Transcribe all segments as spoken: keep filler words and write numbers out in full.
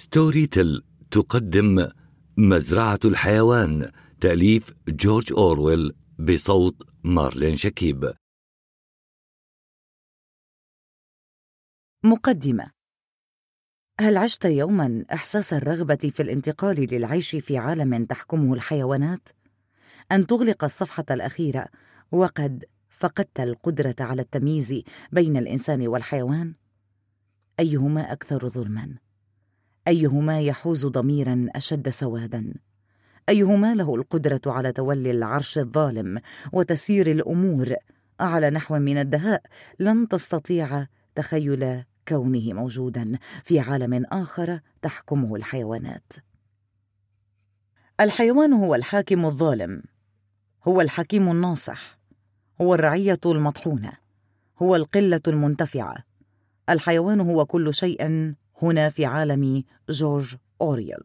ستوري تيل تقدم مزرعة الحيوان، تأليف جورج أورويل، بصوت مارلين شكيب. مقدمة. هل عشت يوما إحساس الرغبة في الانتقال للعيش في عالم تحكمه الحيوانات؟ أن تغلق الصفحة الأخيرة وقد فقدت القدرة على التمييز بين الإنسان والحيوان؟ أيهما أكثر ظلما؟ أيهما يحوز ضميرا أشد سوادا؟ أيهما له القدرة على تولي العرش الظالم وتسيير الأمور على نحو من الدهاء لن تستطيع تخيل كونه موجودا في عالم آخر تحكمه الحيوانات؟ الحيوان هو الحاكم الظالم، هو الحكيم الناصح، هو الرعية المطحونة، هو القلة المنتفعة. الحيوان هو كل شيء هنا في عالم جورج أوريل.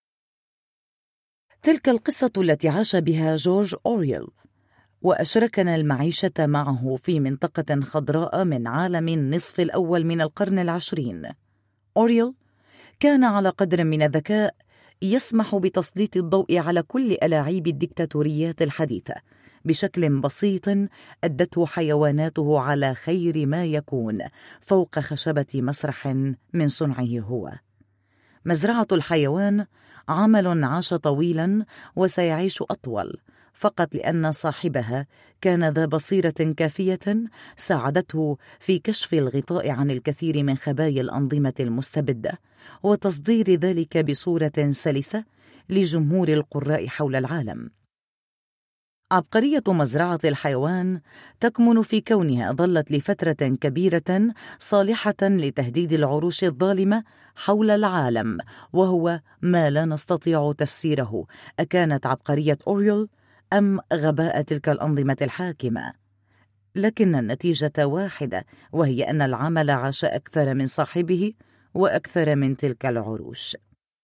تلك القصة التي عاش بها جورج أوريل، وأشركنا المعيشة معه في منطقة خضراء من عالم النصف الأول من القرن العشرين. أوريل كان على قدر من الذكاء يسمح بتسليط الضوء على كل ألاعيب الديكتاتوريات الحديثة بشكل بسيط أدته حيواناته على خير ما يكون فوق خشبة مسرح من صنعه هو. مزرعة الحيوان عمل عاش طويلا وسيعيش أطول، فقط لأن صاحبها كان ذا بصيرة كافية ساعدته في كشف الغطاء عن الكثير من خبايا الأنظمة المستبدة وتصدير ذلك بصورة سلسة لجمهور القراء حول العالم. عبقرية مزرعة الحيوان تكمن في كونها ظلت لفترة كبيرة صالحة لتهديد العروش الظالمة حول العالم، وهو ما لا نستطيع تفسيره. أكانت عبقرية أوريل أم غباء تلك الأنظمة الحاكمة؟ لكن النتيجة واحدة، وهي أن العمل عاش أكثر من صاحبه وأكثر من تلك العروش.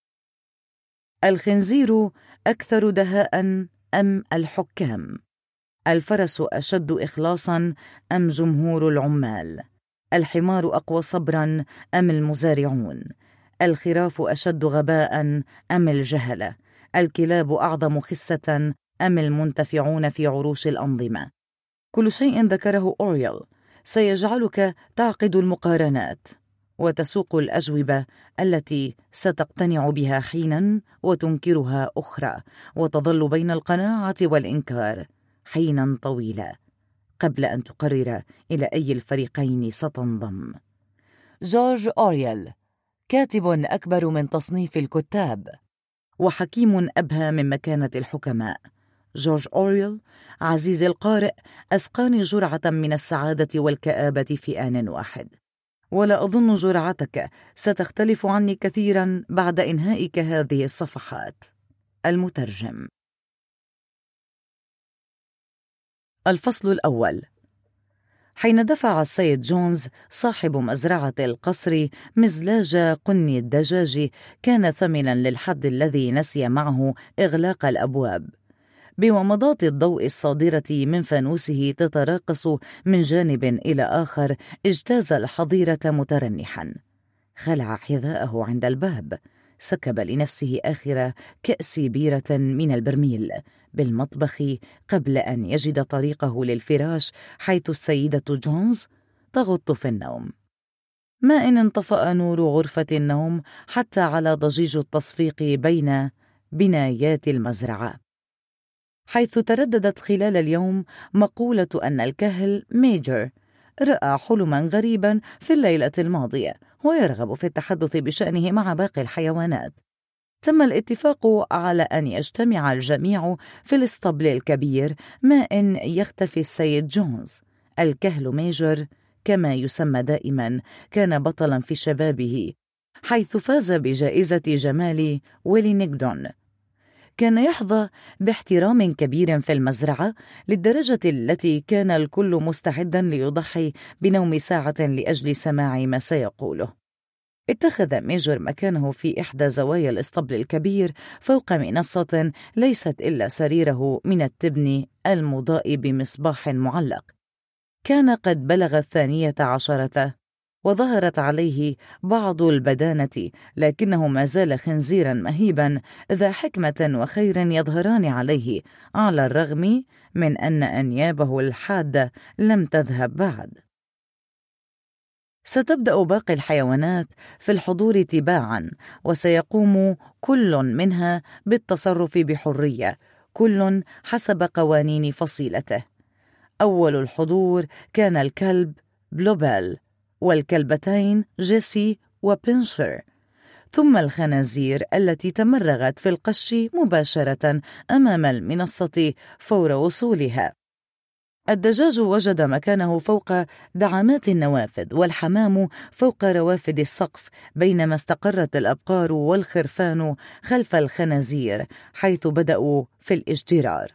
الخنزير أكثر دهاء أم الحكام؟ الفرس أشد إخلاصاً أم جمهور العمال؟ الحمار أقوى صبراً أم المزارعون؟ الخراف أشد غباءً أم الجهلة؟ الكلاب أعظم خسة أم المنتفعون في عروش الأنظمة؟ كل شيء ذكره أوريل سيجعلك تعقد المقارنات وتسوق الأجوبة التي ستقتنع بها حيناً وتنكرها أخرى، وتظل بين القناعة والإنكار حيناً طويلا قبل أن تقرر إلى أي الفريقين ستنضم. جورج أوريل كاتب أكبر من تصنيف الكتاب، وحكيم أبهى من مكانة الحكماء. جورج أوريل عزيز القارئ أسقاني جرعة من السعادة والكآبة في آن واحد، ولا أظن جرعتك ستختلف عني كثيرا بعد إنهائك هذه الصفحات. المترجم. الفصل الأول. حين دفع السيد جونز صاحب مزرعة القصر مزلاج قني الدجاج، كان ثمنا للحد الذي نسي معه إغلاق الأبواب. بومضات الضوء الصادرة من فانوسه تتراقص من جانب إلى آخر، اجتاز الحظيرة مترنحا. خلع حذاءه عند الباب، سكب لنفسه آخر كأس بيرة من البرميل بالمطبخ قبل أن يجد طريقه للفراش، حيث السيدة جونز تغط في النوم. ما إن انطفأ نور غرفة النوم حتى على ضجيج التصفيق بين بنايات المزرعة، حيث ترددت خلال اليوم مقولة أن الكهل ميجر رأى حلما غريبا في الليلة الماضية ويرغب في التحدث بشأنه مع باقي الحيوانات. تم الاتفاق على أن يجتمع الجميع في الاسطبل الكبير، ما إن يختفي السيد جونز. الكهل ميجر كما يسمى دائما كان بطلا في شبابه، حيث فاز بجائزة جمال ويلينغدون. كان يحظى باحترام كبير في المزرعة للدرجة التي كان الكل مستعدا ليضحي بنوم ساعة لأجل سماع ما سيقوله. اتخذ ميجر مكانه في إحدى زوايا الاسطبل الكبير فوق منصة ليست إلا سريره من التبن المضاء بمصباح معلق. كان قد بلغ الثانية عشرة وظهرت عليه بعض البدانة، لكنه ما زال خنزيرا مهيبا ذا حكمة وخير يظهران عليه، على الرغم من أن أنيابه الحادة لم تذهب بعد. ستبدأ باقي الحيوانات في الحضور تباعا، وسيقوم كل منها بالتصرف بحرية، كل حسب قوانين فصيلته. أول الحضور كان الكلب بلوبال، والكلبتين جيسي وبنشر، ثم الخنازير التي تمرغت في القش مباشرة أمام المنصة فور وصولها. الدجاج وجد مكانه فوق دعامات النوافذ، والحمام فوق روافد السقف، بينما استقرت الأبقار والخرفان خلف الخنازير حيث بدأوا في الإجترار.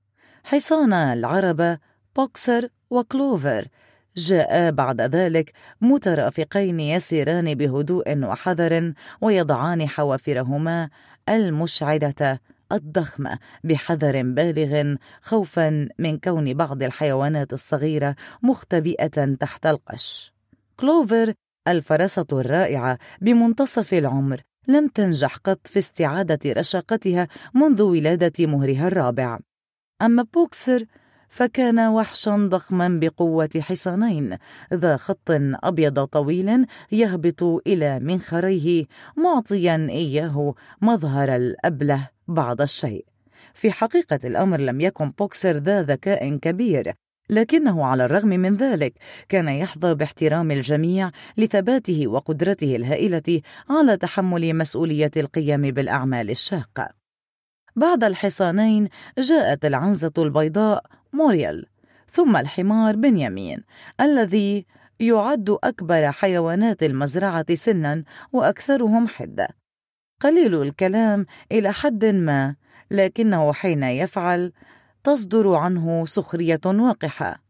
حصان العربة بوكسر وكلوفر جاء بعد ذلك مترافقين يسيران بهدوء وحذر، ويضعان حوافرهما المشعرة الضخمة بحذر بالغ، خوفا من كون بعض الحيوانات الصغيرة مختبئة تحت القش. كلوفر الفرسة الرائعة بمنتصف العمر لم تنجح قط في استعادة رشاقتها منذ ولادة مهرها الرابع. أما بوكسر فكان وحشا ضخما بقوة حصانين، ذا خط أبيض طويل يهبط إلى منخريه، معطيا إياه مظهر الأبله بعض الشيء. في حقيقة الأمر لم يكن بوكسر ذا ذكاء كبير، لكنه على الرغم من ذلك كان يحظى باحترام الجميع لثباته وقدرته الهائلة على تحمل مسؤولية القيام بالأعمال الشاقة. بعد الحصانين جاءت العنزة البيضاء موريال، ثم الحمار بنيامين الذي يعد أكبر حيوانات المزرعة سناً وأكثرهم حدة. قليل الكلام إلى حد ما، لكنه حين يفعل تصدر عنه سخرية وقحة.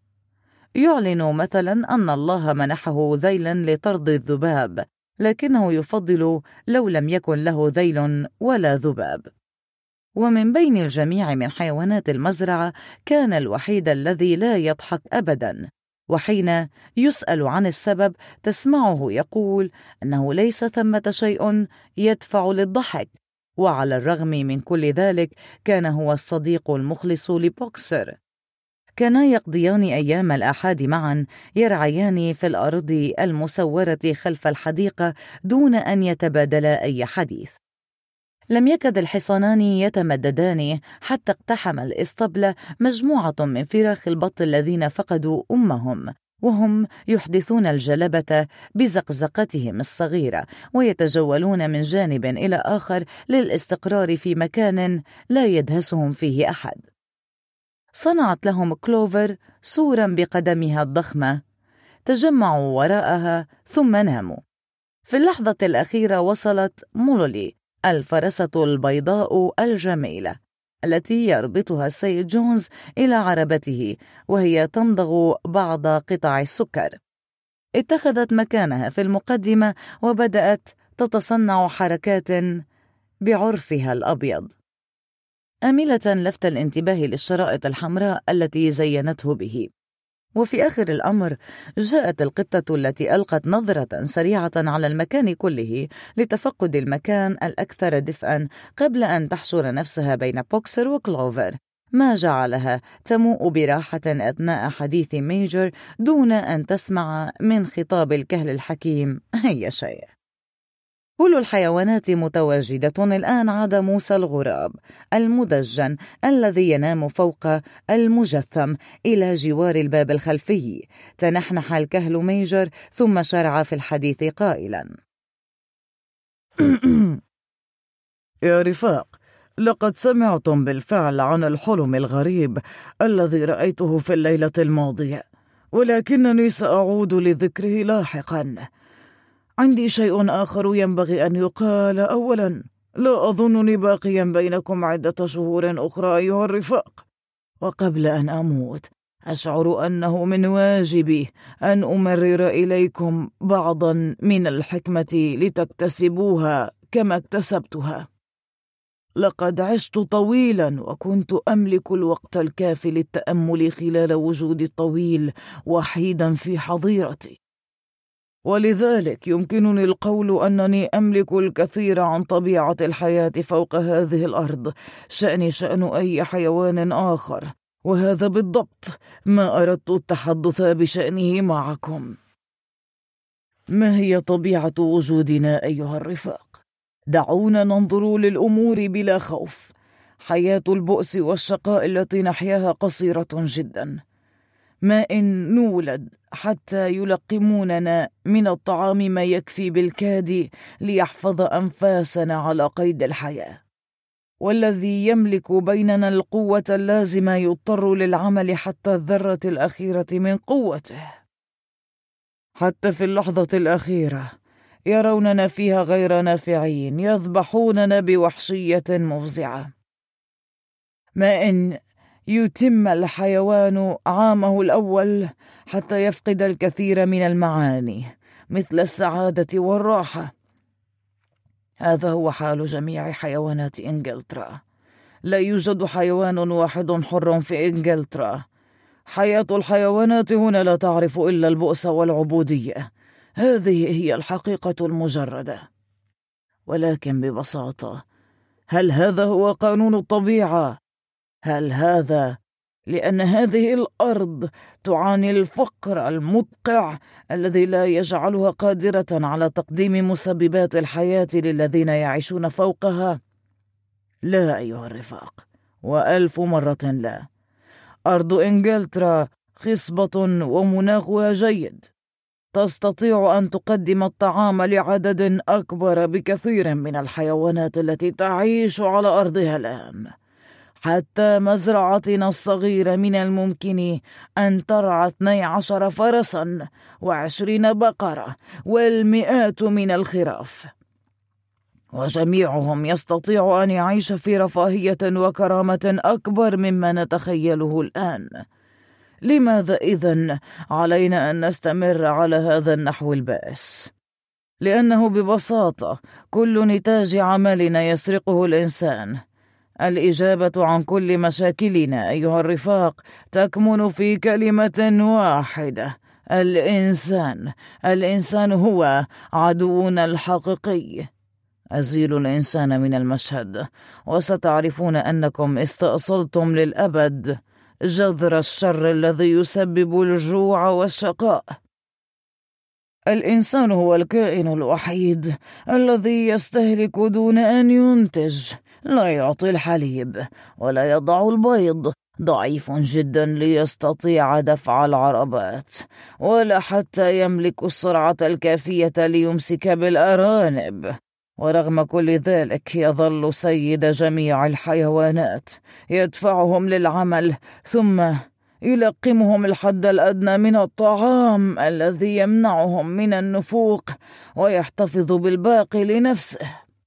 يعلن مثلا أن الله منحه ذيلا لطرد الذباب، لكنه يفضل لو لم يكن له ذيل ولا ذباب. ومن بين الجميع من حيوانات المزرعة كان الوحيد الذي لا يضحك أبدا، وحين يسأل عن السبب تسمعه يقول أنه ليس ثمة شيء يدفع للضحك. وعلى الرغم من كل ذلك كان هو الصديق المخلص لبوكسر. كانا يقضيان أيام الآحاد معا، يرعيان في الأرض المسورة خلف الحديقة دون أن يتبادلا أي حديث. لم يكد الحصانان يتمددان حتى اقتحم الإسطبل مجموعة من فراخ البط الذين فقدوا أمهم، وهم يحدثون الجلبة بزقزقتهم الصغيرة، ويتجولون من جانب إلى آخر للاستقرار في مكان لا يدهسهم فيه أحد. صنعت لهم كلوفر سورا بقدمها الضخمة، تجمعوا وراءها ثم ناموا. في اللحظة الأخيرة وصلت مولولي الفرسة البيضاء الجميلة التي يربطها السيد جونز إلى عربته، وهي تمضغ بعض قطع السكر. اتخذت مكانها في المقدمة وبدأت تتصنع حركات بعرفها الأبيض، آملة لفت الانتباه للشرائط الحمراء التي زينته به. وفي آخر الأمر جاءت القطة التي ألقت نظرة سريعة على المكان كله لتفقد المكان الأكثر دفئا قبل أن تحشر نفسها بين بوكسر وكلوفر، ما جعلها تموء براحة أثناء حديث ميجر دون أن تسمع من خطاب الكهل الحكيم أي شيء. كل الحيوانات متواجدة الآن عدا موسى الغراب المدجن الذي ينام فوق المجثم إلى جوار الباب الخلفي. تنحنح الكهل ميجر ثم شرع في الحديث قائلا: يا رفاق، لقد سمعتم بالفعل عن الحلم الغريب الذي رأيته في الليلة الماضية، ولكنني سأعود لذكره لاحقا. عندي شيء آخر ينبغي أن يقال. أولا، لا أظنني باقيا بينكم عدة شهور أخرى أيها الرفاق، وقبل أن أموت أشعر أنه من واجبي أن أمرر إليكم بعضا من الحكمة لتكتسبوها كما اكتسبتها. لقد عشت طويلا وكنت أملك الوقت الكافي للتأمل خلال وجودي الطويل وحيدا في حظيرتي، ولذلك يمكنني القول أنني أملك الكثير عن طبيعة الحياة فوق هذه الأرض، شأني شأن أي حيوان آخر، وهذا بالضبط ما أردت التحدث بشأنه معكم. ما هي طبيعة وجودنا أيها الرفاق؟ دعونا ننظر للأمور بلا خوف. حياة البؤس والشقاء التي نحياها قصيرة جدا. ما إن نولد حتى يلقموننا من الطعام ما يكفي بالكاد ليحفظ أنفاسنا على قيد الحياة، والذي يملك بيننا القوة اللازمة يضطر للعمل حتى الذرة الأخيرة من قوته. حتى في اللحظة الأخيرة يروننا فيها غير نافعين، يذبحوننا بوحشية مفزعة. ما إن يتم الحيوان عامه الأول حتى يفقد الكثير من المعاني مثل السعادة والراحة. هذا هو حال جميع حيوانات إنجلترا. لا يوجد حيوان واحد حر في إنجلترا. حياة الحيوانات هنا لا تعرف إلا البؤس والعبودية. هذه هي الحقيقة المجردة. ولكن ببساطة، هل هذا هو قانون الطبيعة؟ هل هذا لأن هذه الأرض تعاني الفقر المدقع الذي لا يجعلها قادرة على تقديم مسببات الحياة للذين يعيشون فوقها؟ لا أيها الرفاق، وألف مرة لا. أرض إنجلترا خصبة ومناخها جيد، تستطيع أن تقدم الطعام لعدد أكبر بكثير من الحيوانات التي تعيش على أرضها الآن. حتى مزرعتنا الصغيرة من الممكن أن ترعى اثني عشر فرسا وعشرين بقرة والمئات من الخراف، وجميعهم يستطيع أن يعيش في رفاهية وكرامة أكبر مما نتخيله الآن. لماذا إذن علينا أن نستمر على هذا النحو البائس؟ لأنه ببساطة كل نتاج عملنا يسرقه الإنسان. الإجابة عن كل مشاكلنا أيها الرفاق تكمن في كلمة واحدة: الإنسان. الإنسان هو عدونا الحقيقي. أزيل الإنسان من المشهد وستعرفون أنكم استأصلتم للأبد جذر الشر الذي يسبب الجوع والشقاء. الإنسان هو الكائن الوحيد الذي يستهلك دون أن ينتج. لا يعطي الحليب ولا يضع البيض، ضعيف جدا ليستطيع دفع العربات، ولا حتى يملك السرعة الكافية ليمسك بالأرانب. ورغم كل ذلك يظل سيد جميع الحيوانات، يدفعهم للعمل ثم يلقمهم الحد الأدنى من الطعام الذي يمنعهم من النفوق ويحتفظ بالباقي لنفسه.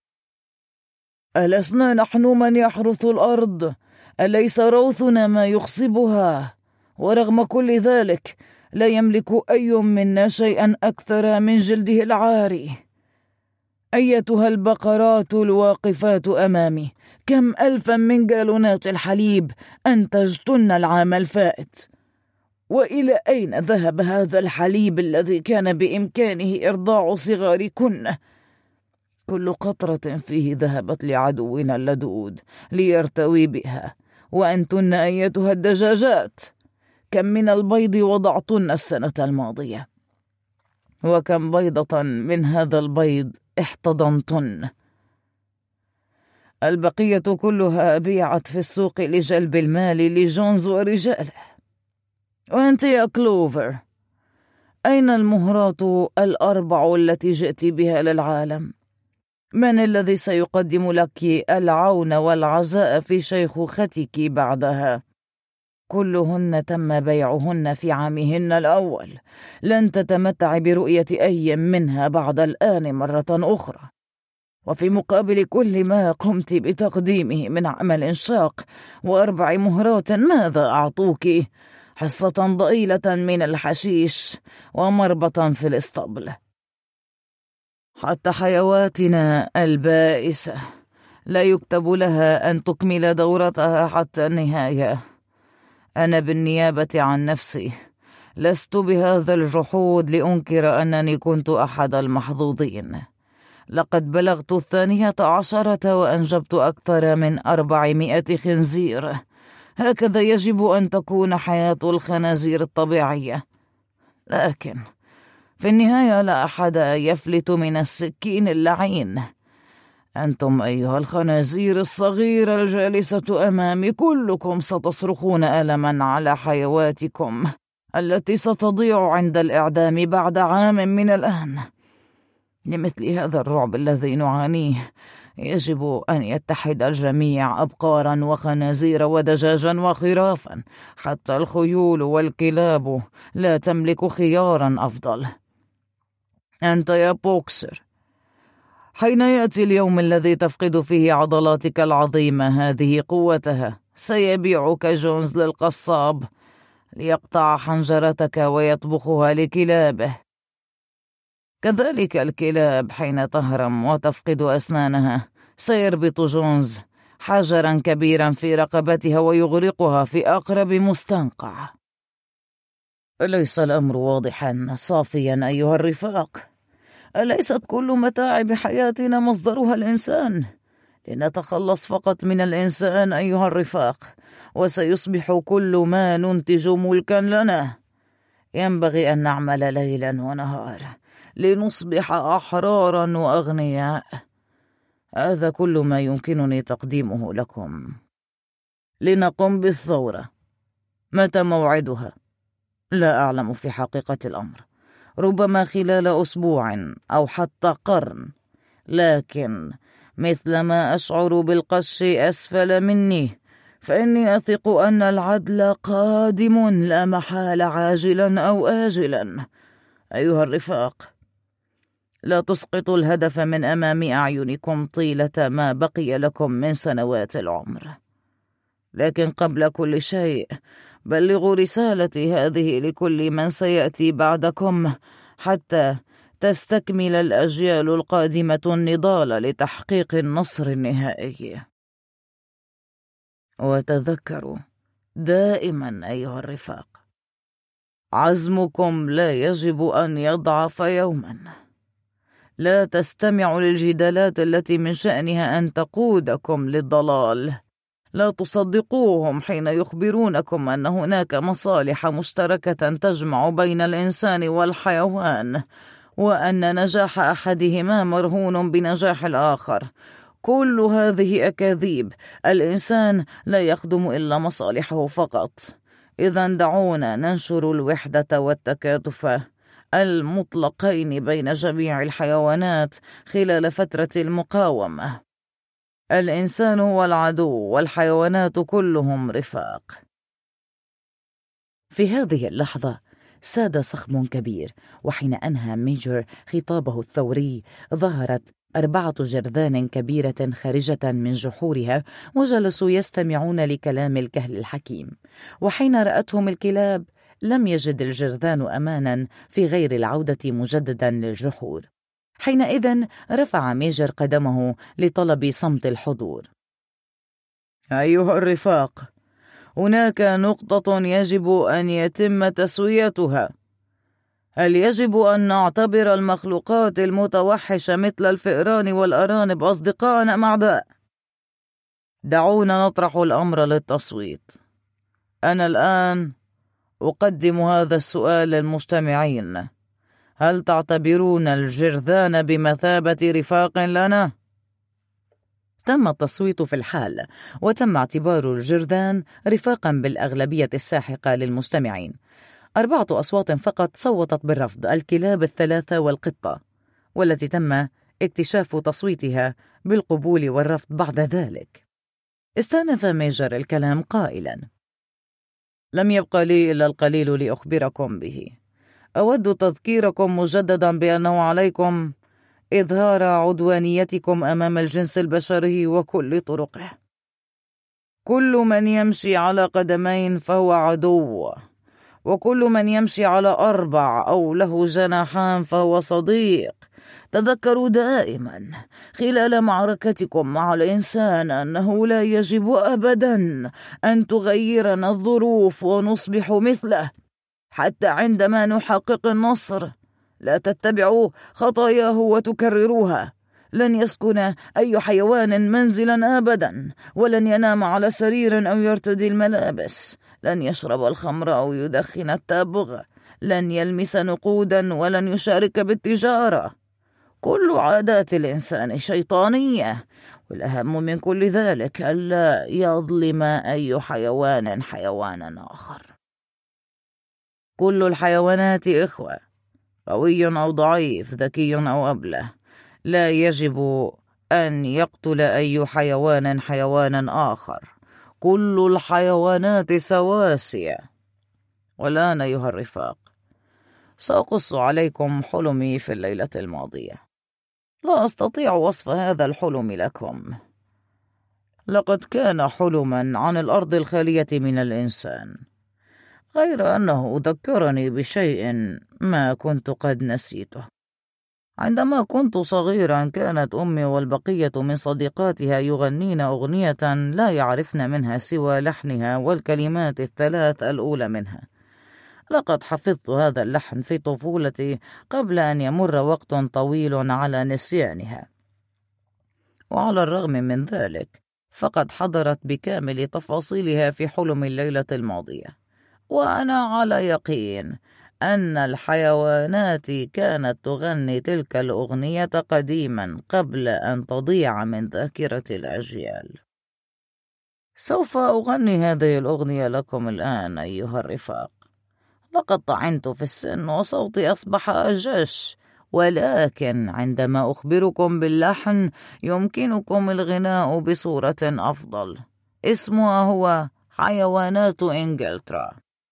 ألسنا نحن من يحرث الأرض؟ أليس روثنا ما يخصبها؟ ورغم كل ذلك لا يملك أي منا شيئا أكثر من جلده العاري. أيتها البقرات الواقفات أمامي، كم ألفا من جالونات الحليب أنتجتن العام الفائت؟ وإلى أين ذهب هذا الحليب الذي كان بإمكانه إرضاع صغاركن؟ كل قطرة فيه ذهبت لعدونا اللدود ليرتوي بها. وأنتن أيتها الدجاجات، كم من البيض وضعتن السنة الماضية؟ وكم بيضة من هذا البيض احتضنتن؟ البقية كلها بيعت في السوق لجلب المال لجونز ورجاله. وأنت يا كلوفر، أين المهرات الأربع التي جئت بها للعالم؟ من الذي سيقدم لك العون والعزاء في شيخوختك بعدها؟ كلهن تم بيعهن في عامهن الأول. لن تتمتع برؤية أي منها بعد الآن مرة أخرى. وفي مقابل كل ما قمت بتقديمه من عمل شاق وأربع مهرات، ماذا أعطوك؟ حصة ضئيلة من الحشيش ومربطا في الاسطبل. حتى حيواتنا البائسة لا يكتب لها أن تكمل دورتها حتى النهاية. أنا بالنيابة عن نفسي لست بهذا الجحود لأنكر أنني كنت أحد المحظوظين. لقد بلغت الثانية عشرة وأنجبت أكثر من أربعمائة خنزير. هكذا يجب أن تكون حياة الخنازير الطبيعية، لكن في النهاية لا أحد يفلت من السكين اللعين. أنتم أيها الخنازير الصغيرة الجالسة أمامي كلكم ستصرخون ألما على حيواتكم التي ستضيع عند الإعدام بعد عام من الآن. لمثل هذا الرعب الذي نعانيه يجب أن يتحد الجميع، أبقارا وخنازير ودجاجا وخرافا، حتى الخيول والكلاب لا تملك خيارا أفضل. أنت يا بوكسر، حين يأتي اليوم الذي تفقد فيه عضلاتك العظيمة هذه قوتها، سيبيعك جونز للقصاب ليقطع حنجرتك ويطبخها لكلابه. كذلك الكلاب حين تهرم وتفقد أسنانها سيربط جونز حجرا كبيرا في رقبتها ويغرقها في أقرب مستنقع. أليس الأمر واضحا صافيا أيها الرفاق؟ أليست كل متاعب حياتنا مصدرها الإنسان؟ لنتخلص فقط من الإنسان أيها الرفاق، وسيصبح كل ما ننتج ملكا لنا. ينبغي أن نعمل ليلا ونهار لنصبح أحرارا وأغنياء. هذا كل ما يمكنني تقديمه لكم. لنقم بالثورة. متى موعدها؟ لا أعلم في حقيقة الأمر، ربما خلال أسبوع أو حتى قرن، لكن مثلما أشعر بالقش أسفل مني فإني أثق أن العدل قادم لا محال، عاجلا أو آجلا. أيها الرفاق، لا تسقطوا الهدف من أمام أعينكم طيلة ما بقي لكم من سنوات العمر. لكن قبل كل شيء بلغوا رسالتي هذه لكل من سيأتي بعدكم حتى تستكمل الأجيال القادمة النضال لتحقيق النصر النهائي. وتذكروا دائما أيها الرفاق، عزمكم لا يجب أن يضعف يوما. لا تستمعوا للجدالات التي من شأنها أن تقودكم للضلال. لا تصدقوهم حين يخبرونكم أن هناك مصالح مشتركة تجمع بين الإنسان والحيوان، وأن نجاح أحدهما مرهون بنجاح الآخر. كل هذه أكاذيب. الإنسان لا يخدم إلا مصالحه فقط. إذن دعونا ننشر الوحدة والتكاتف المطلقين بين جميع الحيوانات خلال فترة المقاومة. الإنسان هو العدو والحيوانات كلهم رفاق. في هذه اللحظة ساد صخب كبير، وحين أنهى ميجر خطابه الثوري ظهرت أربعة جرذان كبيرة خارجة من جحورها وجلسوا يستمعون لكلام الكهل الحكيم. وحين رأتهم الكلاب لم يجد الجرذان أمانا في غير العودة مجددا للجحور. حينئذ رفع ميجر قدمه لطلب صمت الحضور. أيها الرفاق، هناك نقطة يجب أن يتم تسويتها. هل يجب أن نعتبر المخلوقات المتوحشة مثل الفئران والأرانب أصدقاء أم أعداء؟ دعونا نطرح الأمر للتصويت. أنا الآن أقدم هذا السؤال للمجتمعين: هل تعتبرون الجرذان بمثابة رفاق لنا؟ تم التصويت في الحال، وتم اعتبار الجرذان رفاقا بالأغلبية الساحقة للمجتمعين. أربعة أصوات فقط صوتت بالرفض: الكلاب الثلاثة والقطة، والتي تم اكتشاف تصويتها بالقبول والرفض بعد ذلك. استأنف ميجر الكلام قائلا: لم يبقى لي إلا القليل لأخبركم به. أود تذكيركم مجددا بأنه عليكم إظهار عدوانيتكم أمام الجنس البشري وكل طرقه. كل من يمشي على قدمين فهو عدو، وكل من يمشي على أربع أو له جناحان فهو صديق. تذكروا دائما خلال معركتكم مع الإنسان أنه لا يجب أبدا أن تغيرنا الظروف ونصبح مثله. حتى عندما نحقق النصر. لا تتبعوا خطاياه وتكرروها. لن يسكن أي حيوان منزلا أبدا، ولن ينام على سرير أو يرتدي الملابس، لن يشرب الخمر أو يدخن التبغ، لن يلمس نقودا ولن يشارك بالتجارة. كل عادات الإنسان شيطانية، والأهم من كل ذلك ألا يظلم أي حيوان حيوانا آخر. كل الحيوانات إخوة، قوي أو ضعيف، ذكي أو أبله، لا يجب أن يقتل أي حيوان حيوانا آخر. كل الحيوانات سواسية. والآن أيها الرفاق، سأقص عليكم حلمي في الليلة الماضية. لا أستطيع وصف هذا الحلم لكم. لقد كان حلما عن الأرض الخالية من الإنسان، غير أنه ذكرني بشيء ما كنت قد نسيته. عندما كنت صغيرا كانت أمي والبقية من صديقاتها يغنين أغنية لا يعرفن منها سوى لحنها والكلمات الثلاث الأولى منها. لقد حفظت هذا اللحن في طفولتي قبل أن يمر وقت طويل على نسيانها، وعلى الرغم من ذلك فقد حضرت بكامل تفاصيلها في حلم الليلة الماضية، وأنا على يقين أن الحيوانات كانت تغني تلك الأغنية قديما قبل أن تضيع من ذاكرة الأجيال. سوف أغني هذه الأغنية لكم الآن أيها الرفاق. لقد طعنت في السن وصوتي أصبح أجش، ولكن عندما أخبركم باللحن يمكنكم الغناء بصورة أفضل. اسمها هو حيوانات إنجلترا.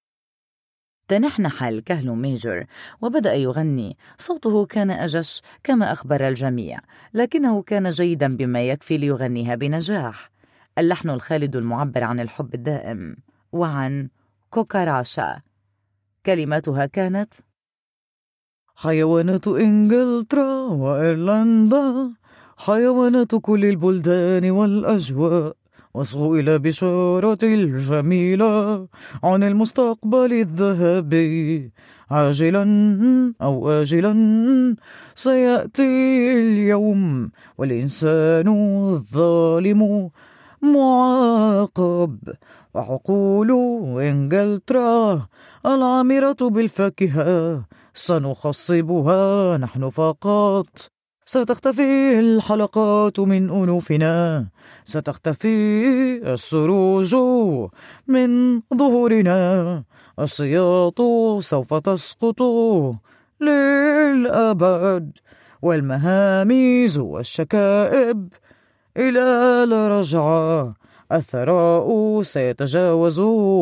تنحنح الكهل ميجر وبدأ يغني. صوته كان أجش كما أخبر الجميع، لكنه كان جيدا بما يكفي ليغنيها بنجاح. اللحن الخالد المعبر عن الحب الدائم وعن كوكاراشا. كلماتها كانت: حيوانات إنجلترا وإيرلندا، حيوانات كل البلدان والأجواء، واصغوا إلى بشارة الجميلة عن المستقبل الذهبي. عاجلا أو آجلا سيأتي اليوم والإنسان الظالم معاقب، وحقول إنجلترا العامرة بالفاكهة سنخصبها نحن فقط. ستختفي الحلقات من أنوفنا، ستختفي السروج من ظهورنا، السياط سوف تسقط للأبد، والمهاميز والشكائب إلى لا رجعة. الثراء سيتجاوز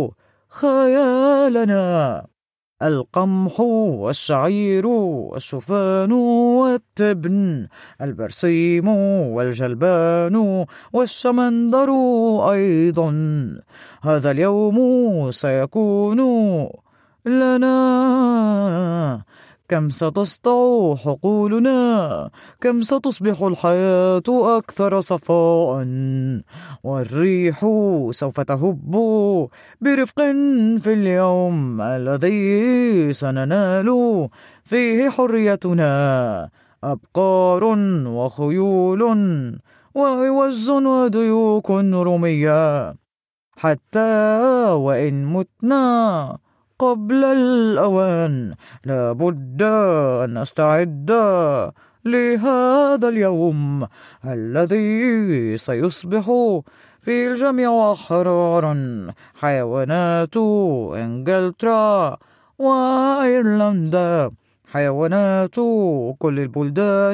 خيالنا، القمح والشعير والشوفان والتبن، البرسيم والجلبان والشمندر أيضا. هذا اليوم سيكون لنا. كم ستسطع حقولنا، كم ستصبح الحياة أكثر صفاء، والريح سوف تهب برفق في اليوم الذي سننال فيه حريتنا. أبقار وخيول وعوز وديوك رمية، حتى وإن متنا قبل الأوان لابد أن نستعد لهذا اليوم الذي سيصبح في الجميع أحرارا. حيوانات إنجلترا وأيرلندا، حيوانات كل البلدان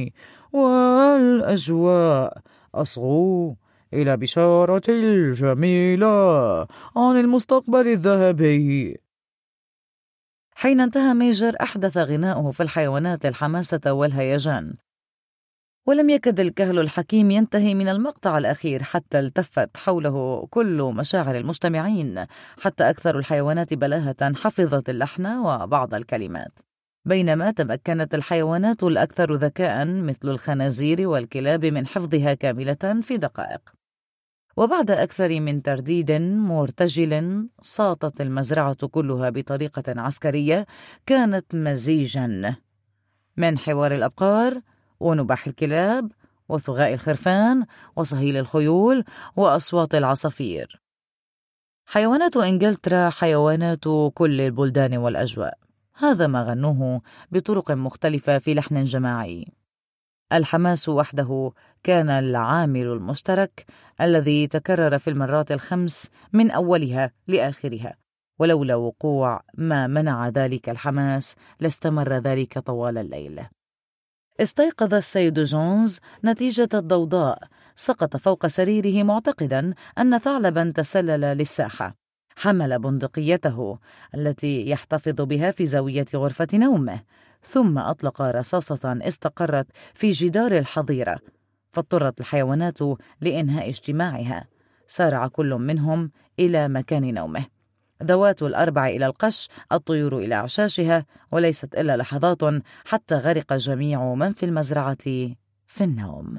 والأجواء، أصغوا إلى بشارة الجميلة عن المستقبل الذهبي. حين انتهى ميجر أحدث غناؤه في الحيوانات الحماسة والهيجان، ولم يكد الكهل الحكيم ينتهي من المقطع الأخير حتى التفت حوله كل مشاعر المستمعين، حتى أكثر الحيوانات بلاهة حفظت اللحن وبعض الكلمات، بينما تمكنت الحيوانات الأكثر ذكاء مثل الخنازير والكلاب من حفظها كاملة في دقائق. وبعد أكثر من ترديد مرتجل ساطت المزرعة كلها بطريقة عسكرية كانت مزيجاً من حوار الأبقار ونباح الكلاب وثغاء الخرفان وصهيل الخيول وأصوات العصافير. حيوانات إنجلترا حيوانات كل البلدان والأجواء، هذا ما غنوه بطرق مختلفة في لحن جماعي. الحماس وحده كان العامل المشترك الذي تكرر في المرات الخمس من أولها لآخرها، ولولا وقوع ما منع ذلك الحماس لاستمر ذلك طوال الليل. استيقظ السيد جونز نتيجة الضوضاء، سقط فوق سريره معتقدا أن ثعلبا تسلل للساحة. حمل بندقيته التي يحتفظ بها في زاوية غرفة نومه، ثم أطلق رصاصة استقرت في جدار الحظيرة، فاضطرت الحيوانات لإنهاء اجتماعها. سارع كل منهم إلى مكان نومه، ذوات الأربع إلى القش، الطيور إلى أعشاشها، وليست إلا لحظات حتى غرق جميع من في المزرعة في النوم.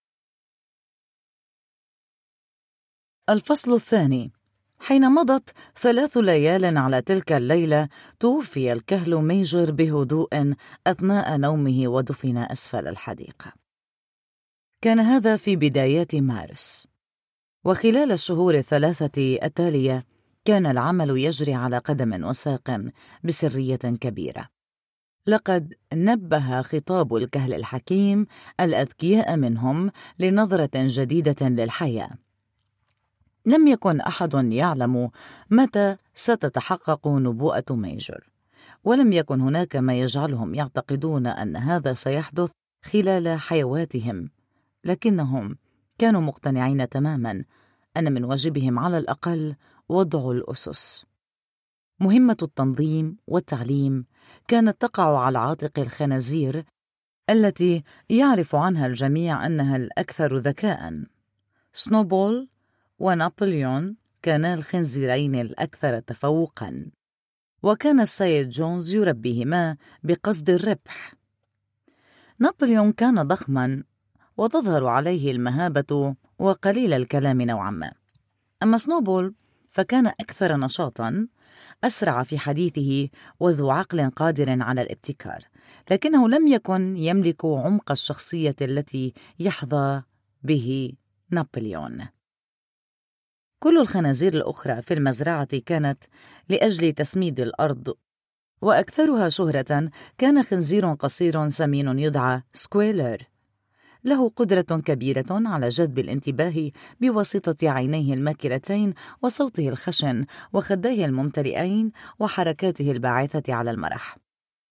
الفصل الثاني. حين مضت ثلاث ليال على تلك الليلة، توفي الكهل ميجر بهدوء أثناء نومه ودفن أسفل الحديقة. كان هذا في بدايات مارس، وخلال الشهور الثلاثة التالية كان العمل يجري على قدم وساق بسرية كبيرة. لقد نبه خطاب الكهل الحكيم الأذكياء منهم لنظرة جديدة للحياة. لم يكن أحد يعلم متى ستتحقق نبوءة ميجر، ولم يكن هناك ما يجعلهم يعتقدون أن هذا سيحدث خلال حيواتهم، لكنهم كانوا مقتنعين تماماً أن من واجبهم على الأقل وضع الأسس. مهمة التنظيم والتعليم كانت تقع على عاتق الخنازير التي يعرف عنها الجميع أنها الأكثر ذكاءً. سنوبول ونابليون كانا الخنزيرين الأكثر تفوقاً، وكان السيد جونز يربيهما بقصد الربح. نابليون كان ضخماً وتظهر عليه المهابة وقليل الكلام نوعاً ما، أما سنوبول فكان أكثر نشاطاً، أسرع في حديثه وذو عقل قادر على الابتكار، لكنه لم يكن يملك عمق الشخصية التي يحظى به نابليون. كل الخنازير الأخرى في المزرعة كانت لأجل تسميد الأرض، وأكثرها شهرة كان خنزير قصير سمين يدعى سكويلر، له قدرة كبيرة على جذب الانتباه بواسطة عينيه الماكلتين وصوته الخشن وخديه الممتلئين وحركاته الباعثة على المرح.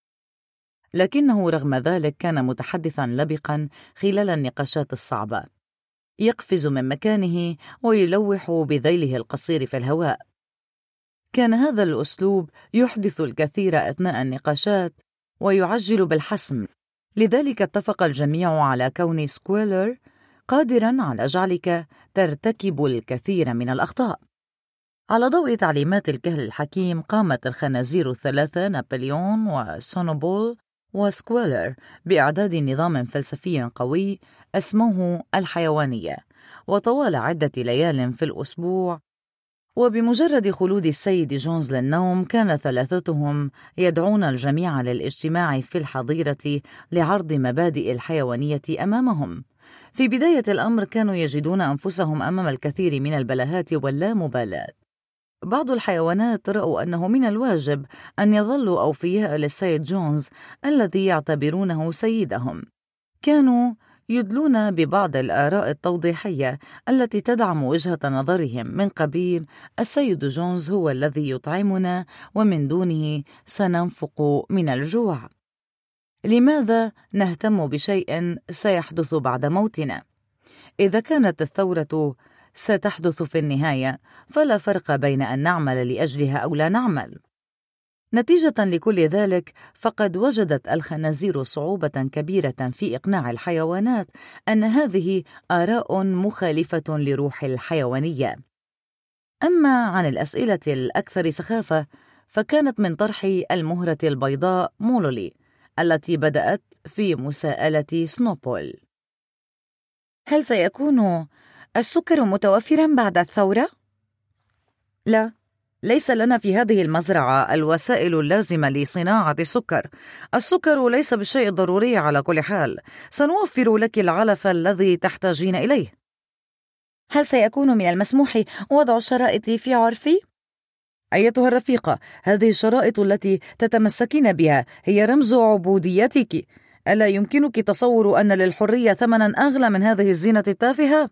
لكنه رغم ذلك كان متحدثا لبقا خلال النقاشات الصعبة، يقفز من مكانه ويلوح بذيله القصير في الهواء. كان هذا الأسلوب يحدث الكثير أثناء النقاشات ويعجل بالحسم، لذلك اتفق الجميع على كون سكويلر قادراً على جعلك ترتكب الكثير من الأخطاء. على ضوء تعليمات الكهل الحكيم قامت الخنازير الثلاثة نابليون وسونوبول وسكويلر بإعداد نظام فلسفي قوي اسمه الحيوانية، وطوال عدة ليال في الأسبوع وبمجرد خلود السيد جونز للنوم كان ثلاثتهم يدعون الجميع للاجتماع في الحظيرة لعرض مبادئ الحيوانية أمامهم. في بداية الأمر كانوا يجدون أنفسهم أمام الكثير من البلاهات واللامبالاة. بعض الحيوانات رأوا أنه من الواجب أن يظلوا أوفياء للسيد جونز الذي يعتبرونه سيدهم. كانوا يدلون ببعض الآراء التوضيحية التي تدعم وجهة نظرهم من قبيل السيد جونز هو الذي يطعمنا ومن دونه سننفق من الجوع. لماذا نهتم بشيء سيحدث بعد موتنا؟ إذا كانت الثورة ستحدث في النهاية فلا فرق بين أن نعمل لأجلها أو لا نعمل. نتيجة لكل ذلك فقد وجدت الخنازير صعوبة كبيرة في إقناع الحيوانات أن هذه آراء مخالفة لروح الحيوانية. أما عن الأسئلة الأكثر سخافة فكانت من طرح المهرة البيضاء مولولي التي بدأت في مساءلة سنوبول: هل سيكون السكر متوفرا بعد الثورة؟ لا، ليس لنا في هذه المزرعة الوسائل اللازمة لصناعة السكر. السكر ليس بالشيء الضروري على كل حال. سنوفر لك العلف الذي تحتاجين إليه. هل سيكون من المسموح وضع الشرائط في عرفي؟ أيتها الرفيقة، هذه الشرائط التي تتمسكين بها هي رمز عبوديتك. ألا يمكنك تصور أن للحرية ثمنا أغلى من هذه الزينة التافهة؟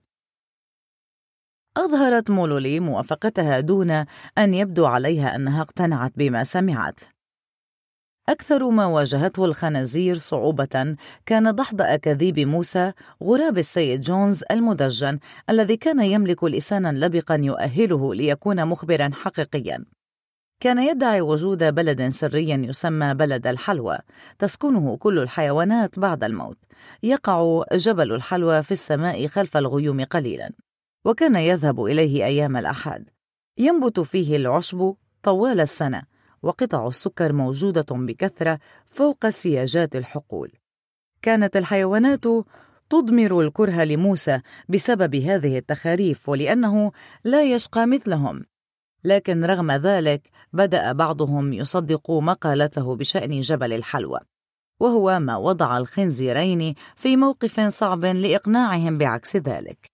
أظهرت مولولي موافقتها دون أن يبدو عليها أنها اقتنعت بما سمعت. أكثر ما واجهته الخنازير صعوبة كان دحض أكاذيب موسى غراب السيد جونز المدجن الذي كان يملك لسانا لبقا يؤهله ليكون مخبرا حقيقيا. كان يدعي وجود بلد سري يسمى بلد الحلوى تسكنه كل الحيوانات بعد الموت. يقع جبل الحلوى في السماء خلف الغيوم قليلا، وكان يذهب إليه أيام الأحد. ينبت فيه العشب طوال السنة، وقطع السكر موجودة بكثرة فوق سياجات الحقول. كانت الحيوانات تضمر الكره لموسى بسبب هذه التخاريف ولأنه لا يشقى مثلهم، لكن رغم ذلك بدأ بعضهم يصدق مقالته بشأن جبل الحلوى، وهو ما وضع الخنزيرين في موقف صعب لإقناعهم بعكس ذلك.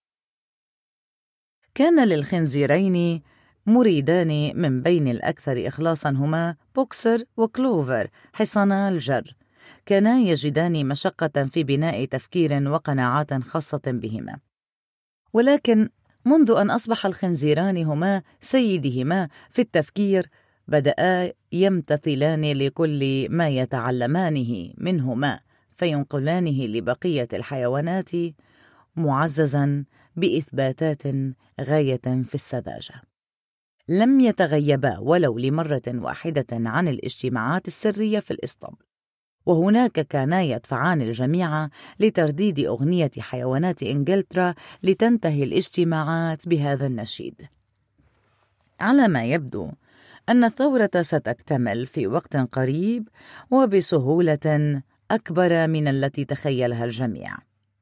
كان للخنزيرين مريدان من بين الأكثر إخلاصاً هما بوكسر وكلوفر حصانا الجر. كانا يجدان مشقة في بناء تفكير وقناعات خاصة بهما، ولكن منذ أن أصبح الخنزيران هما سيدهما في التفكير بدأا يمتثلان لكل ما يتعلمانه منهما فينقلانه لبقية الحيوانات، معززاً بإثباتات غاية في السذاجة. لم يتغيبا ولو لمرة واحدة عن الاجتماعات السرية في الإسطبل، وهناك كانا يدفعان الجميع لترديد أغنية حيوانات إنجلترا لتنتهي الاجتماعات بهذا النشيد. على ما يبدو أن الثورة ستكتمل في وقت قريب وبسهولة أكبر من التي تخيلها الجميع.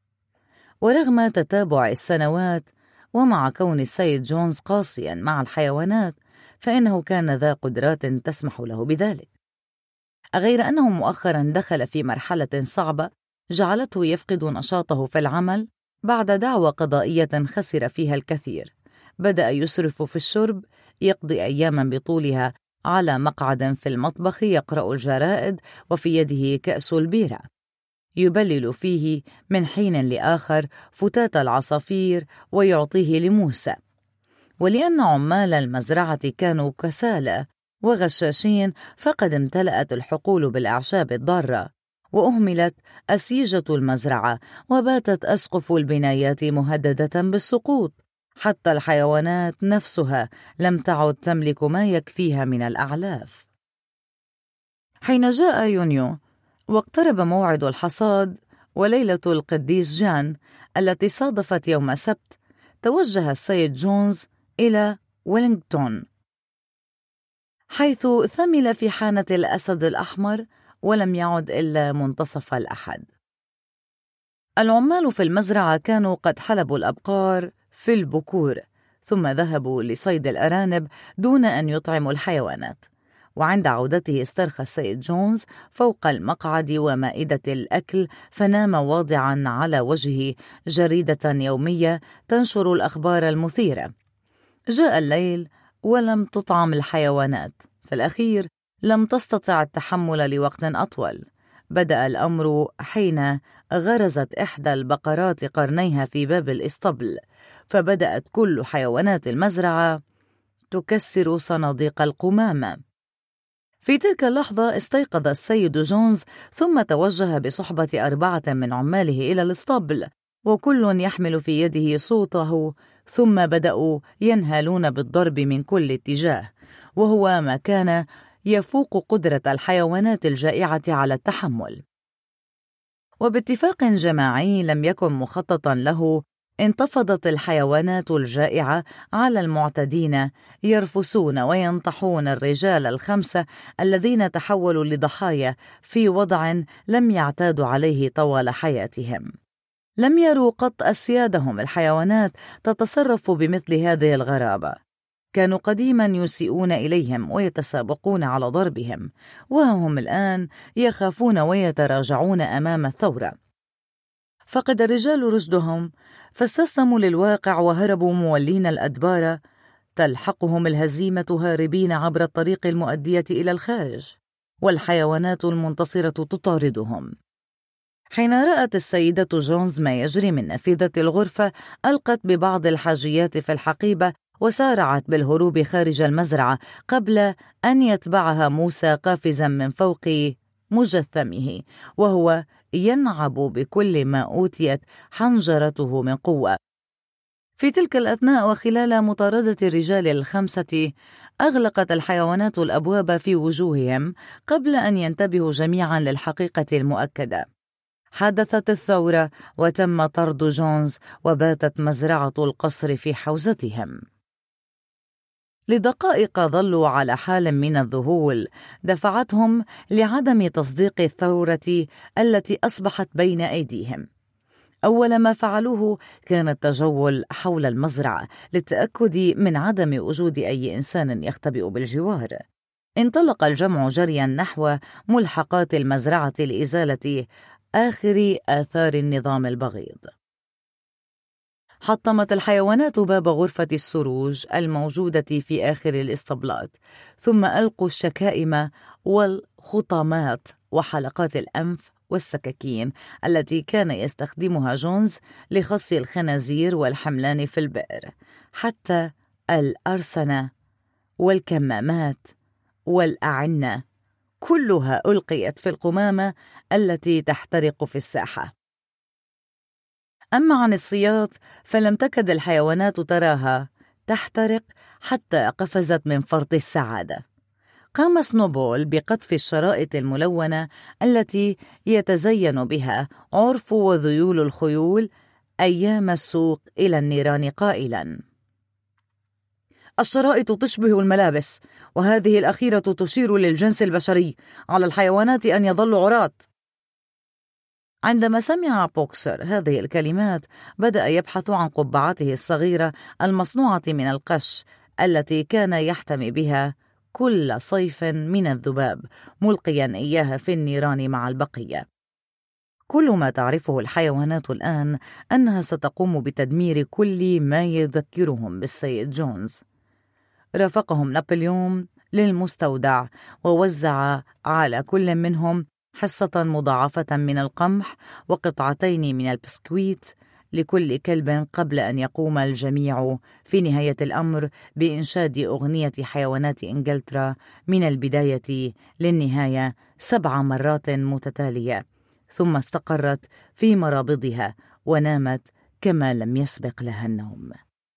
ورغم تتابع السنوات ومع كون السيد جونز قاسياً مع الحيوانات، فإنه كان ذا قدرات تسمح له بذلك، غير أنه مؤخراً دخل في مرحلة صعبة جعلته يفقد نشاطه في العمل بعد دعوى قضائية خسر فيها الكثير. بدأ يسرف في الشرب، يقضي أياماً بطولها على مقعد في المطبخ يقرأ الجرائد وفي يده كأس البيرة، يبلل فيه من حين لآخر فتات العصافير ويعطيه لموسى. ولأن عمال المزرعة كانوا كسالى وغشاشين، فقد امتلأت الحقول بالأعشاب الضارة، وأهملت أسيجة المزرعة، وباتت أسقف البنايات مهددة بالسقوط، حتى الحيوانات نفسها لم تعد تملك ما يكفيها من الأعلاف. حين جاء يونيو واقترب موعد الحصاد وليلة القديس جان التي صادفت يوم سبت، توجه السيد جونز إلى ويلينغتون، حيث ثمل في حانة الأسد الأحمر ولم يعد إلا منتصف الأحد. العمال في المزرعة كانوا قد حلبوا الأبقار في البكور، ثم ذهبوا لصيد الأرانب دون أن يطعموا الحيوانات. وعند عودته استرخى السيد جونز فوق المقعد ومائدة الأكل، فنام واضعا على وجهه جريدة يومية تنشر الأخبار المثيرة. جاء الليل ولم تطعم الحيوانات، في الأخير لم تستطع التحمل لوقت أطول. بدأ الأمر حين غرزت إحدى البقرات قرنيها في باب الإسطبل، فبدأت كل حيوانات المزرعة تكسر صناديق القمامة. في تلك اللحظة استيقظ السيد جونز، ثم توجه بصحبة أربعة من عماله إلى الإسطبل، وكل يحمل في يده صوته، ثم بدأوا ينهالون بالضرب من كل اتجاه، وهو ما كان يفوق قدرة الحيوانات الجائعة على التحمل. وباتفاق جماعي لم يكن مخططا له، انتفضت الحيوانات الجائعة على المعتدين يرفسون وينطحون الرجال الخمسة الذين تحولوا لضحايا في وضع لم يعتادوا عليه طوال حياتهم. لم يروا قط أسيادهم الحيوانات تتصرف بمثل هذه الغرابة. كانوا قديما يسيئون إليهم ويتسابقون على ضربهم، وهم الآن يخافون ويتراجعون أمام الثورة. فقد الرجال رشدهم فاستسلموا للواقع وهربوا مولين الأدبار، تلحقهم الهزيمة هاربين عبر الطريق المؤدية إلى الخارج، والحيوانات المنتصرة تطاردهم. حين رأت السيدة جونز ما يجري من نافذة الغرفة، ألقت ببعض الحاجيات في الحقيبة وسارعت بالهروب خارج المزرعة قبل أن يتبعها موسى قافزا من فوق مجثمه وهو ينعب بكل ما أوتيت حنجرته من قوة. في تلك الأثناء وخلال مطاردة الرجال الخمسة، أغلقت الحيوانات الأبواب في وجوههم قبل أن ينتبهوا جميعا للحقيقة المؤكدة. حدثت الثورة وتم طرد جونز، وباتت مزرعة القصر في حوزتهم. لدقائق ظلوا على حال من الذهول دفعتهم لعدم تصديق الثورة التي أصبحت بين أيديهم. أول ما فعلوه كان التجول حول المزرعة للتأكد من عدم وجود أي إنسان يختبئ بالجوار. انطلق الجمع جريا نحو ملحقات المزرعة لإزالة آخر آثار النظام البغيض. حطمت الحيوانات باب غرفة السروج الموجودة في آخر الإسطبلات، ثم ألقوا الشكائم والخطامات وحلقات الأنف والسكاكين التي كان يستخدمها جونز لخص الخنازير والحملان في البئر، حتى الأرسنة والكمامات والأعنة كلها ألقيت في القمامة التي تحترق في الساحة. أما عن الصياط فلم تكد الحيوانات تراها تحترق حتى قفزت من فرط السعادة. قام سنوبول بقطف الشرائط الملونة التي يتزين بها عرف وذيول الخيول أيام السوق إلى النيران قائلاً: الشرائط تشبه الملابس، وهذه الأخيرة تشير للجنس البشري، على الحيوانات أن يظلوا عراة. عندما سمع بوكسر هذه الكلمات بدأ يبحث عن قبعته الصغيرة المصنوعة من القش التي كان يحتمي بها كل صيف من الذباب، ملقيا إياها في النيران مع البقية. كل ما تعرفه الحيوانات الآن أنها ستقوم بتدمير كل ما يذكرهم بالسيد جونز. رافقهم نابليون للمستودع ووزع على كل منهم حصة مضاعفة من القمح وقطعتين من البسكويت لكل كلب، قبل أن يقوم الجميع في نهاية الأمر بإنشاد أغنية حيوانات إنجلترا من البداية للنهاية سبع مرات متتالية، ثم استقرت في مرابضها ونامت كما لم يسبق لها النوم.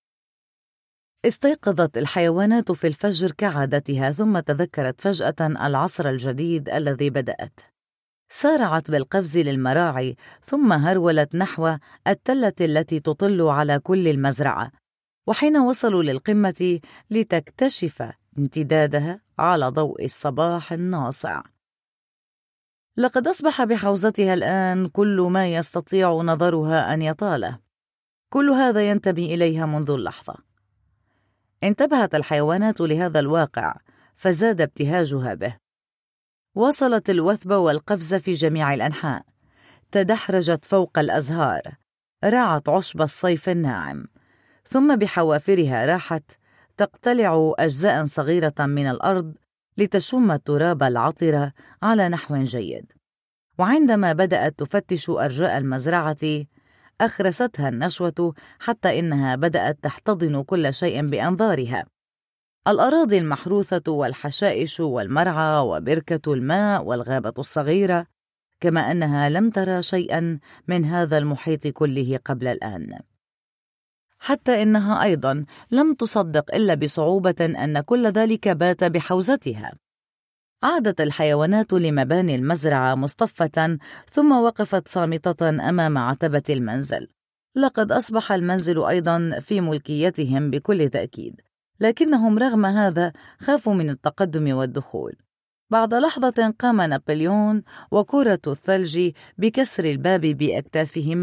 استيقظت الحيوانات في الفجر كعادتها، ثم تذكرت فجأة العصر الجديد الذي بدأت. سارعت بالقفز للمراعي، ثم هرولت نحو التلة التي تطل على كل المزرعة، وحين وصلوا للقمة لتكتشف امتدادها على ضوء الصباح الناصع. لقد أصبح بحوزتها الآن كل ما يستطيع نظرها أن يطاله. كل هذا ينتمي إليها منذ اللحظة. انتبهت الحيوانات لهذا الواقع فزاد ابتهاجها به. وصلت الوثب والقفز في جميع الأنحاء، تدحرجت فوق الأزهار، رعت عشب الصيف الناعم، ثم بحوافرها راحت تقتلع أجزاء صغيرة من الأرض لتشم التراب العطر على نحو جيد. وعندما بدأت تفتش أرجاء المزرعة أخرستها النشوة حتى إنها بدأت تحتضن كل شيء بأنظارها: الأراضي المحروثة والحشائش والمرعى وبركة الماء والغابة الصغيرة، كما أنها لم ترى شيئا من هذا المحيط كله قبل الآن. حتى إنها أيضا لم تصدق إلا بصعوبة أن كل ذلك بات بحوزتها. عادت الحيوانات لمباني المزرعة مصطفة، ثم وقفت صامتة أمام عتبة المنزل. لقد أصبح المنزل أيضا في ملكيتهم بكل تأكيد، لكنهم رغم هذا خافوا من التقدم والدخول. بعد لحظة قام نابليون وكرة الثلج بكسر الباب بأكتافهما،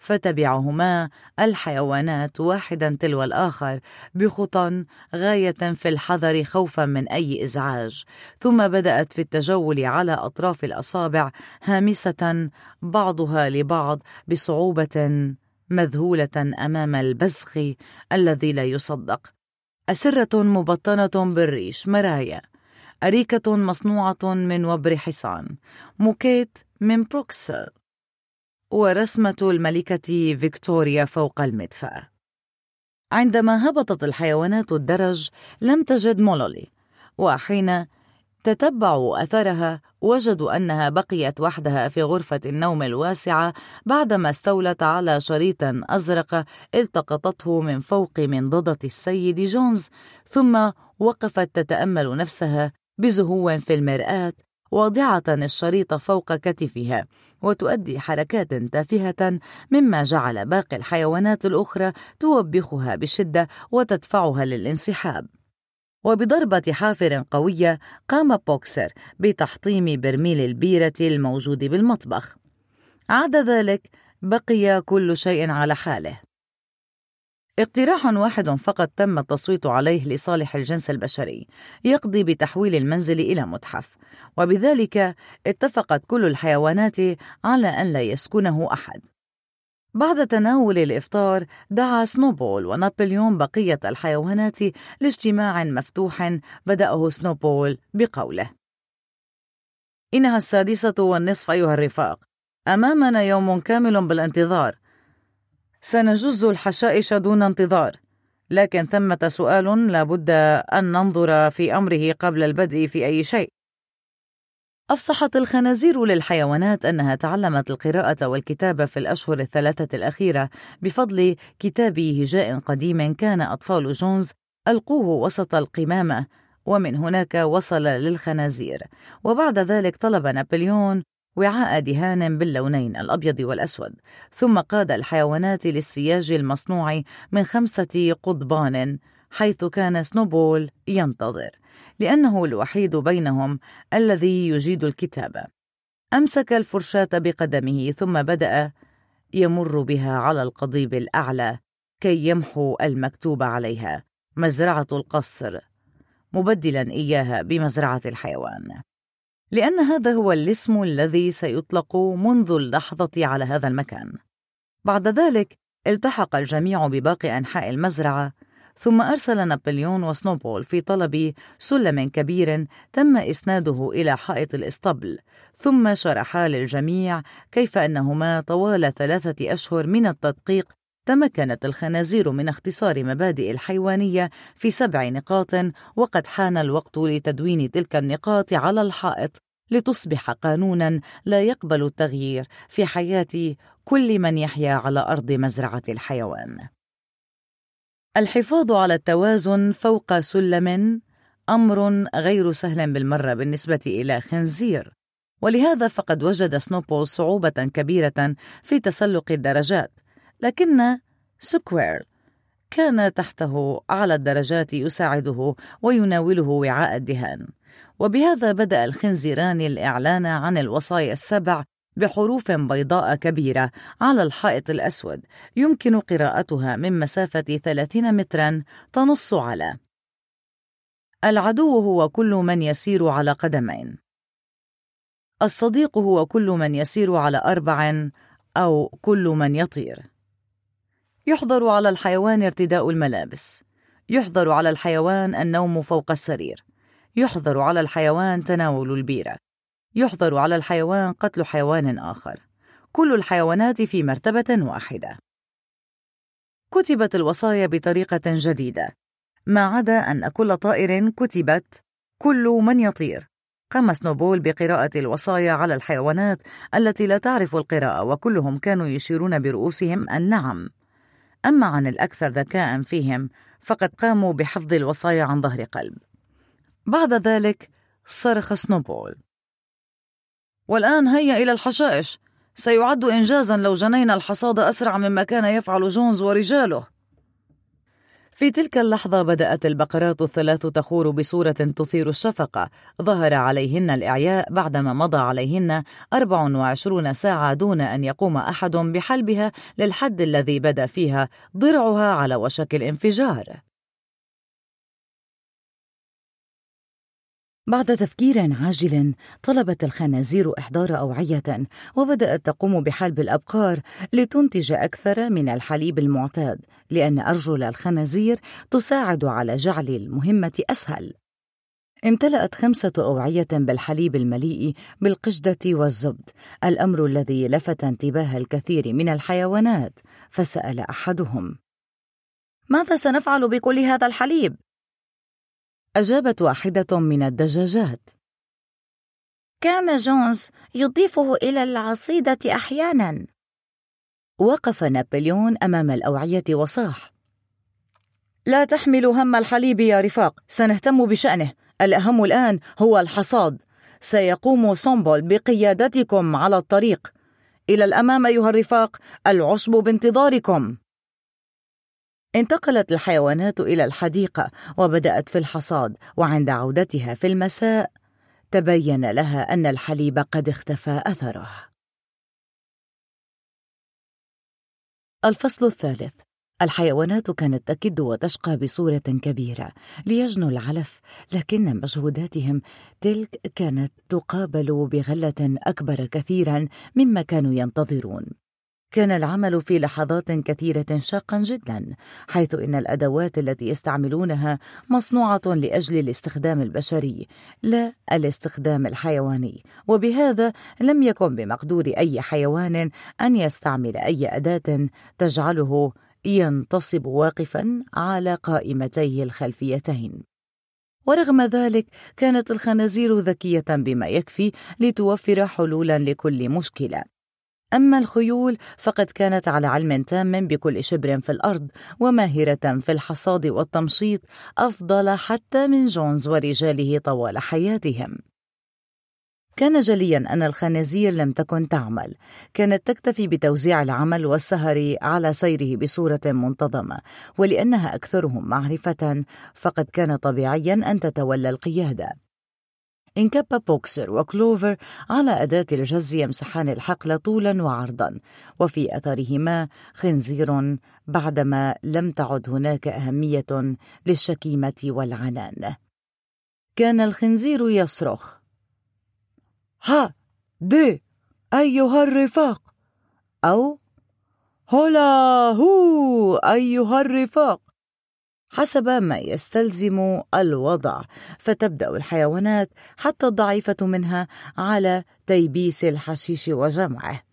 فتبعهما الحيوانات واحدا تلو الآخر بخطى غاية في الحذر خوفا من أي إزعاج، ثم بدأت في التجول على أطراف الأصابع هامسة بعضها لبعض بصعوبة مذهولة أمام البزخ الذي لا يصدق. أسرة مبطنة بالريش، مرايا، أريكة مصنوعة من وبر حصان، موكيت من بروكسل، ورسمة الملكة فيكتوريا فوق المدفأة. عندما هبطت الحيوانات الدرج لم تجد مولولي، وحين تتبعوا أثرها وجدوا أنها بقيت وحدها في غرفة النوم الواسعة بعدما استولت على شريط أزرق التقطته من فوق منضدة السيد جونز، ثم وقفت تتأمل نفسها بزهو في المرآة واضعة الشريط فوق كتفها وتؤدي حركات تافهة، مما جعل باقي الحيوانات الأخرى توبخها بشدة وتدفعها للانسحاب. وبضربة حافر قوية قام بوكسر بتحطيم برميل البيرة الموجود بالمطبخ. عدا ذلك بقي كل شيء على حاله. اقتراح واحد فقط تم التصويت عليه لصالح الجنس البشري، يقضي بتحويل المنزل إلى متحف، وبذلك اتفقت كل الحيوانات على أن لا يسكنه أحد. بعد تناول الإفطار دعا سنوبول ونابليون بقية الحيوانات لاجتماع مفتوح بدأه سنوبول بقوله: إنها السادسة والنصف أيها الرفاق، أمامنا يوم كامل بالانتظار، سنجز الحشائش دون انتظار، لكن ثمة سؤال لابد أن ننظر في أمره قبل البدء في أي شيء. أفصحت الخنازير للحيوانات أنها تعلمت القراءة والكتابة في الأشهر الثلاثة الأخيرة بفضل كتاب هجاء قديم كان أطفال جونز ألقوه وسط القمامة، ومن هناك وصل للخنازير. وبعد ذلك طلب نابليون وعاء دهان باللونين الأبيض والأسود، ثم قاد الحيوانات للسياج المصنوع من خمسة قضبان، حيث كان سنوبول ينتظر لأنه الوحيد بينهم الذي يجيد الكتابة. أمسك الفرشاة بقدمه ثم بدأ يمر بها على القضيب الأعلى كي يمحو المكتوب عليها: مزرعة القصر، مبدلا إياها بمزرعة الحيوان، لأن هذا هو الاسم الذي سيطلق منذ اللحظة على هذا المكان. بعد ذلك التحق الجميع بباقي أنحاء المزرعة، ثم أرسل نابليون وسنوبول في طلب سلم كبير تم إسناده إلى حائط الإسطبل، ثم شرحا للجميع كيف أنهما طوال ثلاثة أشهر من التدقيق تمكنت الخنازير من اختصار مبادئ الحيوانية في سبع نقاط، وقد حان الوقت لتدوين تلك النقاط على الحائط لتصبح قانونا لا يقبل التغيير في حياة كل من يحيا على أرض مزرعة الحيوان. الحفاظ على التوازن فوق سلم أمر غير سهل بالمرة بالنسبة إلى خنزير، ولهذا فقد وجد سنوبول صعوبة كبيرة في تسلق الدرجات، لكن سكوير كان تحته على الدرجات يساعده ويناوله وعاء الدهان. وبهذا بدأ الخنزيران الإعلان عن الوصايا السبع بحروف بيضاء كبيرة على الحائط الأسود يمكن قراءتها من مسافة ثلاثين مترا، تنص على: العدو هو كل من يسير على قدمين، الصديق هو كل من يسير على أربع أو كل من يطير، يحظر على الحيوان ارتداء الملابس، يحظر على الحيوان النوم فوق السرير، يحظر على الحيوان تناول البيرة، يحظر على الحيوان قتل حيوان آخر، كل الحيوانات في مرتبة واحدة. كتبت الوصايا بطريقة جديدة، ما عدا أن كل طائر كتبت كل من يطير. قام سنوبول بقراءة الوصايا على الحيوانات التي لا تعرف القراءة، وكلهم كانوا يشيرون برؤوسهم النعم. أما عن الأكثر ذكاء فيهم فقد قاموا بحفظ الوصايا عن ظهر قلب. بعد ذلك صرخ سنوبول: والآن هيا إلى الحشائش، سيعد إنجازا لو جنينا الحصاد أسرع مما كان يفعل جونز ورجاله. في تلك اللحظة بدأت البقرات الثلاث تخور بصورة تثير الشفقة. ظهر عليهن الإعياء بعدما مضى عليهن أربع وعشرون ساعة دون أن يقوم أحد بحلبها للحد الذي بدا فيها ضرعها على وشك الانفجار. بعد تفكير عاجل طلبت الخنازير إحضار أوعية وبدأت تقوم بحلب الأبقار لتنتج أكثر من الحليب المعتاد، لأن أرجل الخنازير تساعد على جعل المهمة أسهل. امتلأت خمسة أوعية بالحليب المليء بالقشدة والزبد، الأمر الذي لفت انتباه الكثير من الحيوانات، فسأل أحدهم: ماذا سنفعل بكل هذا الحليب؟ أجابت واحدة من الدجاجات: كان جونز يضيفه إلى العصيدة أحياناً. وقف نابليون أمام الأوعية وصاح: لا تحملوا هم الحليب يا رفاق، سنهتم بشأنه. الأهم الآن هو الحصاد. سيقوم سومبول بقيادتكم على الطريق. إلى الأمام أيها الرفاق، العشب بانتظاركم. انتقلت الحيوانات إلى الحديقة وبدأت في الحصاد، وعند عودتها في المساء تبين لها أن الحليب قد اختفى أثره. الفصل الثالث. الحيوانات كانت تكد وتشقى بصورة كبيرة ليجنوا العلف، لكن مجهوداتهم تلك كانت تقابل بغلة أكبر كثيرا مما كانوا ينتظرون. كان العمل في لحظات كثيرة شاقا جدا، حيث إن الأدوات التي يستعملونها مصنوعة لأجل الاستخدام البشري لا الاستخدام الحيواني، وبهذا لم يكن بمقدور أي حيوان أن يستعمل أي أداة تجعله ينتصب واقفا على قائمتيه الخلفيتين. ورغم ذلك كانت الخنازير ذكية بما يكفي لتوفر حلولا لكل مشكلة. أما الخيول فقد كانت على علم تام بكل شبر في الأرض، وماهرة في الحصاد والتمشيط أفضل حتى من جونز ورجاله طوال حياتهم. كان جليا أن الخنازير لم تكن تعمل، كانت تكتفي بتوزيع العمل والسهر على سيره بصورة منتظمة، ولأنها أكثرهم معرفة فقد كان طبيعيا أن تتولى القيادة. انكب بوكسر وكلوفر على أداة الجز يمسحان الحقل طولا وعرضا، وفي أثرهما خنزير بعدما لم تعد هناك أهمية للشكيمة والعنان. كان الخنزير يصرخ: ها دي أيها الرفاق، أو هلا هو أيها الرفاق، حسب ما يستلزم الوضع، فتبدأ الحيوانات حتى الضعيفة منها على تيبيس الحشيش وجمعه.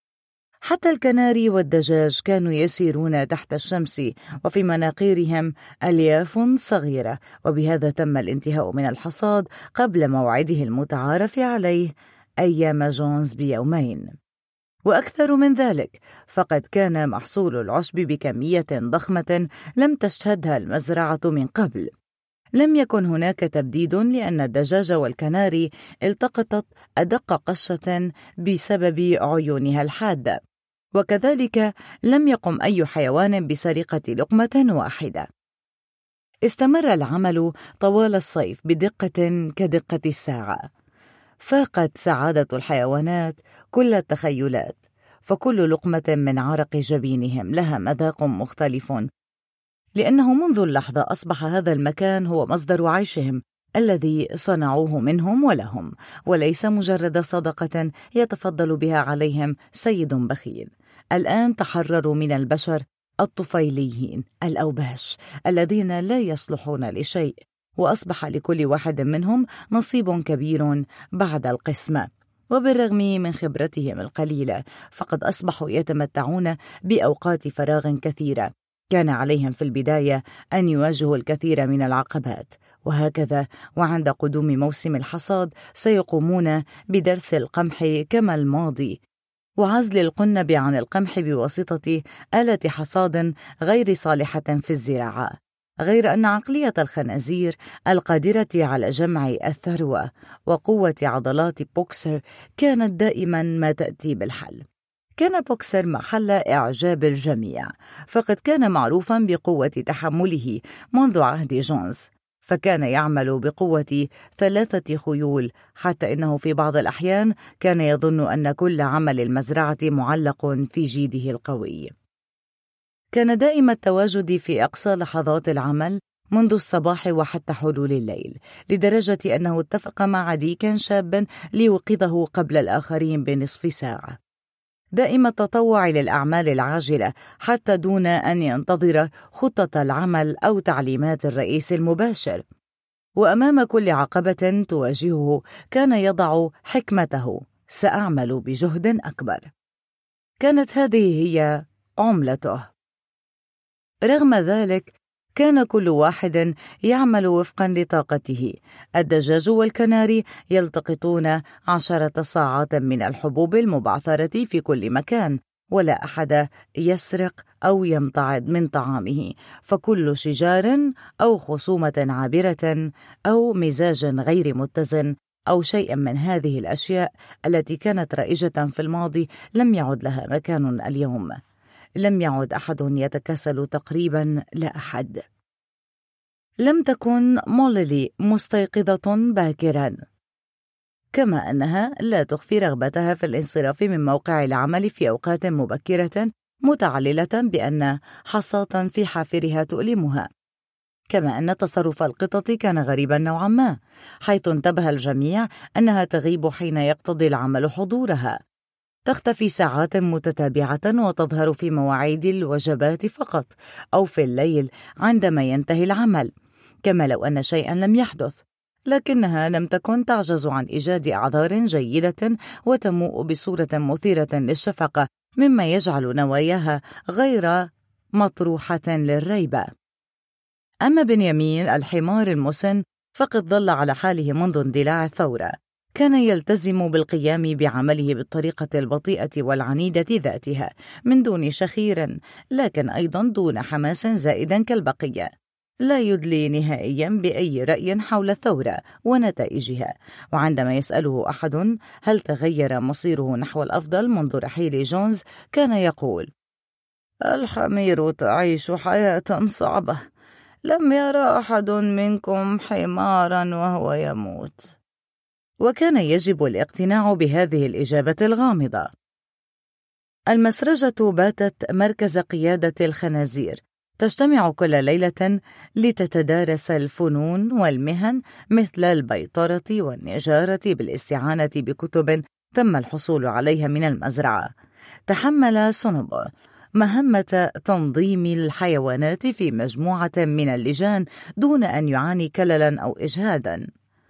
حتى الكناري والدجاج كانوا يسيرون تحت الشمس وفي مناقيرهم ألياف صغيرة، وبهذا تم الانتهاء من الحصاد قبل موعده المتعارف عليه أيام جونز بيومين. وأكثر من ذلك، فقد كان محصول العشب بكمية ضخمة لم تشهدها المزرعة من قبل. لم يكن هناك تبديد، لأن الدجاج والكناري التقطت أدق قشة بسبب عيونها الحادة، وكذلك لم يقم أي حيوان بسرقة لقمة واحدة. استمر العمل طوال الصيف بدقة كدقة الساعة. فاقت سعادة الحيوانات كل التخيلات، فكل لقمة من عرق جبينهم لها مذاق مختلف، لأنه منذ اللحظة أصبح هذا المكان هو مصدر عيشهم الذي صنعوه منهم ولهم، وليس مجرد صدقة يتفضل بها عليهم سيد بخيل. الآن تحرروا من البشر الطفيليين الأوباش الذين لا يصلحون لشيء، وأصبح لكل واحد منهم نصيب كبير بعد القسمة. وبالرغم من خبرتهم القليلة فقد أصبحوا يتمتعون بأوقات فراغ كثيرة. كان عليهم في البداية أن يواجهوا الكثير من العقبات، وهكذا وعند قدوم موسم الحصاد سيقومون بدرس القمح كما الماضي، وعزل القنب عن القمح بواسطة آلة حصاد غير صالحة في الزراعة. غير أن عقلية الخنازير القادرة على جمع الثروة وقوة عضلات بوكسر كانت دائما ما تأتي بالحل. كان بوكسر محل إعجاب الجميع، فقد كان معروفاً بقوة تحمله منذ عهد جونز، فكان يعمل بقوة ثلاثة خيول، حتى إنه في بعض الأحيان كان يظن أن كل عمل المزرعة معلق في جيده القوي. كان دائم التواجد في أقصى لحظات العمل منذ الصباح وحتى حلول الليل، لدرجة أنه اتفق مع ديكن شاب ليوقظه قبل الآخرين بنصف ساعة. دائم التطوع للأعمال العاجلة حتى دون أن ينتظر خطة العمل أو تعليمات الرئيس المباشر، وأمام كل عقبة تواجهه كان يضع حكمته: سأعمل بجهد أكبر. كانت هذه هي عملته. رغم ذلك كان كل واحد يعمل وفقا لطاقته. الدجاج والكناري يلتقطون عشرة ساعات من الحبوب المبعثرة في كل مكان، ولا أحد يسرق أو يمتعض من طعامه، فكل شجار أو خصومة عابرة أو مزاج غير متزن أو شيء من هذه الأشياء التي كانت رائجة في الماضي لم يعد لها مكان اليوم. لم يعد أحد يتكاسل تقريبا، لا أحد. لم تكن موللي مستيقظة باكرا، كما أنها لا تخفي رغبتها في الانصراف من موقع العمل في أوقات مبكرة، متعللة بأن حصاة في حافرها تؤلمها. كما أن تصرف القطط كان غريبا نوعا ما، حيث انتبه الجميع أنها تغيب حين يقتضي العمل حضورها. تختفي ساعات متتابعة وتظهر في مواعيد الوجبات فقط، أو في الليل عندما ينتهي العمل، كما لو أن شيئا لم يحدث. لكنها لم تكن تعجز عن إيجاد أعذار جيدة وتموء بصورة مثيرة للشفقة، مما يجعل نواياها غير مطروحة للريبة. أما بنيامين الحمار المسن فقد ظل على حاله منذ اندلاع الثورة. كان يلتزم بالقيام بعمله بالطريقة البطيئة والعنيدة ذاتها، من دون شخير، لكن أيضا دون حماس زائد كالبقية. لا يدلي نهائيا بأي رأي حول الثورة ونتائجها، وعندما يسأله أحد هل تغير مصيره نحو الأفضل منذ رحيل جونز، كان يقول: الحمير تعيش حياة صعبة، لم يرى أحد منكم حمارا وهو يموت. وكان يجب الاقتناع بهذه الإجابة الغامضة. المسرجة باتت مركز قيادة الخنازير، تجتمع كل ليلة لتتدارس الفنون والمهن مثل البيطرة والنجارة بالاستعانة بكتب تم الحصول عليها من المزرعة. تحمل سونوبل مهمة تنظيم الحيوانات في مجموعة من اللجان دون أن يعاني كللا أو إجهادا.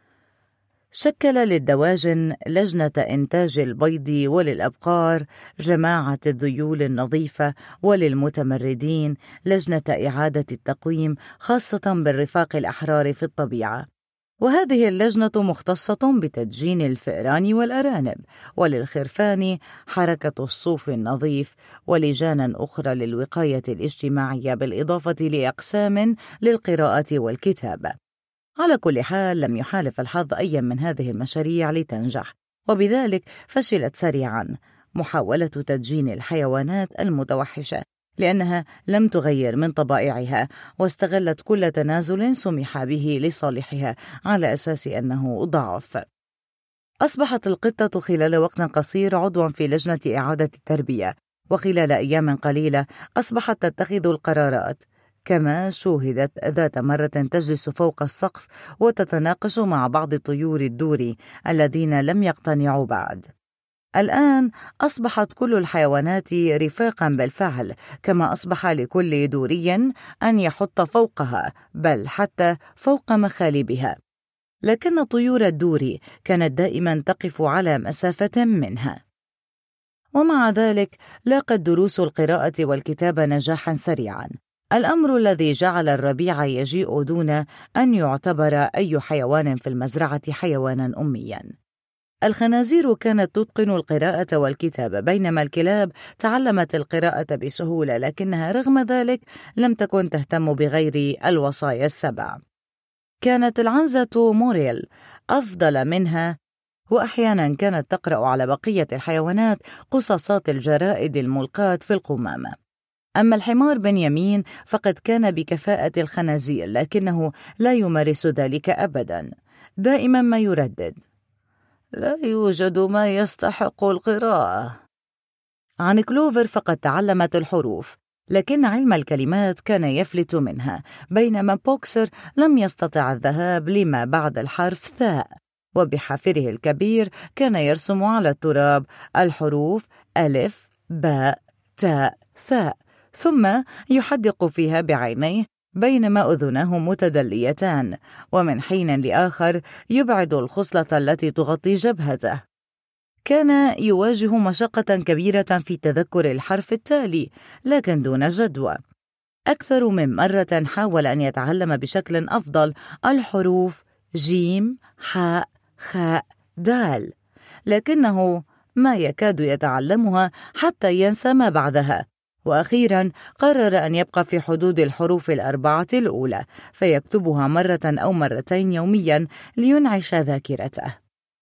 شكل للدواجن لجنة إنتاج البيض، وللأبقار جماعة الذيول النظيفة، وللمتمردين لجنة إعادة التقويم، خاصة بالرفاق الأحرار في الطبيعة. وهذه اللجنة مختصة بتدجين الفئران والأرانب، وللخرفان حركة الصوف النظيف، ولجانا أخرى للوقاية الاجتماعية، بالإضافة لأقسام للقراءة والكتابة. على كل حال لم يحالف الحظ أي من هذه المشاريع لتنجح، وبذلك فشلت سريعا محاولة تدجين الحيوانات المتوحشة، لأنها لم تغير من طبائعها، واستغلت كل تنازل سمح به لصالحها على أساس أنه ضعف. أصبحت القطة خلال وقت قصير عضوا في لجنة إعادة التربية، وخلال أيام قليلة أصبحت تتخذ القرارات. كما شوهدت ذات مرة تجلس فوق السقف وتتناقش مع بعض طيور الدور الذين لم يقتنعوا بعد. الآن أصبحت كل الحيوانات رفاقا بالفعل، كما أصبح لكل دوري أن يحط فوقها، بل حتى فوق مخالبها. لكن طيور الدور كانت دائما تقف على مسافة منها. ومع ذلك لاقت دروس القراءة والكتابة نجاحا سريعا، الأمر الذي جعل الربيع يجيء دون أن يعتبر أي حيوان في المزرعة حيوانا أميا. الخنازير كانت تتقن القراءة والكتابة، بينما الكلاب تعلمت القراءة بسهولة، لكنها رغم ذلك لم تكن تهتم بغير الوصايا السبع. كانت العنزة موريل أفضل منها، وأحيانا كانت تقرأ على بقية الحيوانات قصصات الجرائد الملقاة في القمامة. أما الحمار بنيامين فقد كان بكفاءة الخنازير، لكنه لا يمارس ذلك أبدا، دائما ما يردد: لا يوجد ما يستحق القراءة. عن كلوفر فقد تعلمت الحروف، لكن علم الكلمات كان يفلت منها، بينما بوكسر لم يستطع الذهاب لما بعد الحرف ثاء، وبحافره الكبير كان يرسم على التراب الحروف ألف باء تاء ثاء، ثم يحدق فيها بعينيه بينما أذناه متدليتان، ومن حين لآخر يبعد الخصلة التي تغطي جبهته. كان يواجه مشقة كبيرة في تذكر الحرف التالي، لكن دون جدوى. أكثر من مرة حاول أن يتعلم بشكل أفضل الحروف جيم حاء خاء دال، لكنه ما يكاد يتعلمها حتى ينسى ما بعدها، وأخيرا قرر أن يبقى في حدود الحروف الأربعة الأولى، فيكتبها مرة أو مرتين يوميا لينعش ذاكرته.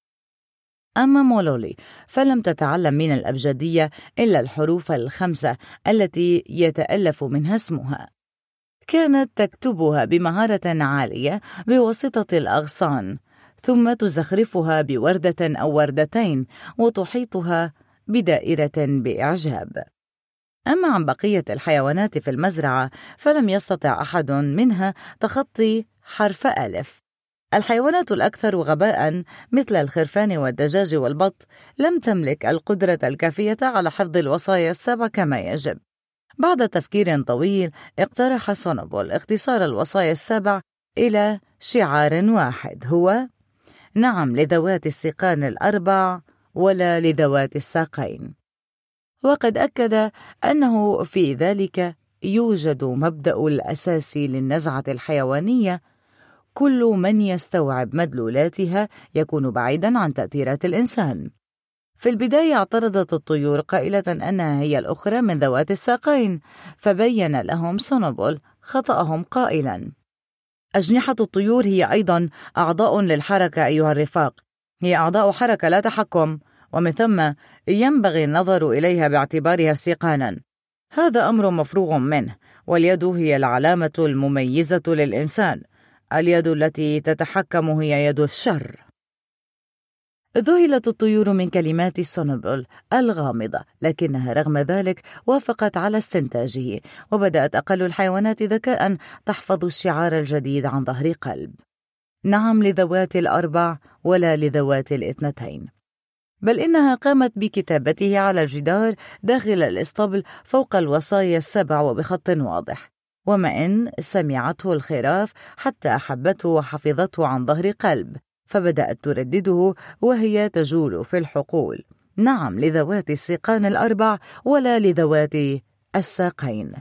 أما مولولي فلم تتعلم من الأبجدية إلا الحروف الخمسة التي يتألف منها اسمها. كانت تكتبها بمهارة عالية بواسطة الأغصان، ثم تزخرفها بوردة أو وردتين وتحيطها بدائرة بإعجاب. أما عن بقية الحيوانات في المزرعة فلم يستطع أحد منها تخطي حرف ألف. الحيوانات الأكثر غباءً مثل الخرفان والدجاج والبط لم تملك القدرة الكافية على حفظ الوصايا السبع كما يجب. بعد تفكير طويل اقترح سونوبول اختصار الوصايا السبع إلى شعار واحد، هو نعم لذوات السيقان الأربع ولا لذوات الساقين، وقد أكد أنه في ذلك يوجد مبدأ الأساسي للنزعة الحيوانية: كل من يستوعب مدلولاتها يكون بعيداً عن تأثيرات الإنسان. في البداية اعترضت الطيور قائلة أنها هي الأخرى من ذوات الساقين، فبين لهم سونوبول خطأهم قائلاً: أجنحة الطيور هي أيضاً أعضاء للحركة أيها الرفاق، هي أعضاء حركة لا تحكم، ومن ثم ينبغي النظر إليها باعتبارها سيقاناً. هذا أمر مفروغ منه، واليد هي العلامة المميزة للإنسان، اليد التي تتحكم هي يد الشر. ذهلت الطيور من كلمات سونوبول الغامضة، لكنها رغم ذلك وافقت على استنتاجه، وبدأت أقل الحيوانات ذكاء تحفظ الشعار الجديد عن ظهر قلب: نعم لذوات الأربع ولا لذوات الاثنتين. بل إنها قامت بكتابته على الجدار داخل الإسطبل فوق الوصايا السبع وبخط واضح، وما إن سمعته الخراف حتى أحبته وحفظته عن ظهر قلب، فبدأت تردده وهي تجول في الحقول: نعم لذوات السيقان الأربع ولا لذوات الساقين.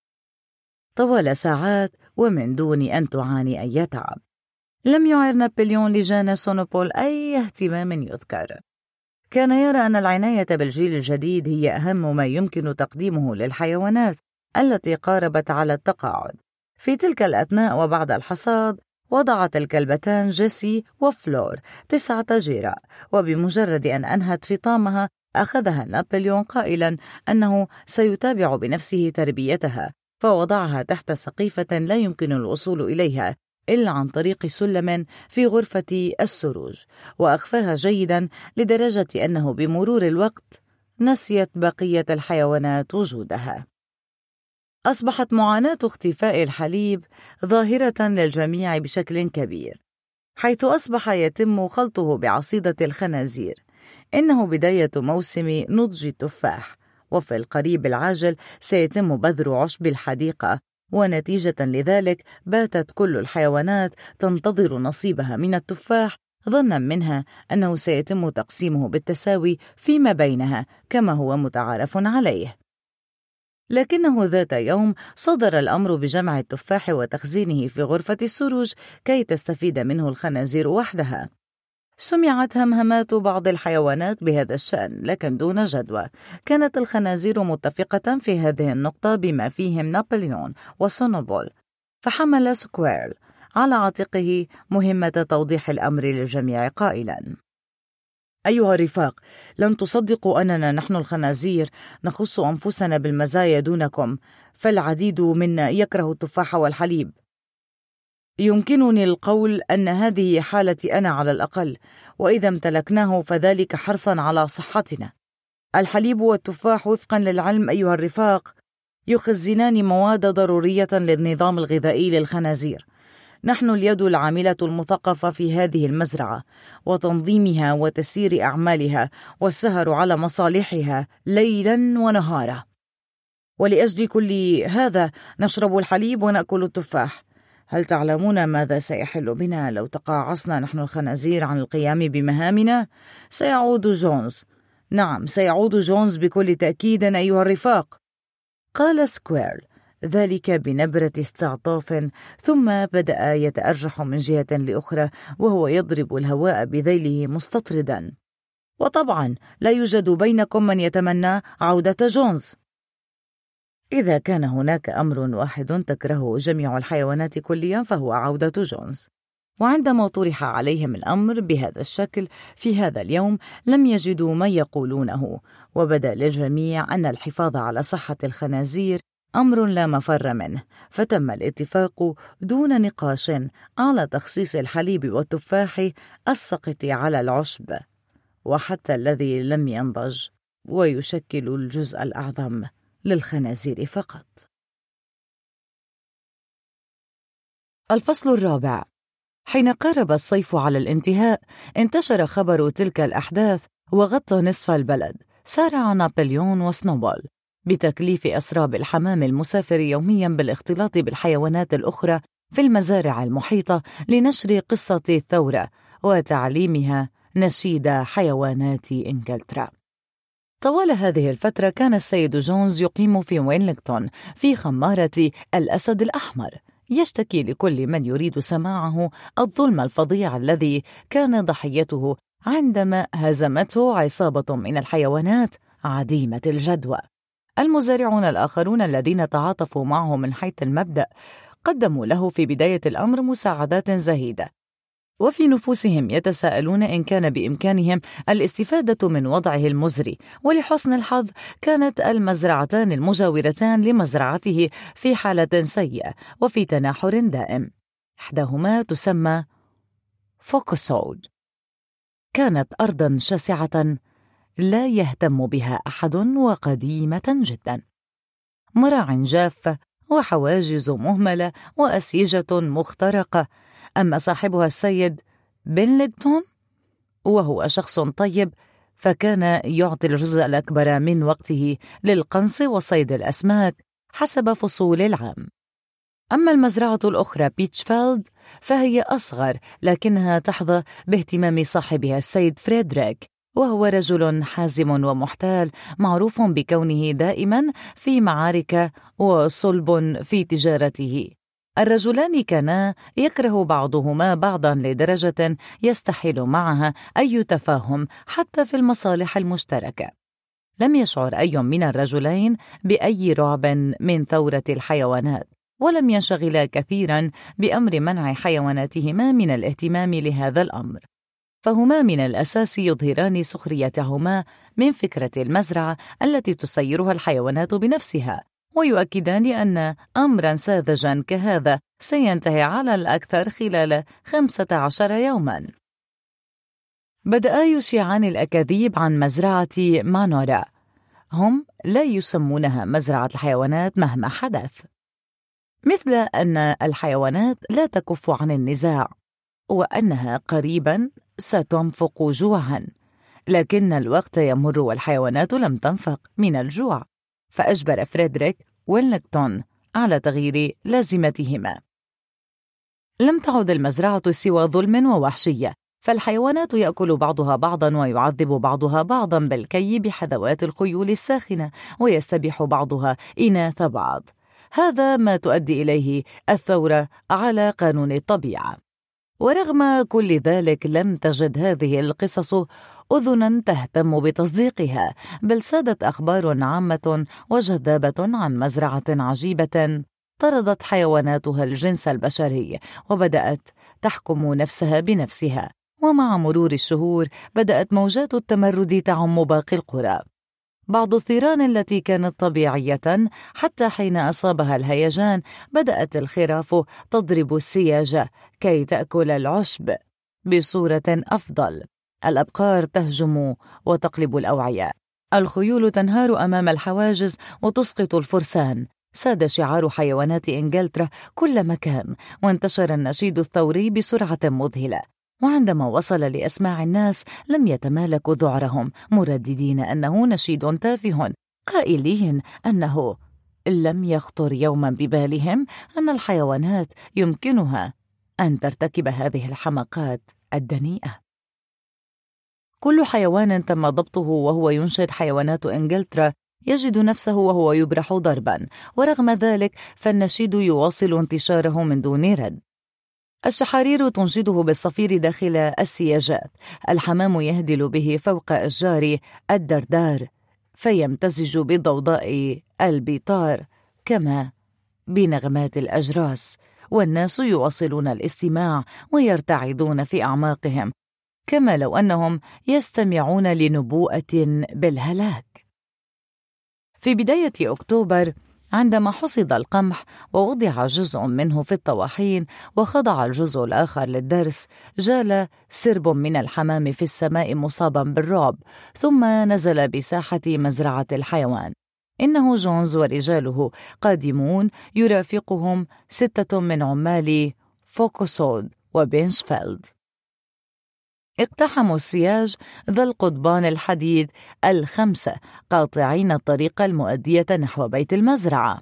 طوال ساعات ومن دون أن تعاني أي تعب. لم يعر نابليون لجان سونوبول أي اهتمام يذكر. كان يرى أن العناية بالجيل الجديد هي أهم ما يمكن تقديمه للحيوانات التي قاربت على التقاعد. في تلك الأثناء وبعد الحصاد وضعت الكلبتان جيسي وفلور تسعة جيراء، وبمجرد أن أنهت فطامها أخذها نابليون قائلا أنه سيتابع بنفسه تربيتها، فوضعها تحت سقيفة لا يمكن الوصول إليها إلا عن طريق سلم في غرفة السروج، وأخفاها جيدا لدرجة أنه بمرور الوقت نسيت بقية الحيوانات وجودها. أصبحت معاناة اختفاء الحليب ظاهرة للجميع بشكل كبير، حيث أصبح يتم خلطه بعصيدة الخنازير. إنه بداية موسم نضج التفاح، وفي القريب العاجل سيتم بذر عشب الحديقة، ونتيجة لذلك باتت كل الحيوانات تنتظر نصيبها من التفاح، ظنا منها أنه سيتم تقسيمه بالتساوي فيما بينها كما هو متعارف عليه. لكنه ذات يوم صدر الأمر بجمع التفاح وتخزينه في غرفة السروج كي تستفيد منه الخنازير وحدها. سمعت همهمات بعض الحيوانات بهذا الشأن، لكن دون جدوى. كانت الخنازير متفقة في هذه النقطة بما فيهم نابليون وسونوبول، فحمل سكويرل على عاتقه مهمة توضيح الأمر للجميع قائلا: أيها الرفاق، لن تصدقوا أننا نحن الخنازير نخص أنفسنا بالمزايا دونكم، فالعديد منا يكره التفاح والحليب. يمكنني القول أن هذه حالتي أنا على الأقل، وإذا امتلكناه فذلك حرصا على صحتنا. الحليب والتفاح وفقا للعلم أيها الرفاق يخزنان مواد ضرورية للنظام الغذائي للخنازير. نحن اليد العاملة المثقفة في هذه المزرعة وتنظيمها وتسيير أعمالها والسهر على مصالحها ليلا ونهارا، ولأجل كل هذا نشرب الحليب ونأكل التفاح. هل تعلمون ماذا سيحل بنا لو تقاعصنا نحن الخنازير عن القيام بمهامنا؟ سيعود جونز. نعم، سيعود جونز بكل تأكيد أيها الرفاق، قال سكويرل، ذلك بنبرة استعطاف، ثم بدأ يتأرجح من جهة لأخرى وهو يضرب الهواء بذيله مستطردا. وطبعا لا يوجد بينكم من يتمنى عودة جونز. إذا كان هناك أمر واحد تكرهه جميع الحيوانات كليا فهو عودة جونز. وعندما طرح عليهم الأمر بهذا الشكل في هذا اليوم لم يجدوا ما يقولونه، وبدا للجميع أن الحفاظ على صحة الخنازير أمر لا مفر منه، فتم الاتفاق دون نقاش على تخصيص الحليب والتفاح السقط على العشب، وحتى الذي لم ينضج ويشكل الجزء الأعظم للخنازير فقط. الفصل الرابع. حين قارب الصيف على الانتهاء انتشر خبر تلك الأحداث وغطى نصف البلد. سارع نابليون وسنوبول بتكليف أسراب الحمام المسافر يوميا بالاختلاط بالحيوانات الأخرى في المزارع المحيطة لنشر قصة الثورة وتعليمها نشيد حيوانات إنجلترا. طوال هذه الفترة كان السيد جونز يقيم في ويلينغتون في خمارة الأسد الأحمر، يشتكي لكل من يريد سماعه الظلم الفظيع الذي كان ضحيته عندما هزمته عصابة من الحيوانات عديمة الجدوى. المزارعون الآخرون الذين تعاطفوا معه من حيث المبدأ قدموا له في بداية الأمر مساعدات زهيدة، وفي نفوسهم يتساءلون إن كان بإمكانهم الاستفادة من وضعه المزري. ولحسن الحظ كانت المزرعتان المجاورتان لمزرعته في حالة سيئة وفي تناحر دائم. إحداهما تسمى فوكسود، كانت أرضاً شاسعة لا يهتم بها أحد وقديمة جداً، مراع جافة وحواجز مهملة وأسيجة مخترقة. أما صاحبها السيد بنليغتون وهو شخص طيب، فكان يعطي الجزء الأكبر من وقته للقنص وصيد الأسماك حسب فصول العام. أما المزرعة الأخرى بيتشفيلد فهي أصغر، لكنها تحظى باهتمام صاحبها السيد فريدريك، وهو رجل حازم ومحتال معروف بكونه دائما في معارك وصلب في تجارته. الرجلان كانا يكره بعضهما بعضا لدرجة يستحيل معها أي تفاهم حتى في المصالح المشتركة. لم يشعر أي من الرجلين بأي رعب من ثورة الحيوانات، ولم ينشغلا كثيرا بأمر منع حيواناتهما من الاهتمام لهذا الأمر، فهما من الأساس يظهران سخريتهما من فكرة المزرعة التي تسيرها الحيوانات بنفسها، ويؤكدان أن أمرا ساذجا كهذا سينتهي على الأكثر خلال خمسة عشر يوما. بدأ يشيعان الأكاذيب عن مزرعة مانورا. هم لا يسمونها مزرعة الحيوانات مهما حدث، مثل أن الحيوانات لا تكف عن النزاع وأنها قريبا ستنفق جوعا، لكن الوقت يمر والحيوانات لم تنفق من الجوع، فأجبر فريدريك ويلينغتون على تغيير لازمتهما. لم تعد المزرعة سوى ظلم ووحشية، فالحيوانات يأكل بعضها بعضا ويعذب بعضها بعضا بالكي بحذوات الخيول الساخنة، ويستبيح بعضها إناث بعض. هذا ما تؤدي إليه الثورة على قانون الطبيعة. ورغم كل ذلك لم تجد هذه القصص أذنا تهتم بتصديقها، بل سادت أخبار عامة وجذابة عن مزرعة عجيبة طردت حيواناتها الجنس البشري، وبدأت تحكم نفسها بنفسها، ومع مرور الشهور بدأت موجات التمرد تعم باقي القرى. بعض الثيران التي كانت طبيعية حتى حين أصابها الهيجان بدأت الخراف تضرب السياج كي تأكل العشب بصورة أفضل. الأبقار تهجم وتقلب الأوعية. الخيول تنهار أمام الحواجز وتسقط الفرسان. ساد شعار حيوانات إنجلترا كل مكان، وانتشر النشيد الثوري بسرعة مذهلة. وعندما وصل لأسماع الناس لم يتمالكوا ذعرهم، مرددين أنه نشيد تافه، قائلين أنه لم يخطر يوما ببالهم أن الحيوانات يمكنها أن ترتكب هذه الحماقات الدنيئة. كل حيوان تم ضبطه وهو ينشد حيوانات إنجلترا يجد نفسه وهو يبرح ضربا، ورغم ذلك فالنشيد يواصل انتشاره من دون رد. الشحارير تنشده بالصفير داخل السياجات، الحمام يهدل به فوق أشجار الدردار فيمتزج بضوضاء البيطار كما بنغمات الأجراس، والناس يواصلون الاستماع ويرتعدون في أعماقهم كما لو أنهم يستمعون لنبوءة بالهلاك. في بداية أكتوبر عندما حصد القمح ووضع جزء منه في الطواحين وخضع الجزء الآخر للدرس، جال سرب من الحمام في السماء مصابا بالرعب، ثم نزل بساحة مزرعة الحيوان. إنه جونز ورجاله قادمون، يرافقهم ستة من عمال فوكسود وبينشفيلد. اقتحموا السياج ذا القضبان الحديد الخمسة، قاطعين الطريق المؤدية نحو بيت المزرعة.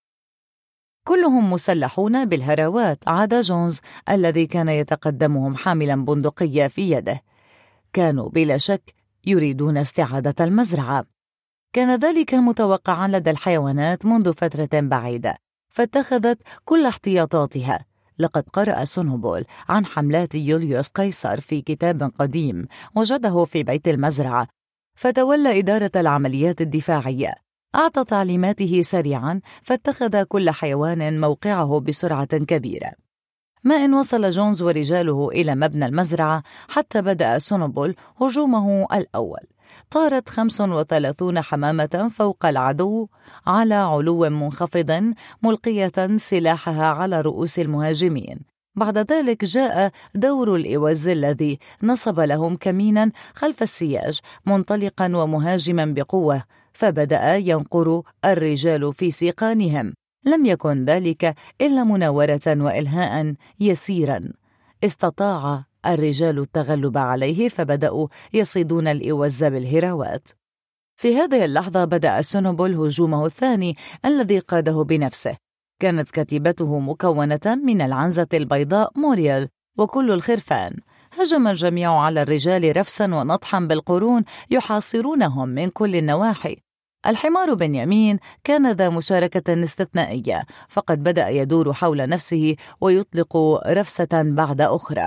كلهم مسلحون بالهراوات عدا جونز الذي كان يتقدمهم حاملا بندقية في يده. كانوا بلا شك يريدون استعادة المزرعة. كان ذلك متوقعا لدى الحيوانات منذ فترة بعيدة، فاتخذت كل احتياطاتها. لقد قرأ سونوبول عن حملات يوليوس قيصر في كتاب قديم وجده في بيت المزرعة، فتولى إدارة العمليات الدفاعية. أعطى تعليماته سريعا، فاتخذ كل حيوان موقعه بسرعة كبيرة. ما إن وصل جونز ورجاله إلى مبنى المزرعة حتى بدأ سونوبول هجومه الأول. طارت خمس وثلاثون حمامة فوق العدو على علو منخفض، ملقية سلاحها على رؤوس المهاجمين. بعد ذلك جاء دور الإوز الذي نصب لهم كمينا خلف السياج منطلقا ومهاجما بقوة، فبدأ ينقر الرجال في سيقانهم. لم يكن ذلك إلا مناورة وإلهاء يسيرا. استطاع الرجال التغلب عليه، فبدأوا يصيدون الإوز بالهراوات. في هذه اللحظة بدأ سونوبول هجومه الثاني الذي قاده بنفسه. كانت كتيبته مكونة من العنزة البيضاء موريال وكل الخرفان. هجم الجميع على الرجال رفسا ونطحا بالقرون يحاصرونهم من كل النواحي. الحمار بنيامين كان ذا مشاركة استثنائية، فقد بدأ يدور حول نفسه ويطلق رفسة بعد أخرى.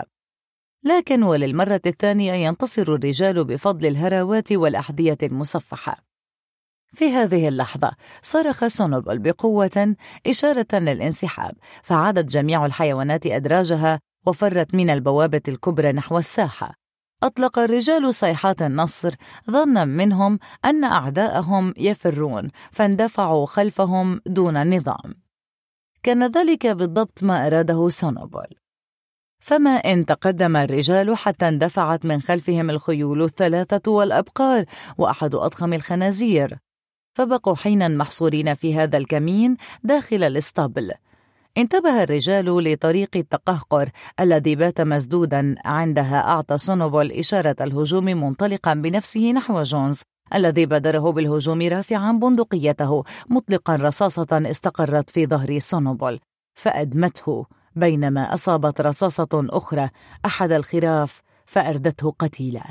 لكن وللمرة الثانية ينتصر الرجال بفضل الهراوات والأحذية المصفحة. في هذه اللحظة صرخ سونوبول بقوة إشارة للانسحاب، فعادت جميع الحيوانات أدراجها وفرت من البوابة الكبرى نحو الساحة. أطلق الرجال صيحات النصر ظنا منهم أن أعداءهم يفرون، فاندفعوا خلفهم دون نظام. كان ذلك بالضبط ما أراده سونوبول. فما إن تقدم الرجال حتى اندفعت من خلفهم الخيول الثلاثة والأبقار وأحد أضخم الخنازير، فبقوا حينا محصورين في هذا الكمين داخل الاسطبل. انتبه الرجال لطريق التقهقر الذي بات مسدودا. عندها أعطى سونوبول إشارة الهجوم منطلقا بنفسه نحو جونز الذي بادره بالهجوم رافعا بندقيته مطلقا رصاصة استقرت في ظهر سونوبول فأدمته، بينما أصابت رصاصة أخرى أحد الخراف فأردته قتيلا.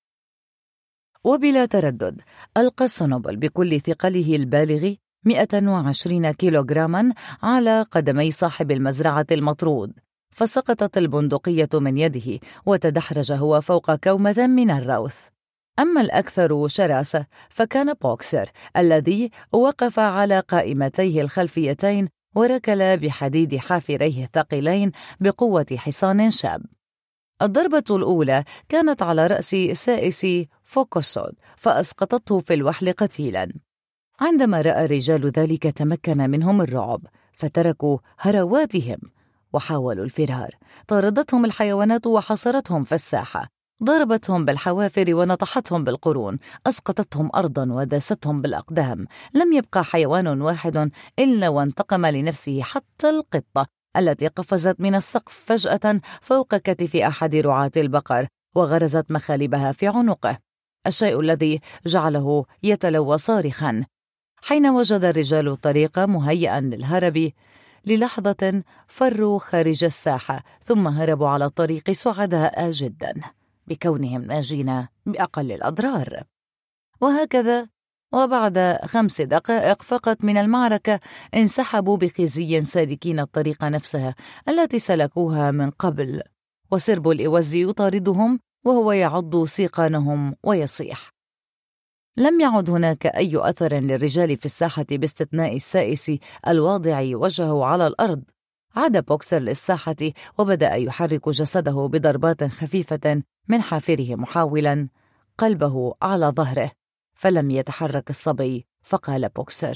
وبلا تردد ألقى سونوبول بكل ثقله البالغ مئة وعشرين كيلوغراما على قدمي صاحب المزرعة المطرود، فسقطت البندقية من يده وتدحرج هو فوق كومة من الروث. أما الأكثر شراسة فكان بوكسر الذي وقف على قائمتيه الخلفيتين وركل بحديد حافريه الثقيلين بقوة حصان شاب. الضربة الأولى كانت على رأس سائس فوكوسود فأسقطته في الوحل قتيلاً. عندما رأى الرجال ذلك تمكن منهم الرعب، فتركوا هرواتهم وحاولوا الفرار. طاردتهم الحيوانات وحصرتهم في الساحة، ضربتهم بالحوافر ونطحتهم بالقرون، أسقطتهم أرضاً وداستهم بالأقدام. لم يبقى حيوان واحد إلا وانتقم لنفسه، حتى القطة التي قفزت من السقف فجأة فوق كتف أحد رعاة البقر وغرزت مخالبها في عنقه، الشيء الذي جعله يتلوى صارخاً. حين وجد الرجال الطريق مهيئاً للهرب، للحظة فروا خارج الساحة، ثم هربوا على الطريق سعداء جداً بكونهم ناجين بأقل الأضرار. وهكذا وبعد خمس دقائق فقط من المعركة انسحبوا بخزي سالكين الطريق نفسها التي سلكوها من قبل، وسرب الإوز يطاردهم وهو يعض سيقانهم ويصيح. لم يعد هناك أي أثر للرجال في الساحة باستثناء السائس الواضع وجهه على الأرض. عاد بوكسر للساحة وبدأ يحرك جسده بضربات خفيفة من حافره محاولا قلبه على ظهره، فلم يتحرك الصبي. فقال بوكسر: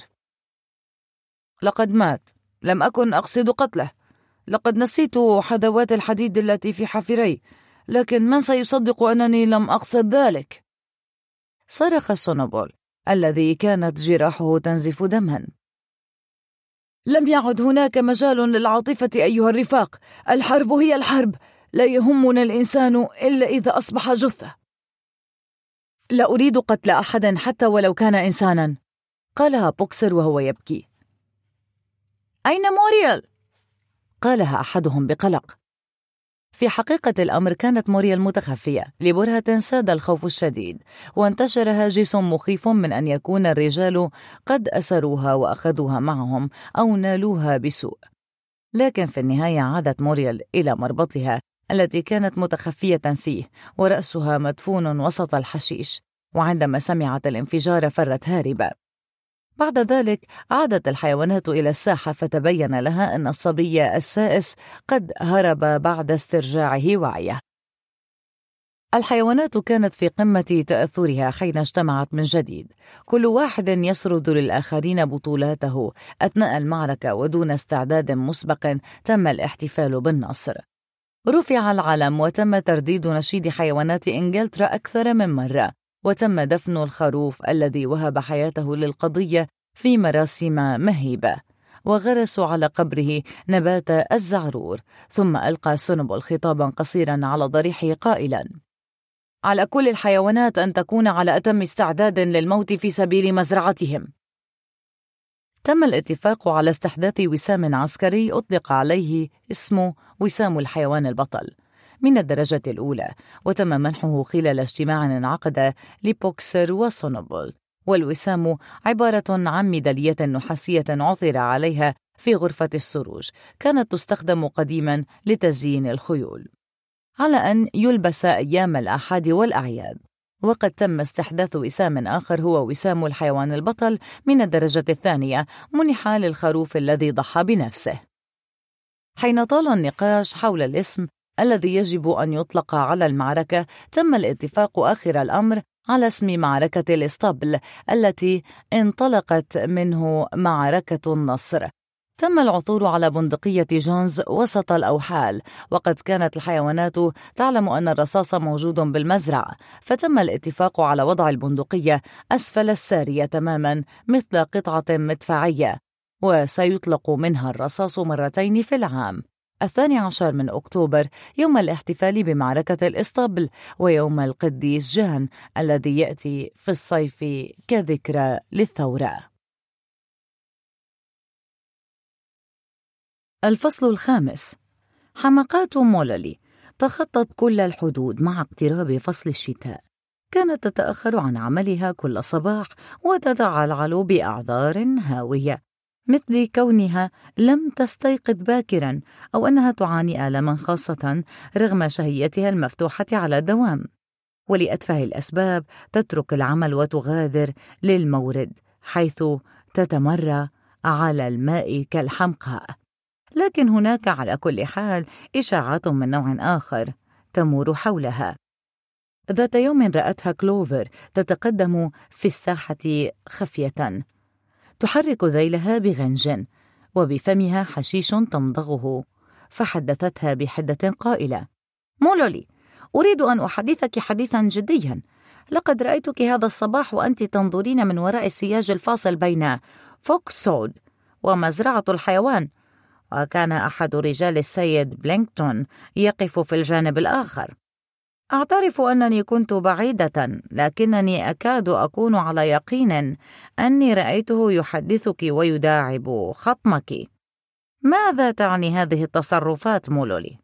لقد مات، لم أكن أقصد قتله، لقد نسيت حذوات الحديد التي في حافري، لكن من سيصدق أنني لم أقصد ذلك؟ صرخ سونوبول الذي كانت جراحه تنزف دما: لم يعد هناك مجال للعاطفة أيها الرفاق، الحرب هي الحرب، لا يهمنا الإنسان إلا إذا أصبح جثة. لا أريد قتل أحد حتى ولو كان إنسانا، قالها بوكسر وهو يبكي. أين موريال؟ قالها أحدهم بقلق. في حقيقة الأمر كانت موريال متخفية، لبرهة ساد الخوف الشديد، وانتشر هاجس مخيف من أن يكون الرجال قد أسروها وأخذوها معهم أو نالوها بسوء. لكن في النهاية عادت موريال إلى مربطها التي كانت متخفية فيه، ورأسها مدفون وسط الحشيش، وعندما سمعت الانفجار فرت هاربة. بعد ذلك عادت الحيوانات إلى الساحة، فتبين لها أن الصبي السائس قد هرب بعد استرجاعه وعيه. الحيوانات كانت في قمة تأثرها حين اجتمعت من جديد، كل واحد يسرد للآخرين بطولاته أثناء المعركة، ودون استعداد مسبق تم الاحتفال بالنصر. رفع العلم وتم ترديد نشيد حيوانات إنجلترا أكثر من مرة، وتم دفن الخروف الذي وهب حياته للقضية في مراسم مهيبة، وغرسوا على قبره نبات الزعرور. ثم ألقى سونوبول خطابا قصيرا على ضريحه قائلا: على كل الحيوانات أن تكون على أتم استعداد للموت في سبيل مزرعتهم. تم الاتفاق على استحداث وسام عسكري أطلق عليه اسمه وسام الحيوان البطل من الدرجة الأولى، وتم منحه خلال اجتماع انعقد لبوكسر وسونوبول. والوسام عبارة عن ميدالية نحاسية عثر عليها في غرفة السروج، كانت تستخدم قديما لتزيين الخيول، على أن يلبس أيام الأحد والأعياد. وقد تم استحداث وسام آخر هو وسام الحيوان البطل من الدرجة الثانية، منح للخروف الذي ضحى بنفسه. حين طال النقاش حول الاسم الذي يجب أن يطلق على المعركة، تم الاتفاق آخر الأمر على اسم معركة الإسطبل التي انطلقت منه معركة النصر. تم العثور على بندقية جونز وسط الأوحال، وقد كانت الحيوانات تعلم أن الرصاص موجود بالمزرعة، فتم الاتفاق على وضع البندقية أسفل السارية تماما مثل قطعة مدفعية، وسيطلق منها الرصاص مرتين في العام: الثاني عشر من أكتوبر يوم الاحتفال بمعركة الإسطبل، ويوم القديس جان الذي يأتي في الصيف كذكرى للثورة. الفصل الخامس: حمقات مولولي تخطت كل الحدود مع اقتراب فصل الشتاء. كانت تتأخر عن عملها كل صباح وتتعلعل بأعذار هاوية، مثل كونها لم تستيقظ باكرا أو أنها تعاني آلاما خاصة رغم شهيتها المفتوحة على الدوام. ولأتفه الأسباب تترك العمل وتغادر للمورد، حيث تتمرى على الماء كالحمقاء. لكن هناك على كل حال إشاعات من نوع آخر تمور حولها. ذات يوم رأتها كلوفر تتقدم في الساحة خفية، تحرك ذيلها بغنج وبفمها حشيش تمضغه، فحدثتها بحدة قائلة: مولولي، أريد أن أحدثك حديثا جديا. لقد رأيتك هذا الصباح وأنت تنظرين من وراء السياج الفاصل بين فوكسود ومزرعة الحيوان، وكان أحد رجال السيد بلينكتون يقف في الجانب الآخر. أعترف أنني كنت بعيدة، لكنني أكاد أكون على يقين أني رأيته يحدثك ويداعب خطمك. ماذا تعني هذه التصرفات مولولي؟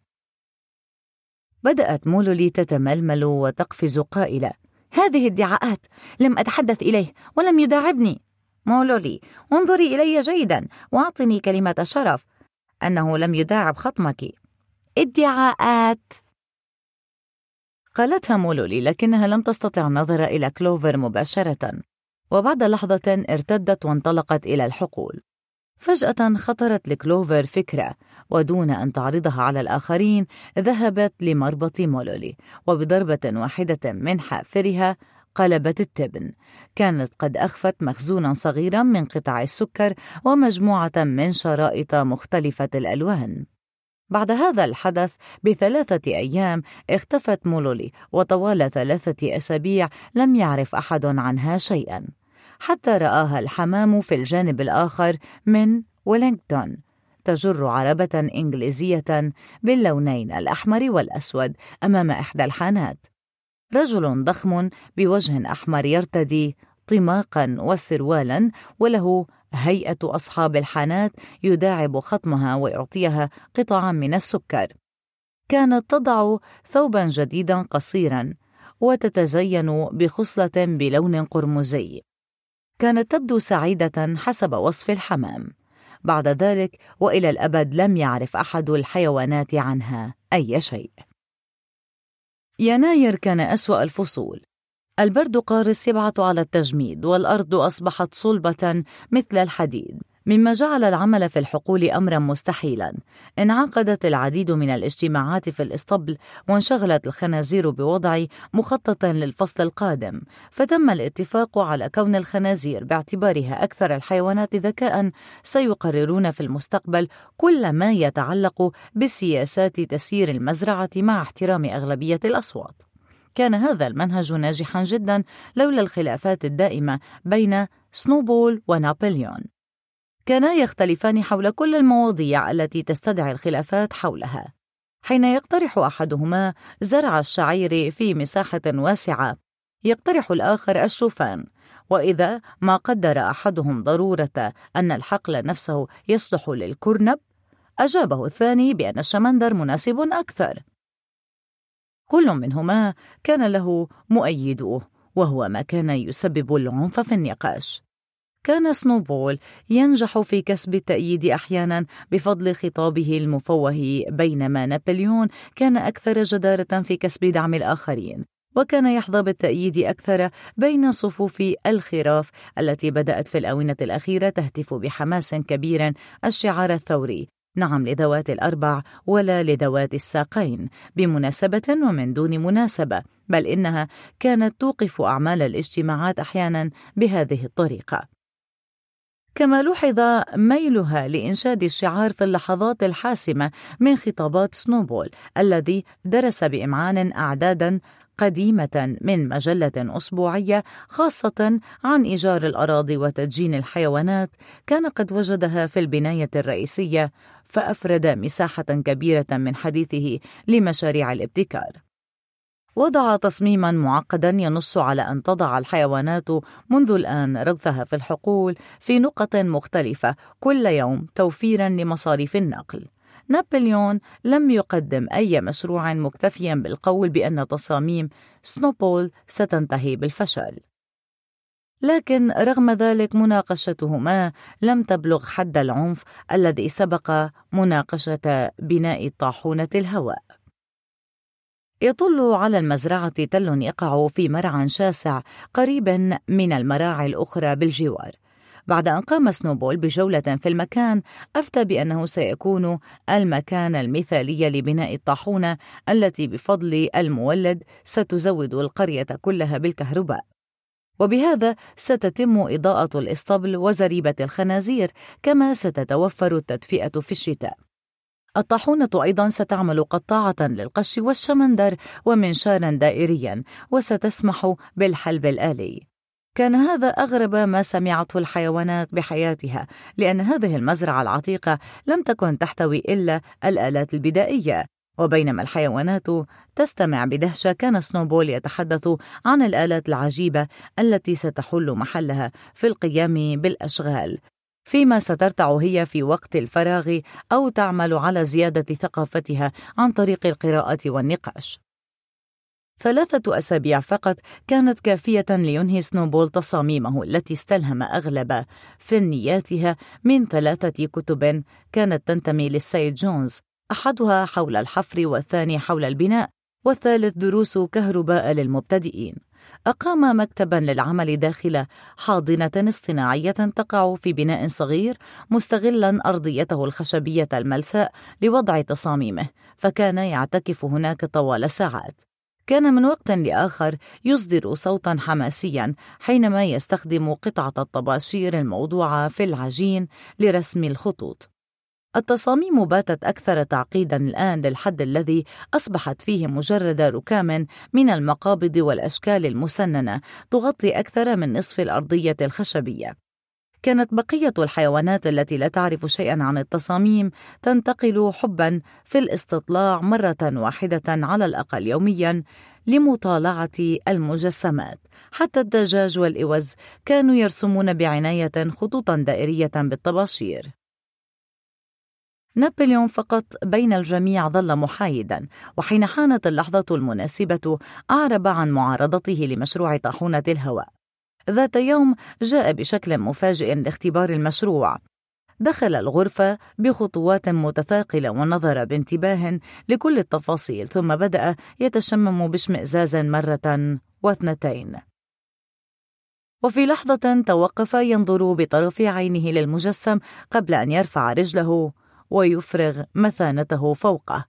بدأت مولولي تتململ وتقفز قائلة: هذه ادعاءات، لم أتحدث إليه ولم يداعبني. مولولي، انظري إلي جيدا واعطني كلمة شرف أنه لم يداعب خطمك. ادعاءات، قالتها مولولي، لكنها لم تستطع النظر إلى كلوفر مباشرة، وبعد لحظة ارتدت وانطلقت إلى الحقول. فجأة خطرت لكلوفر فكرة، ودون أن تعرضها على الآخرين ذهبت لمربط مولولي، وبضربة واحدة من حافرها قلبت التبن. كانت قد أخفت مخزونا صغيرا من قطع السكر ومجموعة من شرائط مختلفة الألوان. بعد هذا الحدث بثلاثة أيام اختفت مولولي، وطوال ثلاثة أسابيع لم يعرف أحد عنها شيئا، حتى رآها الحمام في الجانب الآخر من ويلينغتون تجر عربة إنجليزية باللونين الأحمر والأسود أمام إحدى الحانات. رجل ضخم بوجه أحمر يرتدي طماقا وسروالا وله هيئة أصحاب الحانات يداعب خطمها ويعطيها قطعا من السكر. كانت تضع ثوبا جديدا قصيرا وتتزين بخصلة بلون قرمزي. كانت تبدو سعيدة حسب وصف الحمام. بعد ذلك وإلى الأبد لم يعرف أحد الحيوانات عنها أي شيء. يناير كان أسوأ الفصول. البرد قارس يبعث على التجميد، والأرض أصبحت صلبة مثل الحديد، مما جعل العمل في الحقول أمرا مستحيلا. انعقدت العديد من الاجتماعات في الإسطبل، وانشغلت الخنازير بوضع مخطط للفصل القادم، فتم الاتفاق على كون الخنازير باعتبارها أكثر الحيوانات ذكاء سيقررون في المستقبل كل ما يتعلق بسياسات تسيير المزرعة مع احترام أغلبية الأصوات. كان هذا المنهج ناجحا جدا لولا الخلافات الدائمة بين سنوبول ونابليون. كانا يختلفان حول كل المواضيع التي تستدعي الخلافات حولها. حين يقترح أحدهما زرع الشعير في مساحة واسعة، يقترح الآخر الشوفان، وإذا ما قدر أحدهم ضرورة أن الحقل نفسه يصلح للكرنب، أجابه الثاني بأن الشمندر مناسب أكثر. كل منهما كان له مؤيدوه، وهو ما كان يسبب العنف في النقاش. كان سنوبول ينجح في كسب التأييد أحيانا بفضل خطابه المفوه، بينما نابليون كان أكثر جدارة في كسب دعم الآخرين، وكان يحظى بالتأييد أكثر بين صفوف الخراف التي بدأت في الآونة الأخيرة تهتف بحماس كبير الشعار الثوري: نعم لذوات الأربع ولا لذوات الساقين، بمناسبة ومن دون مناسبة، بل إنها كانت توقف أعمال الاجتماعات أحيانا بهذه الطريقة. كما لوحظ ميلها لإنشاد الشعار في اللحظات الحاسمة من خطابات سنوبول، الذي درس بإمعان أعدادا قديمة من مجلة أسبوعية خاصة عن إيجار الأراضي وتدجين الحيوانات. كان قد وجدها في البناية الرئيسية، فأفرد مساحة كبيرة من حديثه لمشاريع الابتكار. وضع تصميما معقدا ينص على أن تضع الحيوانات منذ الآن رغثها في الحقول في نقط مختلفة كل يوم توفيرا لمصاريف النقل. نابليون لم يقدم أي مشروع مكتفيا بالقول بأن تصاميم سنوبول ستنتهي بالفشل، لكن رغم ذلك مناقشتهما لم تبلغ حد العنف الذي سبق مناقشة بناء طاحونة الهواء. يطل على المزرعة تل يقع في مرعى شاسع قريب من المراعي الأخرى بالجوار، بعد أن قام سنوبول بجولة في المكان، أفتى بأنه سيكون المكان المثالي لبناء الطاحونة التي بفضل المولد ستزود القرية كلها بالكهرباء، وبهذا ستتم إضاءة الإسطبل وزريبة الخنازير، كما ستتوفر التدفئة في الشتاء. الطاحونة أيضا ستعمل قطاعة للقش والشمندر ومنشارا دائريا، وستسمح بالحلب الآلي. كان هذا أغرب ما سمعته الحيوانات بحياتها، لأن هذه المزرعة العتيقة لم تكن تحتوي إلا الآلات البدائية، وبينما الحيوانات تستمع بدهشة كان سنوبول يتحدث عن الآلات العجيبة التي ستحل محلها في القيام بالأشغال، فيما سترتع هي في وقت الفراغ أو تعمل على زيادة ثقافتها عن طريق القراءة والنقاش. ثلاثة أسابيع فقط كانت كافية لينهي سنوبول تصاميمه التي استلهم أغلب فنياتها من ثلاثة كتب كانت تنتمي للسيد جونز، أحدها حول الحفر، والثاني حول البناء، والثالث دروس كهرباء للمبتدئين. أقام مكتباً للعمل داخل حاضنة اصطناعية تقع في بناء صغير، مستغلاً أرضيته الخشبية الملساء لوضع تصاميمه، فكان يعتكف هناك طوال ساعات. كان من وقت لآخر يصدر صوتاً حماسياً حينما يستخدم قطعة الطباشير الموضوعة في العجين لرسم الخطوط. التصاميم باتت أكثر تعقيداً الآن، للحد الذي أصبحت فيه مجرد ركام من المقابض والأشكال المسننة تغطي أكثر من نصف الأرضية الخشبية. كانت بقية الحيوانات التي لا تعرف شيئاً عن التصاميم تنتقل حباً في الاستطلاع مرة واحدة على الأقل يومياً لمطالعة المجسمات. حتى الدجاج والإوز كانوا يرسمون بعناية خطوطاً دائرية بالطباشير. نابليون فقط بين الجميع ظل محايداً، وحين حانت اللحظة المناسبة أعرب عن معارضته لمشروع طاحونة الهواء. ذات يوم جاء بشكل مفاجئ لاختبار المشروع. دخل الغرفة بخطوات متثاقلة ونظر بانتباه لكل التفاصيل، ثم بدأ يتشمم باشمئزاز مرة واثنتين، وفي لحظة توقف ينظر بطرف عينه للمجسم قبل أن يرفع رجله ويفرغ مثانته فوقه،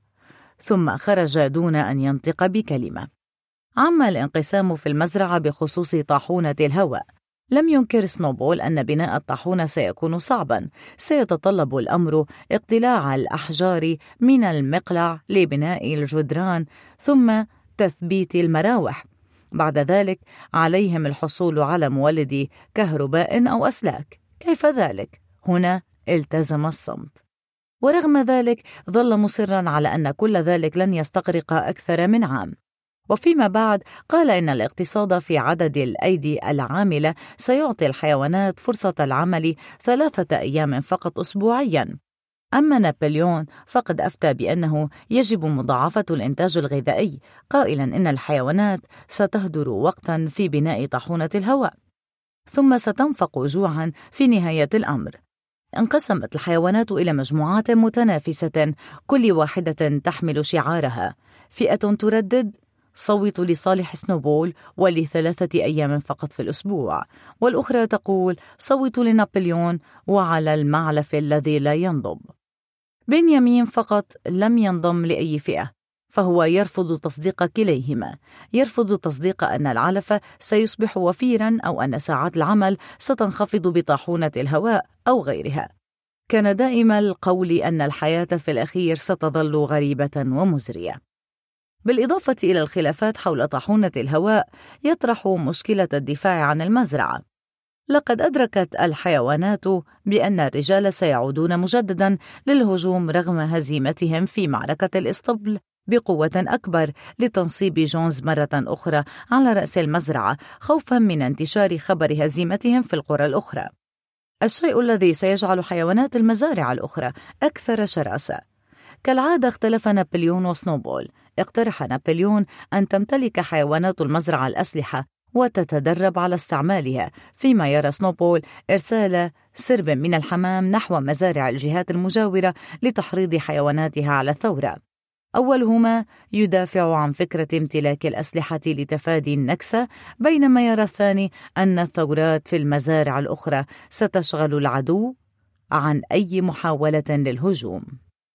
ثم خرج دون أن ينطق بكلمة. عم الانقسام في المزرعة بخصوص طاحونة الهواء. لم ينكر سنوبول أن بناء الطاحونة سيكون صعباً، سيتطلب الأمر اقتلاع الأحجار من المقلع لبناء الجدران، ثم تثبيت المراوح. بعد ذلك عليهم الحصول على مولد كهرباء أو أسلاك. كيف ذلك؟ هنا التزم الصمت، ورغم ذلك ظل مصراً على أن كل ذلك لن يستغرق أكثر من عام. وفيما بعد قال إن الاقتصاد في عدد الأيدي العاملة سيعطي الحيوانات فرصة العمل ثلاثة أيام فقط أسبوعياً. أما نابليون فقد أفتى بأنه يجب مضاعفة الإنتاج الغذائي، قائلاً إن الحيوانات ستهدر وقتاً في بناء طاحونة الهواء، ثم ستنفق جوعاً في نهاية الأمر. انقسمت الحيوانات إلى مجموعات متنافسة، كل واحدة تحمل شعارها. فئة تردد صوتوا لصالح سنوبول ولثلاثة أيام فقط في الأسبوع، والأخرى تقول صوتوا لنابليون وعلى المعلف الذي لا ينضب. بنيامين فقط لم ينضم لأي فئة، فهو يرفض تصديق كليهما. يرفض تصديق أن العلف سيصبح وفيراً أو أن ساعات العمل ستنخفض بطاحونة الهواء أو غيرها. كان دائم القول أن الحياة في الأخير ستظل غريبة ومزرية. بالإضافة إلى الخلافات حول طاحونة الهواء، يطرح مشكلة الدفاع عن المزرعة. لقد أدركت الحيوانات بأن الرجال سيعودون مجدداً للهجوم رغم هزيمتهم في معركة الإسطبل بقوة أكبر لتنصيب جونز مرة أخرى على رأس المزرعة، خوفاً من انتشار خبر هزيمتهم في القرى الأخرى، الشيء الذي سيجعل حيوانات المزارع الأخرى أكثر شراسة. كالعادة اختلف نابليون وسنوبول. اقترح نابليون أن تمتلك حيوانات المزرعة الأسلحة وتتدرب على استعمالها، فيما يرى سنوبول إرسال سرب من الحمام نحو مزارع الجهات المجاورة لتحريض حيواناتها على الثورة. أولهما يدافع عن فكرة امتلاك الأسلحة لتفادي النكسة، بينما يرى الثاني أن الثورات في المزارع الأخرى ستشغل العدو عن أي محاولة للهجوم.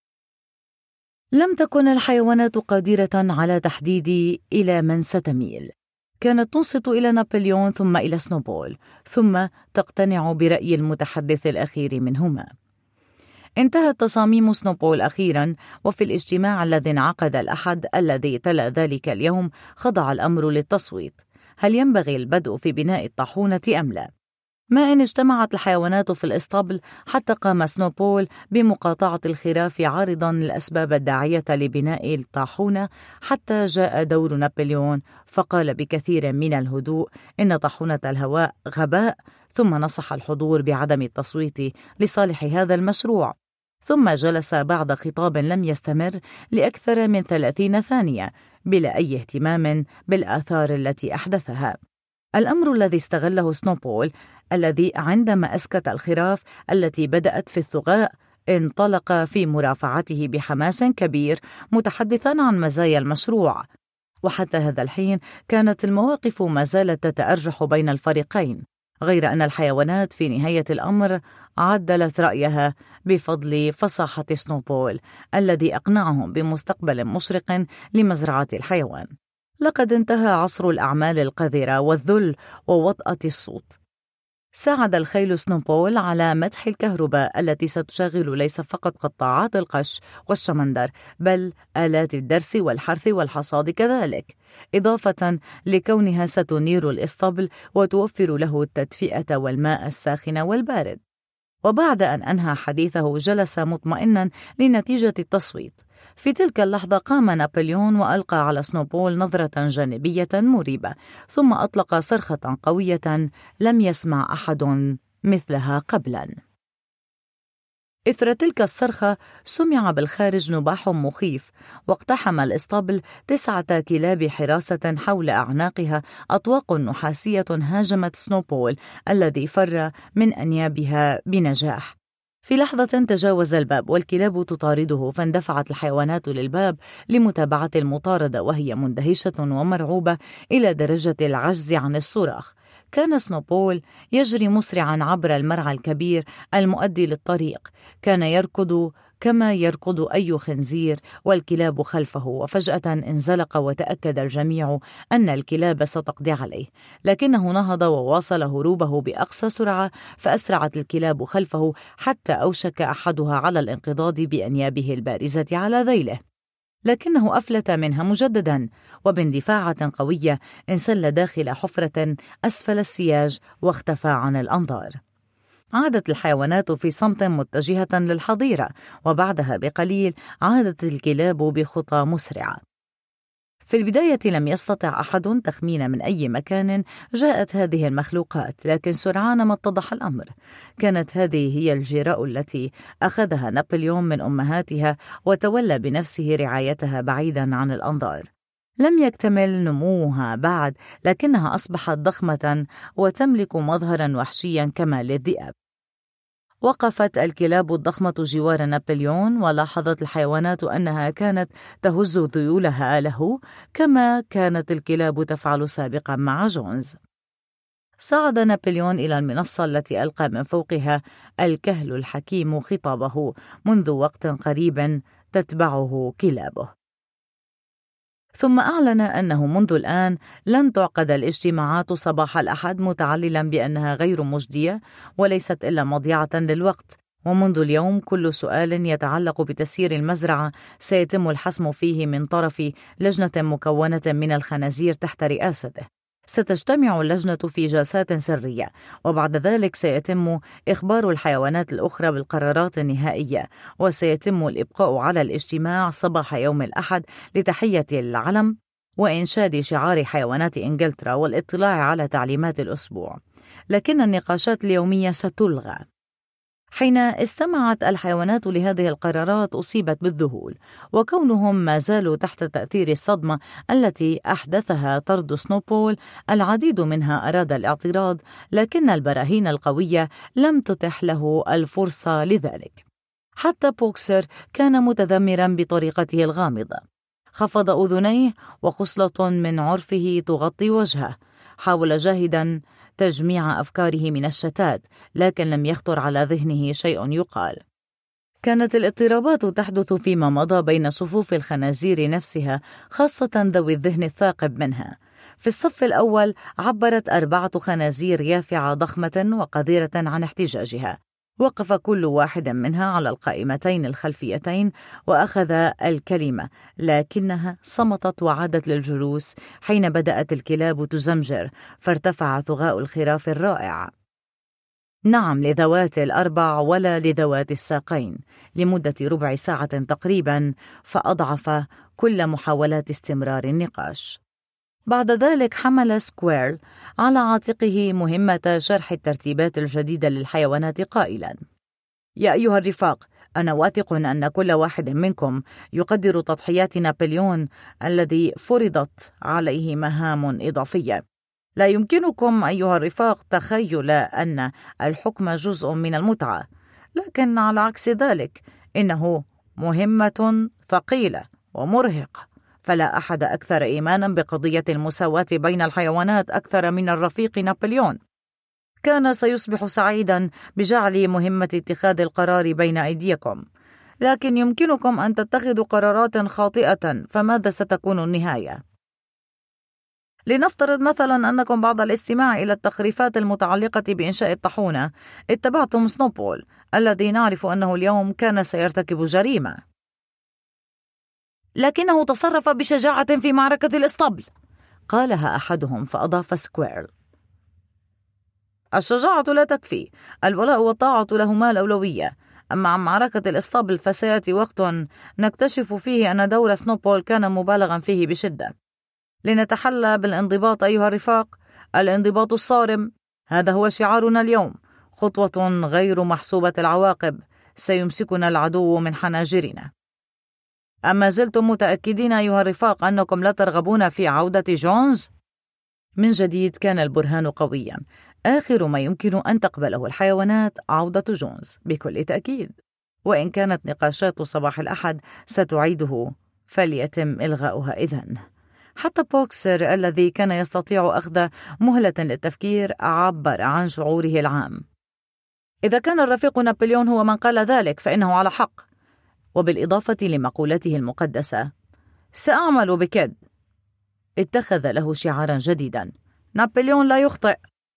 لم تكن الحيوانات قادرة على تحديد إلى من ستميل. كانت تنصت إلى نابليون ثم إلى سنوبول، ثم تقتنع برأي المتحدث الأخير منهما. انتهت تصاميم سنوبول أخيرا، وفي الاجتماع الذي انعقد الأحد الذي تلا ذلك اليوم خضع الأمر للتصويت: هل ينبغي البدء في بناء الطاحونة أم لا؟ ما إن اجتمعت الحيوانات في الإسطبل حتى قام سنوبول بمقاطعة الخراف عارضا الأسباب الداعية لبناء الطاحونة، حتى جاء دور نابليون فقال بكثير من الهدوء إن طاحونة الهواء غباء، ثم نصح الحضور بعدم التصويت لصالح هذا المشروع. ثم جلس بعد خطاب لم يستمر لأكثر من ثلاثين ثانية بلا أي اهتمام بالآثار التي أحدثها. الأمر الذي استغله سنوبول الذي عندما أسكت الخراف التي بدأت في الثغاء انطلق في مرافعته بحماس كبير متحدثا عن مزايا المشروع. وحتى هذا الحين كانت المواقف ما زالت تتأرجح بين الفريقين، غير أن الحيوانات في نهاية الأمر عدلت رأيها بفضل فصاحة سنوبول الذي أقنعهم بمستقبل مشرق لمزرعة الحيوان. لقد انتهى عصر الأعمال القذرة والذل ووطأة الصوت. ساعد الخيل سنوبول على مدح الكهرباء التي ستشغل ليس فقط قطاعات القش والشمندر، بل آلات الدرس والحرث والحصاد كذلك، إضافة لكونها ستنير الإسطبل وتوفر له التدفئة والماء الساخن والبارد. وبعد أن أنهى حديثه جلس مطمئنا لنتيجة التصويت. في تلك اللحظة قام نابليون وألقى على سنوبول نظرة جانبية مريبة، ثم أطلق صرخة قوية لم يسمع أحد مثلها قبلا. إثر تلك الصرخة سمع بالخارج نباح مخيف، واقتحم الإسطبل تسعة كلاب حراسة حول أعناقها أطواق نحاسية هاجمت سنوبول الذي فر من أنيابها بنجاح. في لحظة تجاوز الباب والكلاب تطارده، فاندفعت الحيوانات للباب لمتابعة المطاردة وهي مندهشة ومرعوبة إلى درجة العجز عن الصراخ. كان سنوبول يجري مسرعا عبر المرعى الكبير المؤدي للطريق، كان يركض كما يركض أي خنزير والكلاب خلفه، وفجأة انزلق وتأكد الجميع أن الكلاب ستقضي عليه، لكنه نهض وواصل هروبه بأقصى سرعة، فأسرعت الكلاب خلفه حتى أوشك أحدها على الانقضاض بأنيابه البارزة على ذيله، لكنه أفلت منها مجددا، وباندفاعة قوية انسل داخل حفرة أسفل السياج واختفى عن الأنظار. عادت الحيوانات في صمت متجهة للحظيرة، وبعدها بقليل عادت الكلاب بخطى مسرعة. في البداية لم يستطع أحد تخمين من أي مكان جاءت هذه المخلوقات، لكن سرعان ما اتضح الأمر. كانت هذه هي الجراء التي أخذها نابليون من أمهاتها وتولى بنفسه رعايتها بعيدا عن الأنظار. لم يكتمل نموها بعد، لكنها أصبحت ضخمة وتملك مظهرا وحشيا كما للذئاب. وقفت الكلاب الضخمة جوار نابليون، ولاحظت الحيوانات أنها كانت تهز ذيولها له كما كانت الكلاب تفعل سابقا مع جونز. صعد نابليون إلى المنصة التي ألقى من فوقها الكهل الحكيم خطابه منذ وقت قريب تتبعه كلابه، ثم أعلن أنه منذ الآن لن تعقد الاجتماعات صباح الأحد، متعللا بأنها غير مجدية وليست إلا مضيعة للوقت، ومنذ اليوم كل سؤال يتعلق بتسيير المزرعة سيتم الحسم فيه من طرف لجنة مكونة من الخنازير تحت رئاسته. ستجتمع اللجنة في جلسات سرية، وبعد ذلك سيتم إخبار الحيوانات الأخرى بالقرارات النهائية، وسيتم الإبقاء على الاجتماع صباح يوم الأحد لتحية العلم وإنشاد شعار حيوانات إنجلترا والاطلاع على تعليمات الأسبوع، لكن النقاشات اليومية ستلغى. حين استمعت الحيوانات لهذه القرارات أصيبت بالذهول، وكونهم ما زالوا تحت تأثير الصدمة التي أحدثها طرد سنوبول، العديد منها أراد الاعتراض، لكن البراهين القوية لم تتح له الفرصة لذلك. حتى بوكسر كان متذمرا بطريقته الغامضة. خفض أذنيه وخصلة من عرفه تغطي وجهه. حاول جاهدا تجميع أفكاره من الشتات، لكن لم يخطر على ذهنه شيء يقال. كانت الاضطرابات تحدث فيما مضى بين صفوف الخنازير نفسها، خاصة ذوي الذهن الثاقب منها. في الصف الأول عبرت أربعة خنازير يافعة ضخمة وقديرة عن احتجاجها. وقف كل واحد منها على القائمتين الخلفيتين وأخذ الكلمة، لكنها صمتت وعادت للجلوس حين بدأت الكلاب تزمجر، فارتفع ثغاء الخراف الرائع. نعم لذوات الأربع ولا لذوات الساقين، لمدة ربع ساعة تقريبا، فأضعف كل محاولات استمرار النقاش. بعد ذلك حمل سكوير على عاتقه مهمة شرح الترتيبات الجديدة للحيوانات قائلا: يا أيها الرفاق، أنا واثق أن كل واحد منكم يقدر تضحيات نابليون الذي فرضت عليه مهام إضافية. لا يمكنكم أيها الرفاق تخيل أن الحكم جزء من المتعة، لكن على عكس ذلك إنه مهمة ثقيلة ومرهقة. فلا أحد أكثر إيمانا بقضية المساواة بين الحيوانات أكثر من الرفيق نابليون. كان سيصبح سعيدا بجعل مهمة اتخاذ القرار بين أيديكم، لكن يمكنكم أن تتخذوا قرارات خاطئة، فماذا ستكون النهاية؟ لنفترض مثلا أنكم بعد الاستماع إلى التخريفات المتعلقة بإنشاء الطاحونة اتبعتم سنوبول الذي نعرف أنه اليوم كان سيرتكب جريمة، لكنه تصرف بشجاعة في معركة الإسطبل، قالها أحدهم. فأضاف سكوير: الشجاعة لا تكفي، الولاء والطاعة لهما الأولوية. أما عن معركة الإسطبل فسيأتي وقت نكتشف فيه أن دور سنوبول كان مبالغا فيه بشدة. لنتحلى بالانضباط أيها الرفاق، الانضباط الصارم، هذا هو شعارنا اليوم. خطوة غير محسوبة العواقب سيمسكنا العدو من حناجرنا. أما زلتم متأكدين أيها الرفاق أنكم لا ترغبون في عودة جونز؟ من جديد كان البرهان قويا. آخر ما يمكن أن تقبله الحيوانات عودة جونز بكل تأكيد، وإن كانت نقاشات صباح الأحد ستعيده فليتم إلغاؤها إذن. حتى بوكسر الذي كان يستطيع أخذ مهلة للتفكير عبر عن شعوره العام: إذا كان الرفيق نابليون هو من قال ذلك فإنه على حق. وبالإضافة لمقولته المقدسة سأعمل بكد، اتخذ له شعارا جديدا: نابليون لا يخطئ.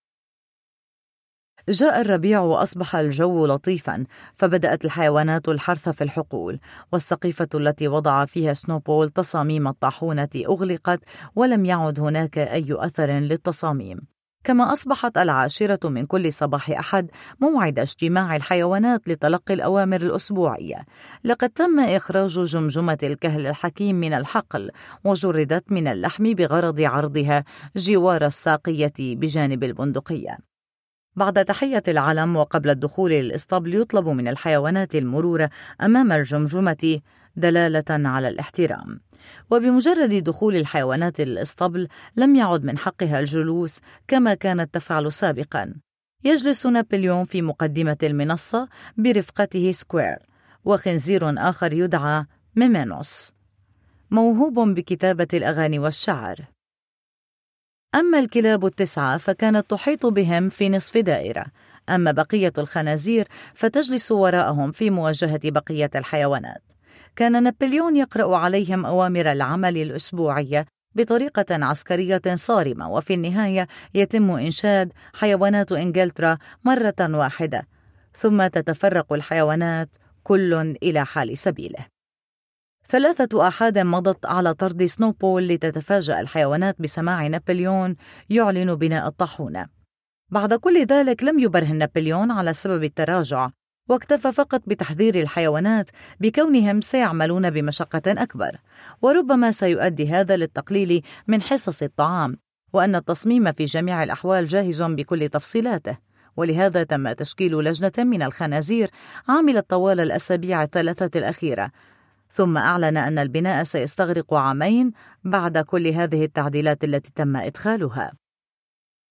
جاء الربيع وأصبح الجو لطيفا، فبدأت الحيوانات الحرث في الحقول، والسقيفة التي وضع فيها سنوبول تصاميم الطاحونة أغلقت ولم يعد هناك أي أثر للتصاميم. كما أصبحت العاشرة من كل صباح أحد موعد اجتماع الحيوانات لتلقي الأوامر الأسبوعية. لقد تم إخراج جمجمة الكهل الحكيم من الحقل، وجردت من اللحم بغرض عرضها جوار الساقية بجانب البندقية. بعد تحية العلم وقبل الدخول للإسطبل يطلب من الحيوانات المرور أمام الجمجمة دلالة على الاحترام. وبمجرد دخول الحيوانات للإسطبل لم يعد من حقها الجلوس كما كانت تفعل سابقا. يجلس نابليون في مقدمة المنصة برفقته سكوير وخنزير آخر يدعى ميمينوس، موهوب بكتابة الأغاني والشعر. أما الكلاب التسعة فكانت تحيط بهم في نصف دائرة، أما بقية الخنازير فتجلس وراءهم في مواجهة بقية الحيوانات. كان نابليون يقرأ عليهم أوامر العمل الأسبوعية بطريقة عسكرية صارمة، وفي النهاية يتم إنشاد حيوانات إنجلترا مرة واحدة، ثم تتفرق الحيوانات كل إلى حال سبيله. ثلاثة آحاد مضت على طرد سنوبول لتتفاجأ الحيوانات بسماع نابليون يعلن بناء الطاحونة. بعد كل ذلك لم يبرهن نابليون على سبب التراجع، واكتفى فقط بتحذير الحيوانات بكونهم سيعملون بمشقة أكبر، وربما سيؤدي هذا للتقليل من حصص الطعام، وأن التصميم في جميع الأحوال جاهز بكل تفصيلاته. ولهذا تم تشكيل لجنة من الخنازير عملت طوال الأسابيع الثلاثة الأخيرة، ثم أعلن أن البناء سيستغرق عامين بعد كل هذه التعديلات التي تم إدخالها.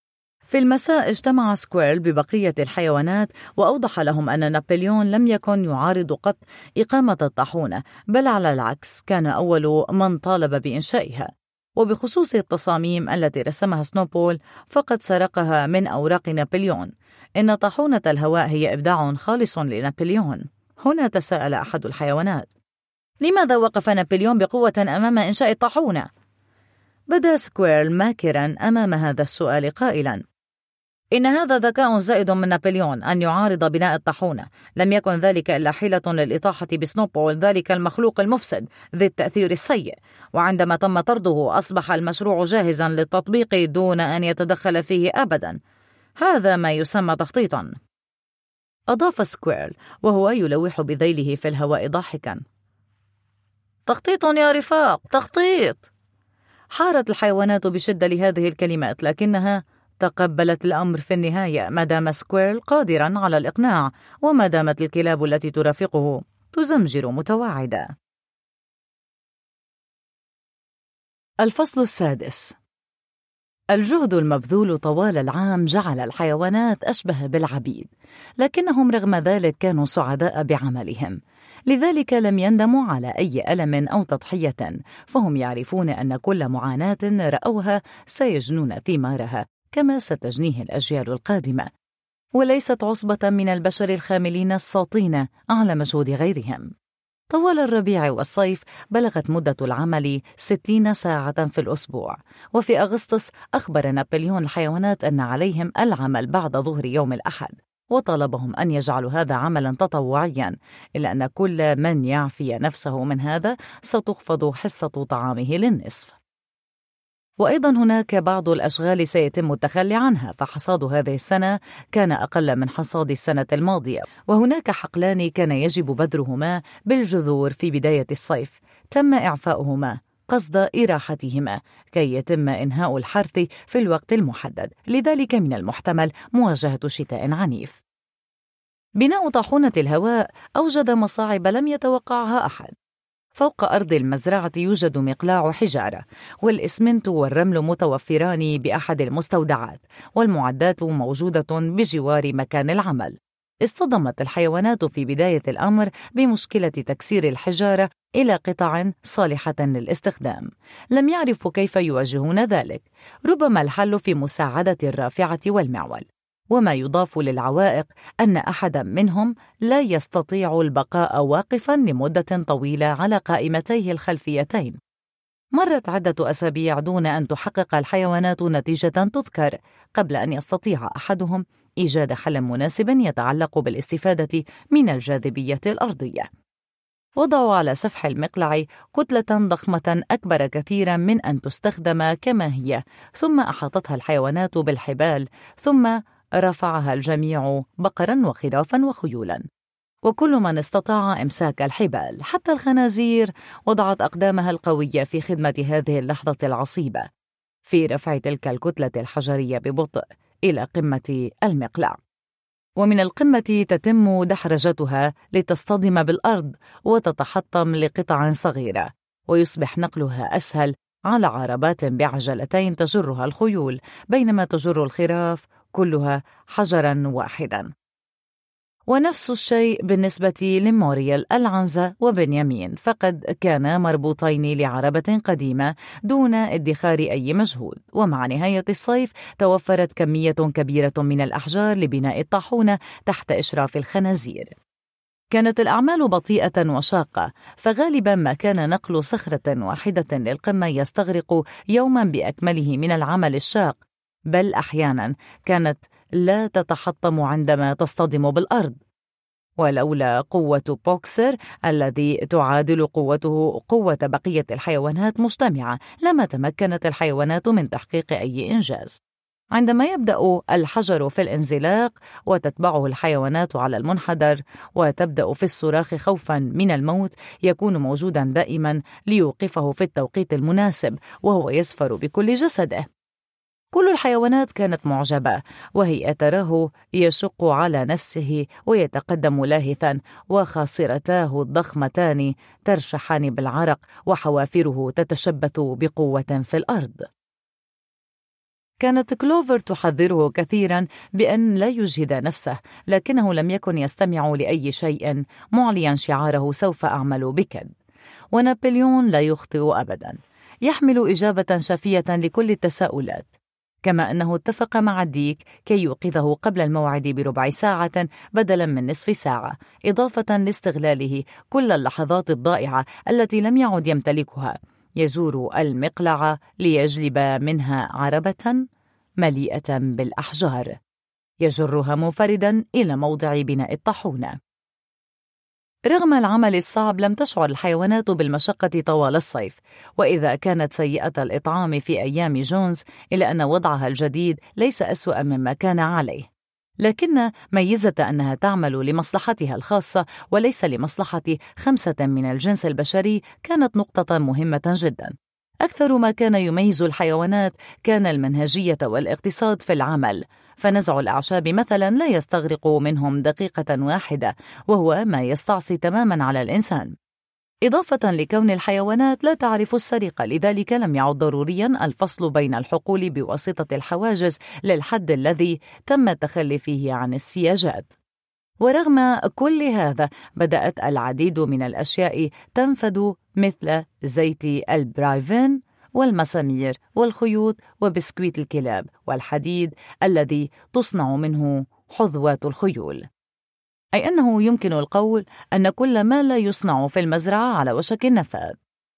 في المساء اجتمع سكويرل ببقية الحيوانات وأوضح لهم أن نابليون لم يكن يعارض قط إقامة الطاحونة، بل على العكس كان أول من طالب بإنشائها. وبخصوص التصاميم التي رسمها سنوبول فقد سرقها من أوراق نابليون. إن طاحونة الهواء هي إبداع خالص لنابليون. هنا تساءل أحد الحيوانات: لماذا وقف نابليون بقوة أمام إنشاء الطاحونة؟ بدا سكويرل ماكرا أمام هذا السؤال قائلا: إن هذا ذكاء زائد من نابليون أن يعارض بناء الطاحونة. لم يكن ذلك إلا حيلة للإطاحة بسنوبول، ذلك المخلوق المفسد ذي التأثير السيء. وعندما تم طرده أصبح المشروع جاهزا للتطبيق دون أن يتدخل فيه أبدا. هذا ما يسمى تخطيطا. أضاف سكويرل وهو يلوح بذيله في الهواء ضاحكا: تخطيط يا رفاق، تخطيط. حارت الحيوانات بشدة لهذه الكلمات، لكنها تقبلت الأمر في النهاية ما دام سكويرل قادرا على الإقناع، وما دامت الكلاب التي ترافقه تزمجر متواعدة. الفصل السادس. الجهد المبذول طوال العام جعل الحيوانات أشبه بالعبيد، لكنهم رغم ذلك كانوا سعداء بعملهم، لذلك لم يندموا على أي ألم أو تضحية، فهم يعرفون أن كل معاناة رأوها سيجنون ثمارها كما ستجنيه الأجيال القادمة، وليست عصبة من البشر الخاملين الساطين على مجهود غيرهم. طوال الربيع والصيف بلغت مدة العمل ستين ساعة في الأسبوع، وفي أغسطس أخبر نابليون الحيوانات أن عليهم العمل بعد ظهر يوم الأحد، وطلبهم أن يجعلوا هذا عملا تطوعيا، إلا أن كل من يعفي نفسه من هذا ستخفض حصة طعامه للنصف. وأيضا هناك بعض الأشغال سيتم التخلي عنها، فحصاد هذه السنة كان أقل من حصاد السنة الماضية، وهناك حقلان كان يجب بذرهما بالجذور في بداية الصيف تم إعفاؤهما قصد إراحتهما كي يتم إنهاء الحرث في الوقت المحدد، لذلك من المحتمل مواجهة شتاء عنيف. بناء طاحونة الهواء أوجد مصاعب لم يتوقعها أحد. فوق أرض المزرعة يوجد مقلاع حجارة، والإسمنت والرمل متوفران بأحد المستودعات، والمعدات موجودة بجوار مكان العمل. اصطدمت الحيوانات في بداية الأمر بمشكلة تكسير الحجارة إلى قطع صالحة للاستخدام. لم يعرفوا كيف يواجهون ذلك. ربما الحل في مساعدة الرافعة والمعول. وما يضاف للعوائق أن أحدا منهم لا يستطيع البقاء واقفا لمدة طويلة على قائمتيه الخلفيتين. مرت عدة أسابيع دون أن تحقق الحيوانات نتيجة تذكر قبل أن يستطيع أحدهم إيجاد حل مناسب يتعلق بالاستفادة من الجاذبية الأرضية. وضعوا على سفح المقلع كتلة ضخمة أكبر كثيرا من أن تستخدم كما هي، ثم أحاطتها الحيوانات بالحبال، ثم رفعها الجميع بقرا وخرافا وخيولا، وكل من استطاع إمساك الحبال حتى الخنازير وضعت أقدامها القوية في خدمة هذه اللحظة العصيبة في رفع تلك الكتلة الحجرية ببطء إلى قمة المقلع. ومن القمة تتم دحرجتها لتصطدم بالأرض وتتحطم لقطع صغيرة، ويصبح نقلها أسهل على عربات بعجلتين تجرها الخيول، بينما تجر الخراف كلها حجرا واحدا. ونفس الشيء بالنسبة لموريال العنزة وبنيامين، فقد كانا مربوطين لعربة قديمة دون ادخار أي مجهود. ومع نهاية الصيف توفرت كمية كبيرة من الأحجار لبناء الطاحونة تحت إشراف الخنازير. كانت الأعمال بطيئة وشاقة، فغالبا ما كان نقل صخرة واحدة للقمة يستغرق يوما بأكمله من العمل الشاق، بل أحيانا كانت لا تتحطم عندما تصطدم بالأرض. ولولا قوة بوكسر الذي تعادل قوته قوة بقية الحيوانات مجتمعة لما تمكنت الحيوانات من تحقيق أي إنجاز. عندما يبدأ الحجر في الانزلاق وتتبعه الحيوانات على المنحدر وتبدأ في الصراخ خوفا من الموت، يكون موجودا دائما ليوقفه في التوقيت المناسب وهو يسفر بكل جسده. كل الحيوانات كانت معجبة، وهي تراه يشق على نفسه ويتقدم لاهثا، وخاصرتاه الضخمتان ترشحان بالعرق وحوافره تتشبث بقوة في الأرض. كانت كلوفر تحذره كثيرا بأن لا يجهد نفسه، لكنه لم يكن يستمع لأي شيء، معليا شعاره سوف أعمل بكد. ونابليون لا يخطئ أبدا، يحمل إجابة شافية لكل التساؤلات، كما أنه اتفق مع ديك كي يوقظه قبل الموعد بربع ساعة بدلا من نصف ساعة، إضافة لاستغلاله كل اللحظات الضائعة التي لم يعد يمتلكها، يزور المقلعة ليجلب منها عربة مليئة بالأحجار يجرها منفردا إلى موضع بناء الطاحونة. رغم العمل الصعب لم تشعر الحيوانات بالمشقة طوال الصيف، وإذا كانت سيئة الإطعام في أيام جونز إلا أن وضعها الجديد ليس أسوأ مما كان عليه، لكن ميزة أنها تعمل لمصلحتها الخاصة وليس لمصلحة خمسة من الجنس البشري كانت نقطة مهمة جدا. أكثر ما كان يميز الحيوانات كان المنهجية والاقتصاد في العمل، فنزع الأعشاب مثلا لا يستغرق منهم دقيقة واحدة، وهو ما يستعصي تماما على الإنسان، إضافة لكون الحيوانات لا تعرف السرقة، لذلك لم يعد ضروريا الفصل بين الحقول بواسطة الحواجز للحد الذي تم التخلي فيه عن السياجات. ورغم كل هذا بدأت العديد من الأشياء تنفد، مثل زيت البرايفين والمسامير والخيوط وبسكويت الكلاب والحديد الذي تصنع منه حظوات الخيول، أي أنه يمكن القول أن كل ما لا يصنع في المزرعة على وشك النفاذ.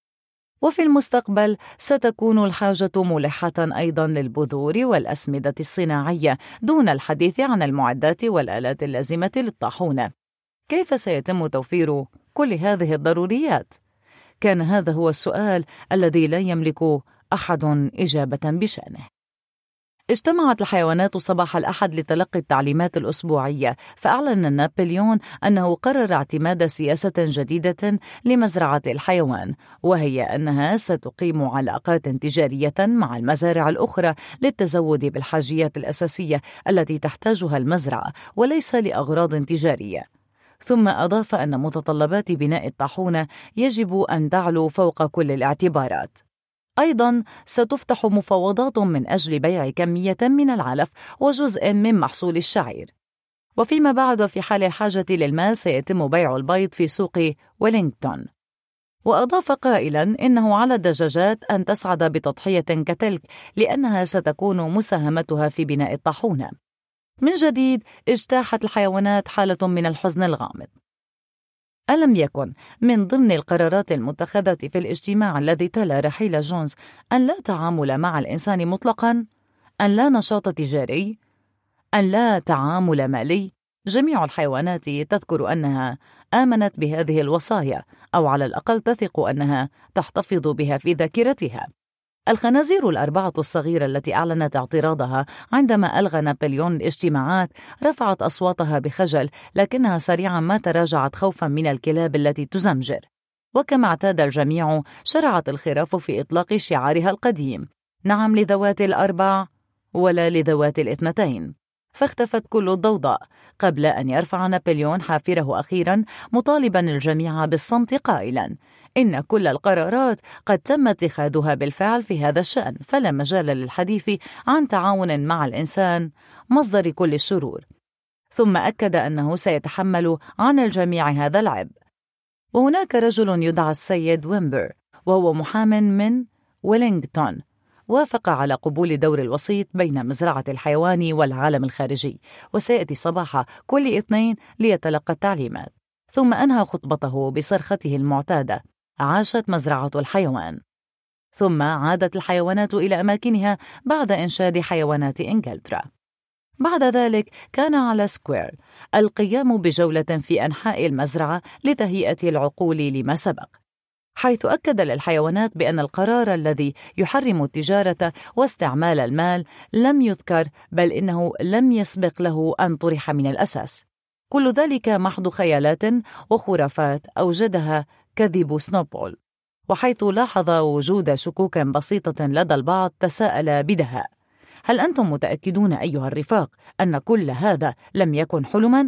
وفي المستقبل ستكون الحاجة ملحة أيضا للبذور والأسمدة الصناعية، دون الحديث عن المعدات والآلات اللازمة للطاحونة. كيف سيتم توفير كل هذه الضروريات؟ كان هذا هو السؤال الذي لا يملك أحد إجابة بشأنه. اجتمعت الحيوانات صباح الأحد لتلقي التعليمات الأسبوعية، فأعلن نابليون أنه قرر اعتماد سياسة جديدة لمزرعة الحيوان، وهي أنها ستقيم علاقات تجارية مع المزارع الأخرى للتزود بالحاجيات الأساسية التي تحتاجها المزرعة وليس لأغراض تجارية. ثم أضاف أن متطلبات بناء الطاحونة يجب أن تعلو فوق كل الاعتبارات. أيضاً ستفتح مفاوضات من أجل بيع كمية من العلف وجزء من محصول الشعير، وفيما بعد في حال الحاجة للمال سيتم بيع البيض في سوق ويلينغتون. وأضاف قائلاً إنه على الدجاجات أن تسعد بتضحية كتلك لأنها ستكون مساهمتها في بناء الطاحونة. من جديد اجتاحت الحيوانات حالة من الحزن الغامض. ألم يكن من ضمن القرارات المتخذة في الاجتماع الذي تلا رحيل جونز أن لا تعامل مع الإنسان مطلقاً، أن لا نشاط تجاري، أن لا تعامل مالي؟ جميع الحيوانات تذكر أنها آمنت بهذه الوصايا، أو على الأقل تثق أنها تحتفظ بها في ذاكرتها. الخنازير الأربعة الصغيرة التي أعلنت اعتراضها عندما ألغى نابليون الاجتماعات رفعت أصواتها بخجل، لكنها سريعا ما تراجعت خوفا من الكلاب التي تزمجر. وكما اعتاد الجميع شرعت الخراف في إطلاق شعارها القديم: نعم لذوات الأربع ولا لذوات الاثنتين. فاختفت كل الضوضاء قبل أن يرفع نابليون حافره أخيرا مطالبا الجميع بالصمت قائلا: إن كل القرارات قد تم اتخاذها بالفعل في هذا الشأن، فلا مجال للحديث عن تعاون مع الإنسان مصدر كل الشرور. ثم أكد أنه سيتحمل عن الجميع هذا العبء. وهناك رجل يدعى السيد ويمبر، وهو محام من ويلينغتون، وافق على قبول دور الوسيط بين مزرعة الحيوان والعالم الخارجي، وسيأتي صباح كل اثنين ليتلقى التعليمات. ثم أنهى خطبته بصرخته المعتادة: عاشت مزرعة الحيوان. ثم عادت الحيوانات إلى أماكنها بعد إنشاد حيوانات إنجلترا. بعد ذلك كان على سكوير القيام بجولة في أنحاء المزرعة لتهيئة العقول لما سبق، حيث أكد للحيوانات بأن القرار الذي يحرم التجارة واستعمال المال لم يذكر، بل إنه لم يسبق له أن طرح من الأساس. كل ذلك محض خيالات وخرافات أوجدها كذب سنوبول. وحيث لاحظ وجود شكوك بسيطة لدى البعض تساءل بدهاء: هل أنتم متأكدون أيها الرفاق أن كل هذا لم يكن حلماً؟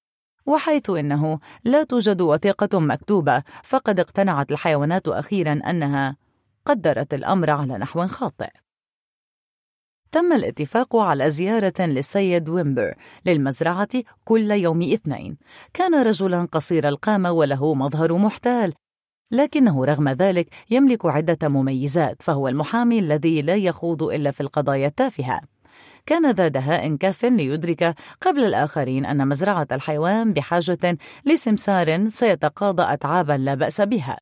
وحيث إنه لا توجد وثيقة مكتوبة، فقد اقتنعت الحيوانات أخيراً أنها قدرت الأمر على نحو خاطئ. تم الاتفاق على زيارة للسيد ويمبر للمزرعة كل يوم اثنين. كان رجلاً قصير القامة وله مظهر محتال، لكنه رغم ذلك يملك عدة مميزات، فهو المحامي الذي لا يخوض إلا في القضايا التافهة. كان ذا دهاء كاف ليدرك قبل الآخرين أن مزرعة الحيوان بحاجة لسمسار سيتقاضى أتعاباً لا بأس بها.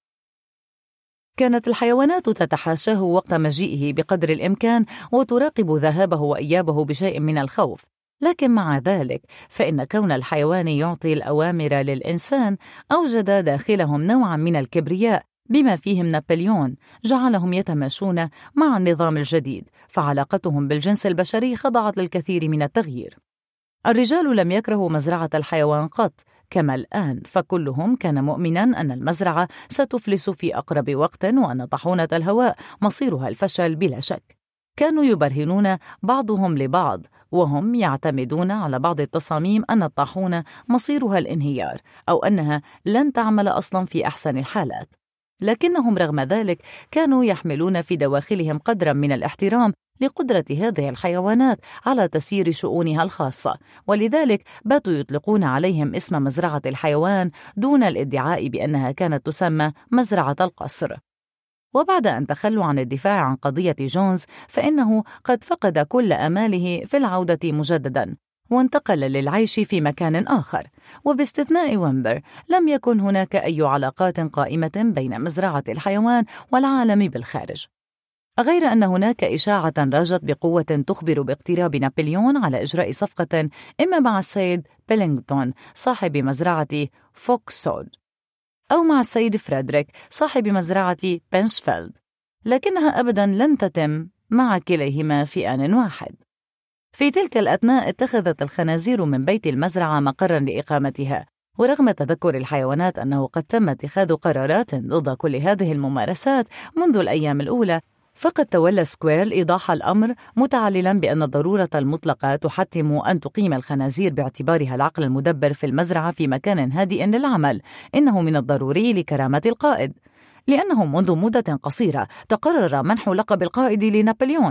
كانت الحيوانات تتحاشاه وقت مجيئه بقدر الإمكان وتراقب ذهابه وإيابه بشيء من الخوف، لكن مع ذلك فإن كون الحيوان يعطي الأوامر للإنسان أوجد داخلهم نوعاً من الكبرياء، بما فيهم نابليون جعلهم يتماشون مع النظام الجديد، فعلاقتهم بالجنس البشري خضعت للكثير من التغيير. الرجال لم يكرهوا مزرعة الحيوان قط كما الآن، فكلهم كان مؤمناً أن المزرعة ستفلس في أقرب وقت وأن طاحونة الهواء مصيرها الفشل بلا شك. كانوا يبرهنون بعضهم لبعض وهم يعتمدون على بعض التصاميم أن الطاحونة مصيرها الانهيار أو أنها لن تعمل أصلاً في أحسن الحالات، لكنهم رغم ذلك كانوا يحملون في دواخلهم قدراً من الاحترام لقدرة هذه الحيوانات على تسيير شؤونها الخاصة، ولذلك باتوا يطلقون عليهم اسم مزرعة الحيوان دون الادعاء بأنها كانت تسمى مزرعة القصر. وبعد أن تخلوا عن الدفاع عن قضية جونز فإنه قد فقد كل آماله في العودة مجدداً وانتقل للعيش في مكان آخر، وباستثناء ويمبر لم يكن هناك أي علاقات قائمة بين مزرعة الحيوان والعالم بالخارج، غير أن هناك إشاعة راجت بقوة تخبر باقتراب نابليون على إجراء صفقة إما مع السيد بيلينغتون صاحب مزرعة فوكسود أو مع السيد فريدريك صاحب مزرعة بنشفيلد، لكنها أبداً لن تتم مع كليهما في آن واحد. في تلك الأثناء اتخذت الخنازير من بيت المزرعة مقراً لإقامتها، ورغم تذكر الحيوانات أنه قد تم اتخاذ قرارات ضد كل هذه الممارسات منذ الأيام الأولى، فقد تولى سكوير إيضاح الأمر متعللاً بأن الضرورة المطلقة تحتم أن تقيم الخنازير باعتبارها العقل المدبر في المزرعة في مكان هادئ للعمل. إنه من الضروري لكرامة القائد، لأنه منذ مدة قصيرة تقرر منح لقب القائد لنابليون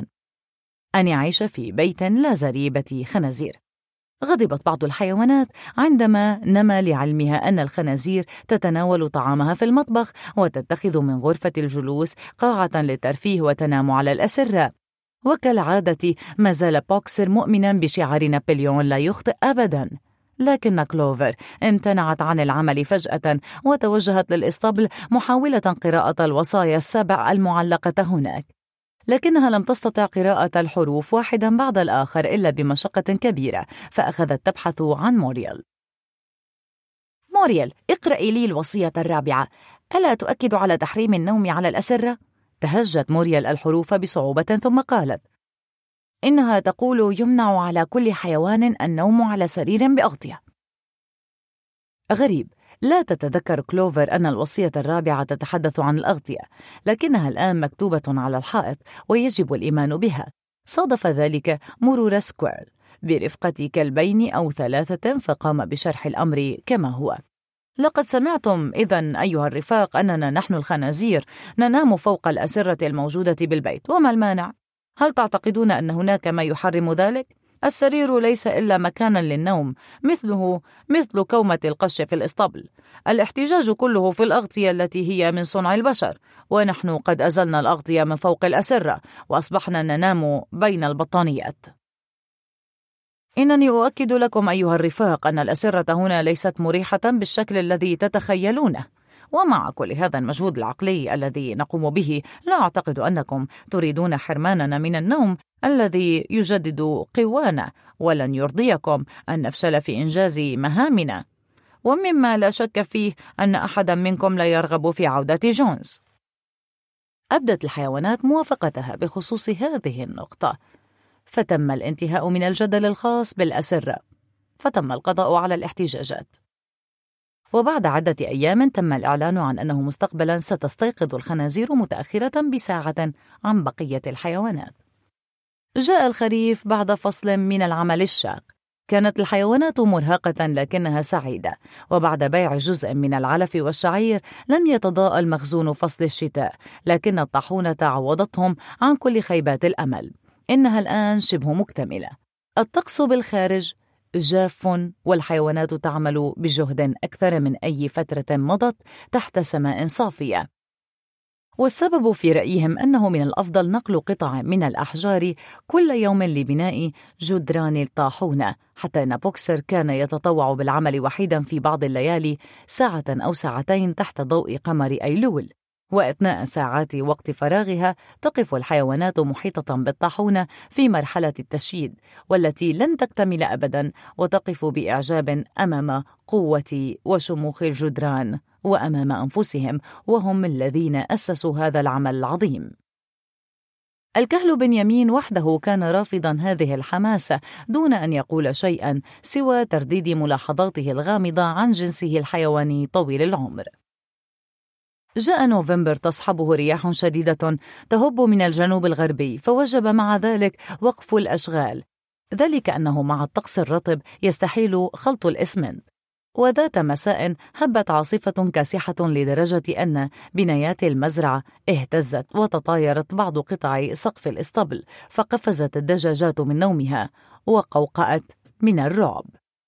أن يعيش في بيت لا زريبة خنازير. غضبت بعض الحيوانات عندما نما لعلمها أن الخنازير تتناول طعامها في المطبخ وتتخذ من غرفة الجلوس قاعة للترفيه وتنام على الأسرة. وكالعادة ما زال بوكسر مؤمنا بشعار نابليون لا يخطئ أبدا، لكن كلوفر امتنعت عن العمل فجأة وتوجهت للإسطبل محاولة قراءة الوصايا السبع المعلقة هناك، لكنها لم تستطع قراءة الحروف واحدا بعد الآخر إلا بمشقة كبيرة، فأخذت تبحث عن موريال. موريال، اقرأي لي الوصية الرابعة، ألا تؤكد على تحريم النوم على الأسرة؟ تهجت موريال الحروف بصعوبة ثم قالت: إنها تقول يمنع على كل حيوان النوم على سرير بأغطية. غريب، لا تتذكر كلوفر أن الوصية الرابعة تتحدث عن الأغطية، لكنها الآن مكتوبة على الحائط ويجب الإيمان بها. صادف ذلك مرور سكوير برفقة كلبين أو ثلاثة، فقام بشرح الأمر كما هو. لقد سمعتم إذن أيها الرفاق أننا نحن الخنازير ننام فوق الأسرة الموجودة بالبيت، وما المانع؟ هل تعتقدون أن هناك ما يحرم ذلك؟ السرير ليس إلا مكانا للنوم، مثله مثل كومة القش في الإسطبل. الاحتجاج كله في الأغطية التي هي من صنع البشر، ونحن قد أزلنا الأغطية من فوق الأسرة وأصبحنا ننام بين البطانيات. إنني أؤكد لكم أيها الرفاق أن الأسرة هنا ليست مريحة بالشكل الذي تتخيلونه، ومع كل هذا المجهود العقلي الذي نقوم به لا أعتقد أنكم تريدون حرماننا من النوم الذي يجدد قوانا، ولن يرضيكم أن نفشل في إنجاز مهامنا، ومما لا شك فيه أن أحدا منكم لا يرغب في عودة جونز. أبدت الحيوانات موافقتها بخصوص هذه النقطة، فتم الانتهاء من الجدل الخاص بالأسرة، فتم القضاء على الاحتجاجات. وبعد عدة أيام تم الإعلان عن أنه مستقبلا ستستيقظ الخنازير متأخرة بساعة عن بقية الحيوانات. جاء الخريف بعد فصل من العمل الشاق. كانت الحيوانات مرهقة لكنها سعيدة، وبعد بيع جزء من العلف والشعير لم يتضاءل مخزون فصل الشتاء، لكن الطاحونة عوضتهم عن كل خيبات الأمل. إنها الآن شبه مكتملة. الطقس بالخارج جاف والحيوانات تعمل بجهد أكثر من أي فترة مضت تحت سماء صافية. والسبب في رأيهم أنه من الأفضل نقل قطع من الأحجار كل يوم لبناء جدران الطاحونة، حتى أن بوكسر كان يتطوع بالعمل وحيدا في بعض الليالي ساعة أو ساعتين تحت ضوء قمر أيلول. وأثناء ساعات وقت فراغها تقف الحيوانات محيطة بالطاحونة في مرحلة التشييد، والتي لن تكتمل أبدا، وتقف بإعجاب أمام قوة وشموخ الجدران وأمام أنفسهم، وهم الذين أسسوا هذا العمل العظيم. الكهل بنيامين وحده كان رافضا هذه الحماسة دون أن يقول شيئا سوى ترديد ملاحظاته الغامضة عن جنسه الحيواني طويل العمر. جاء نوفمبر تصحبه رياح شديدة تهب من الجنوب الغربي، فوجب مع ذلك وقف الأشغال، ذلك أنه مع الطقس الرطب يستحيل خلط الإسمنت. وذات مساء هبت عاصفة كاسحة لدرجة أن بنايات المزرعة اهتزت وتطايرت بعض قطع سقف الإسطبل، فقفزت الدجاجات من نومها وقوقعت من الرعب.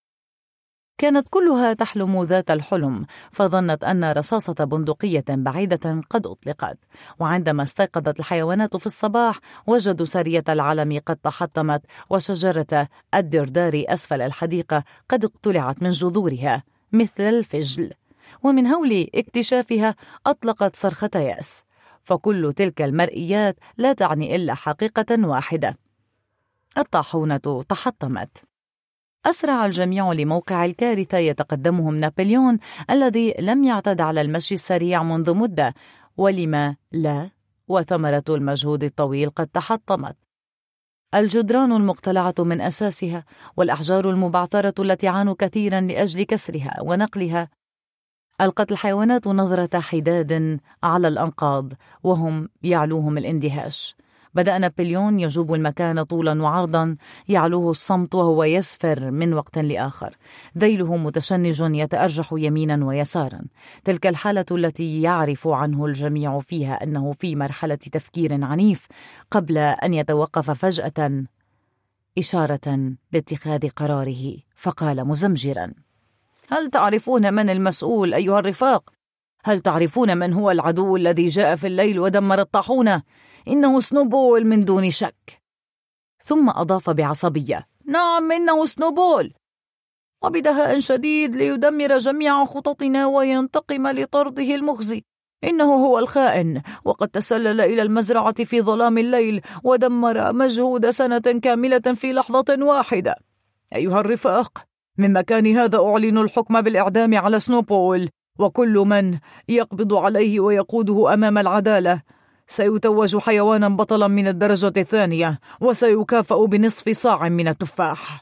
كانت كلها تحلم ذات الحلم، فظنت أن رصاصة بندقية بعيدة قد أطلقت. وعندما استيقظت الحيوانات في الصباح وجدوا سارية العلم قد تحطمت، وشجرة الدردار أسفل الحديقة قد اقتلعت من جذورها مثل الفجل. ومن هول اكتشافها أطلقت صرخة يأس، فكل تلك المرئيات لا تعني إلا حقيقة واحدة: الطاحونة تحطمت. أسرع الجميع لموقع الكارثة، يتقدمهم نابليون الذي لم يعتد على المشي السريع منذ مدة، ولما لا، وثمرة المجهود الطويل قد تحطمت. الجدران المقتلعة من أساسها، والأحجار المبعثرة التي عانوا كثيرا لأجل كسرها ونقلها. ألقت الحيوانات نظرة حداد على الأنقاض وهم يعلوهم الاندهاش. بدأ نابليون يجوب المكان طولا وعرضا، يعلوه الصمت وهو يسفر من وقت لآخر، ذيله متشنج يتأرجح يمينا ويسارا. تلك الحالة التي يعرف عنه الجميع فيها أنه في مرحلة تفكير عنيف قبل أن يتوقف فجأة، إشارة لاتخاذ قراره، فقال مزمجرا: هل تعرفون من المسؤول أيها الرفاق؟ هل تعرفون من هو العدو الذي جاء في الليل ودمر الطاحونة؟ إنه سنوبول من دون شك. ثم أضاف بعصبية: نعم، إنه سنوبول، وبدهاء شديد ليدمر جميع خططنا وينتقم لطرده المخزي. إنه هو الخائن، وقد تسلل إلى المزرعة في ظلام الليل ودمر مجهود سنة كاملة في لحظة واحدة. أيها الرفاق، من مكان هذا أعلن الحكم بالإعدام على سنوبول، وكل من يقبض عليه ويقوده أمام العدالة سيتوج حيوانا بطلا من الدرجة الثانية، وسيكافأ بنصف صاع من التفاح.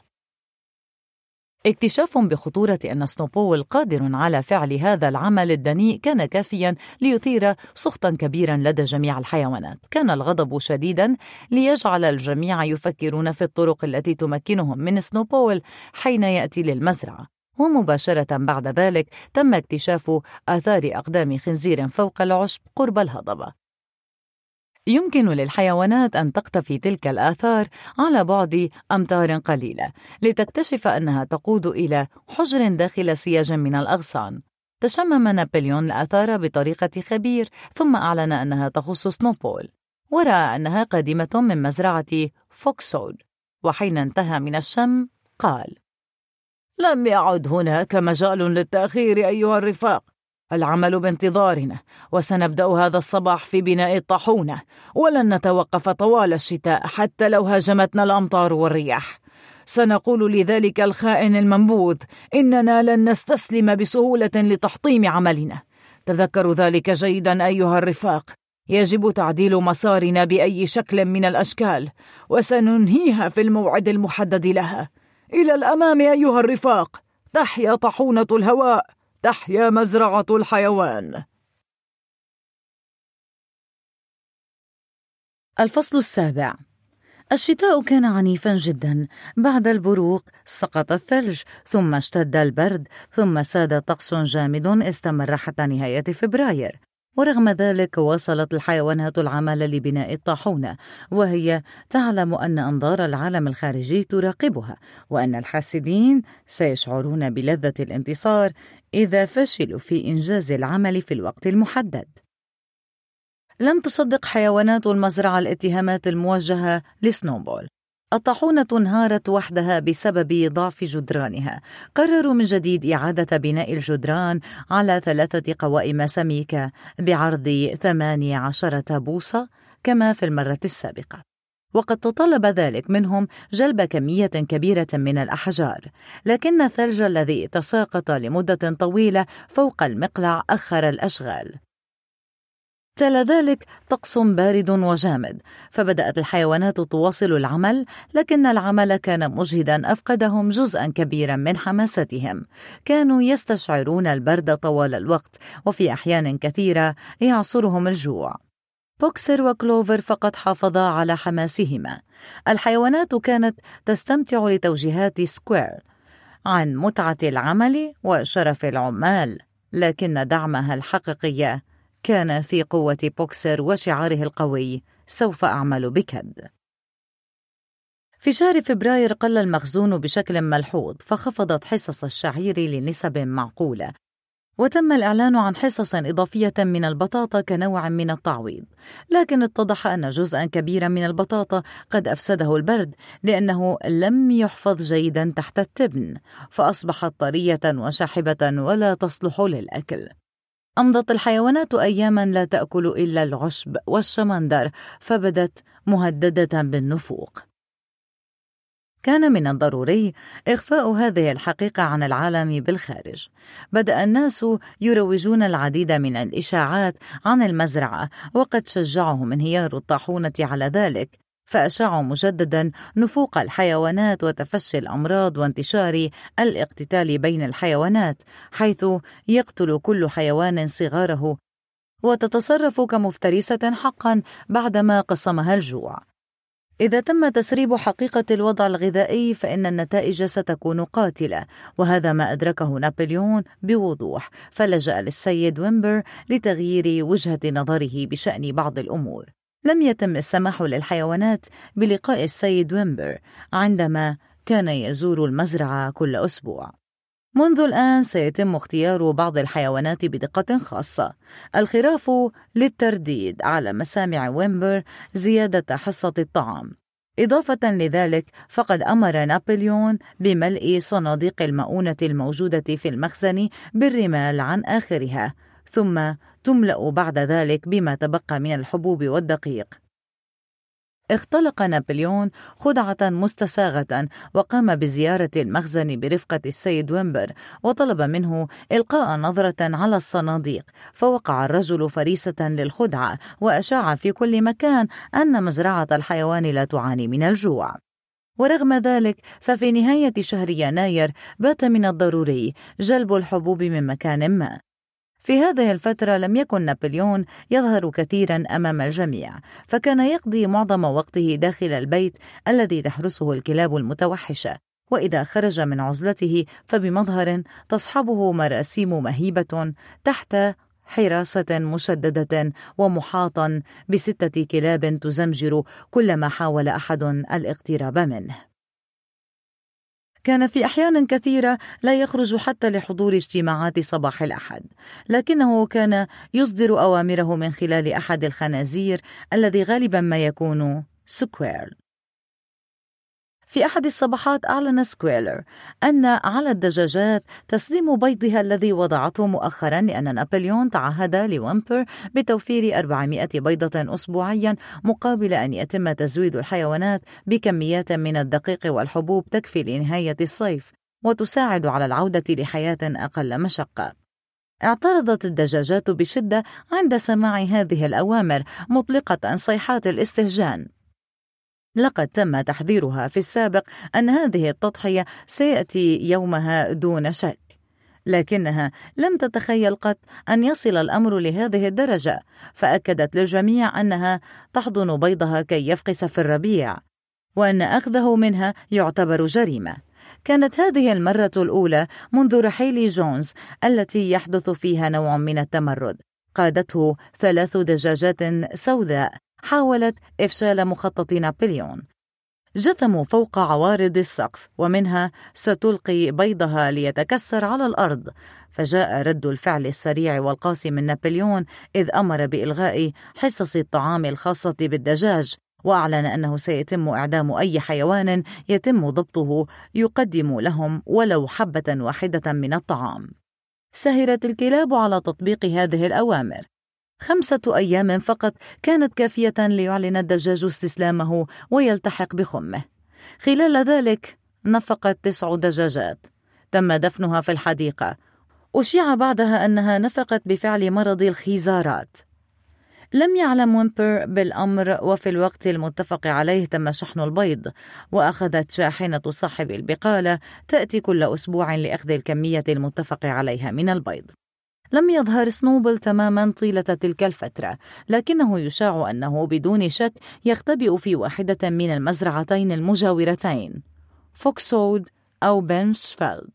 اكتشاف بخطورة أن سنوبول قادر على فعل هذا العمل الدنيء كان كافيا ليثير سخطا كبيرا لدى جميع الحيوانات. كان الغضب شديدا ليجعل الجميع يفكرون في الطرق التي تمكنهم من سنوبول حين يأتي للمزرعة. ومباشرة بعد ذلك تم اكتشاف آثار أقدام خنزير فوق العشب قرب الهضبة. يمكن للحيوانات أن تقتفي تلك الآثار على بعد أمتار قليلة لتكتشف أنها تقود إلى حجر داخل سياج من الأغصان. تشمم نابليون الآثار بطريقة خبير، ثم أعلن أنها تخص سنوبول، ورأى أنها قادمة من مزرعة فوكسول. وحين انتهى من الشم قال: لم يعد هناك مجال للتأخير أيها الرفاق، العمل بانتظارنا، وسنبدأ هذا الصباح في بناء الطاحونة، ولن نتوقف طوال الشتاء حتى لو هاجمتنا الأمطار والرياح. سنقول لذلك الخائن المنبوذ إننا لن نستسلم بسهولة لتحطيم عملنا. تذكروا ذلك جيدا أيها الرفاق، يجب تعديل مسارنا بأي شكل من الأشكال، وسننهيها في الموعد المحدد لها. إلى الأمام أيها الرفاق، تحيا طاحونة الهواء، تحيا مزرعة الحيوان. الفصل السابع. الشتاء كان عنيفا جدا. بعد البروق سقط الثلج، ثم اشتد البرد، ثم ساد طقس جامد استمر حتى نهاية فبراير. ورغم ذلك واصلت الحيوانات العمل لبناء الطاحونة، وهي تعلم أن أنظار العالم الخارجي تراقبها، وأن الحاسدين سيشعرون بلذة الانتصار إذا فشلوا في إنجاز العمل في الوقت المحدد. لم تصدق حيوانات المزرعة الاتهامات الموجهة لسنوبول. الطاحونة انهارت وحدها بسبب ضعف جدرانها. قرروا من جديد إعادة بناء الجدران على ثلاثة قوائم سميكة بعرض ثمانية عشرة بوصة كما في المرة السابقة، وقد تطلب ذلك منهم جلب كمية كبيرة من الأحجار، لكن الثلج الذي تساقط لمدة طويلة فوق المقلع أخر الأشغال. تلا ذلك طقس بارد وجامد، فبدأت الحيوانات تواصل العمل، لكن العمل كان مجهدا أفقدهم جزءا كبيرا من حماستهم. كانوا يستشعرون البرد طوال الوقت، وفي أحيان كثيرة يعصرهم الجوع. بوكسر وكلوفر فقط حافظا على حماسهما. الحيوانات كانت تستمتع لتوجيهات سكوير عن متعة العمل وشرف العمال، لكن دعمها الحقيقي كان في قوة بوكسر وشعاره القوي: سوف أعمل بكد. في شهر فبراير قل المخزون بشكل ملحوظ، فخفضت حصص الشعير لنسب معقولة، وتم الإعلان عن حصص إضافية من البطاطا كنوع من التعويض، لكن اتضح أن جزءاً كبيراً من البطاطا قد أفسده البرد لأنه لم يحفظ جيداً تحت التبن، فأصبحت طرية وشاحبة ولا تصلح للأكل. أمضت الحيوانات أياماً لا تأكل إلا العشب والشمندر، فبدت مهددة بالنفوق. كان من الضروري إخفاء هذه الحقيقة عن العالم بالخارج. بدأ الناس يروجون العديد من الإشاعات عن المزرعة، وقد شجعهم انهيار الطاحونة على ذلك، فأشاعوا مجددا نفوق الحيوانات وتفشي الأمراض وانتشار الاقتتال بين الحيوانات، حيث يقتل كل حيوان صغاره وتتصرف كمفترسة حقا بعدما قصمها الجوع. إذا تم تسريب حقيقة الوضع الغذائي فإن النتائج ستكون قاتلة، وهذا ما أدركه نابليون بوضوح، فلجأ للسيد ويمبر لتغيير وجهة نظره بشأن بعض الأمور. لم يتم السماح للحيوانات بلقاء السيد ويمبر عندما كان يزور المزرعة كل أسبوع. منذ الآن سيتم اختيار بعض الحيوانات بدقة خاصة. الخراف للترديد على مسامع ويمبر زيادة حصة الطعام. إضافة لذلك فقد أمر نابليون بملء صناديق المؤونة الموجودة في المخزن بالرمال عن آخرها، ثم تملأ بعد ذلك بما تبقى من الحبوب والدقيق. اختلق نابليون خدعة مستساغة وقام بزيارة المخزن برفقة السيد ويمبر، وطلب منه إلقاء نظرة على الصناديق، فوقع الرجل فريسة للخدعة وأشاع في كل مكان أن مزرعة الحيوان لا تعاني من الجوع. ورغم ذلك ففي نهاية شهر يناير بات من الضروري جلب الحبوب من مكان ما. في هذه الفترة لم يكن نابليون يظهر كثيرا أمام الجميع، فكان يقضي معظم وقته داخل البيت الذي تحرسه الكلاب المتوحشة، وإذا خرج من عزلته فبمظهر تصحبه مراسيم مهيبة تحت حراسة مشددة ومحاطا بستة كلاب تزمجر كلما حاول أحد الاقتراب منه. كان في أحيان كثيرة لا يخرج حتى لحضور اجتماعات صباح الأحد، لكنه كان يصدر أوامره من خلال أحد الخنازير الذي غالبا ما يكون سكوير. في أحد الصباحات أعلن سكويلر أن على الدجاجات تسليم بيضها الذي وضعته مؤخرا، لأن نابليون تعهد لويمبر بتوفير أربعمائة بيضة أسبوعيا مقابل أن يتم تزويد الحيوانات بكميات من الدقيق والحبوب تكفي لنهاية الصيف وتساعد على العودة لحياة أقل مشقة. اعترضت الدجاجات بشدة عند سماع هذه الأوامر، مطلقة صيحات الاستهجان. لقد تم تحذيرها في السابق أن هذه التضحية سيأتي يومها دون شك، لكنها لم تتخيل قط أن يصل الأمر لهذه الدرجة، فأكدت للجميع أنها تحضن بيضها كي يفقس في الربيع، وأن أخذه منها يعتبر جريمة. كانت هذه المرة الأولى منذ رحيل جونز التي يحدث فيها نوع من التمرد. قادته ثلاث دجاجات سوداء حاولت إفشال مخطط نابليون. جثموا فوق عوارض السقف، ومنها ستلقي بيضها ليتكسر على الأرض. فجاء رد الفعل السريع والقاسي من نابليون، إذ أمر بإلغاء حصص الطعام الخاصة بالدجاج، وأعلن أنه سيتم إعدام أي حيوان يتم ضبطه يقدم لهم ولو حبة واحدة من الطعام. سهرت الكلاب على تطبيق هذه الأوامر. خمسة أيام فقط كانت كافية ليعلن الدجاج استسلامه ويلتحق بخمه. خلال ذلك نفقت تسع دجاجات، تم دفنها في الحديقة. أشيع بعدها أنها نفقت بفعل مرض الخيزارات. لم يعلم ويمبر بالأمر، وفي الوقت المتفق عليه تم شحن البيض، وأخذت شاحنة صاحب البقالة تأتي كل أسبوع لأخذ الكمية المتفق عليها من البيض. لم يظهر سنوبل تماما طيلة تلك الفترة، لكنه يشاع أنه بدون شك يختبئ في واحدة من المزرعتين المجاورتين، فوكسود أو بنشفيلد.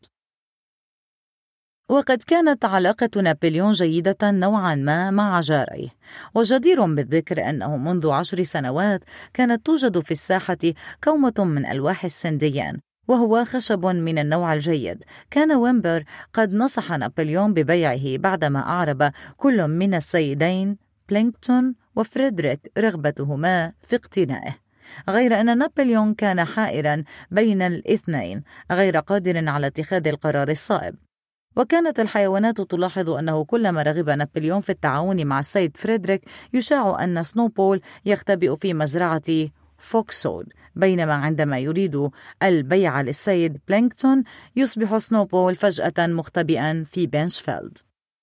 وقد كانت علاقة نابليون جيدة نوعا ما مع جاريه، وجدير بالذكر أنه منذ عشر سنوات كانت توجد في الساحة كومة من ألواح السنديان، وهو خشب من النوع الجيد. كان ويمبر قد نصح نابليون ببيعه بعدما أعرب كل من السيدين بلينكتون وفريدريك رغبتهما في اقتنائه، غير أن نابليون كان حائرا بين الاثنين، غير قادر على اتخاذ القرار الصائب. وكانت الحيوانات تلاحظ أنه كلما رغب نابليون في التعاون مع السيد فريدريك، يشاع أن سنوبول يختبئ في مزرعة فوكسود، بينما عندما يريد البيع للسيد بلينكتون يصبح سنوبول فجأة مختبئا في بنشفيلد.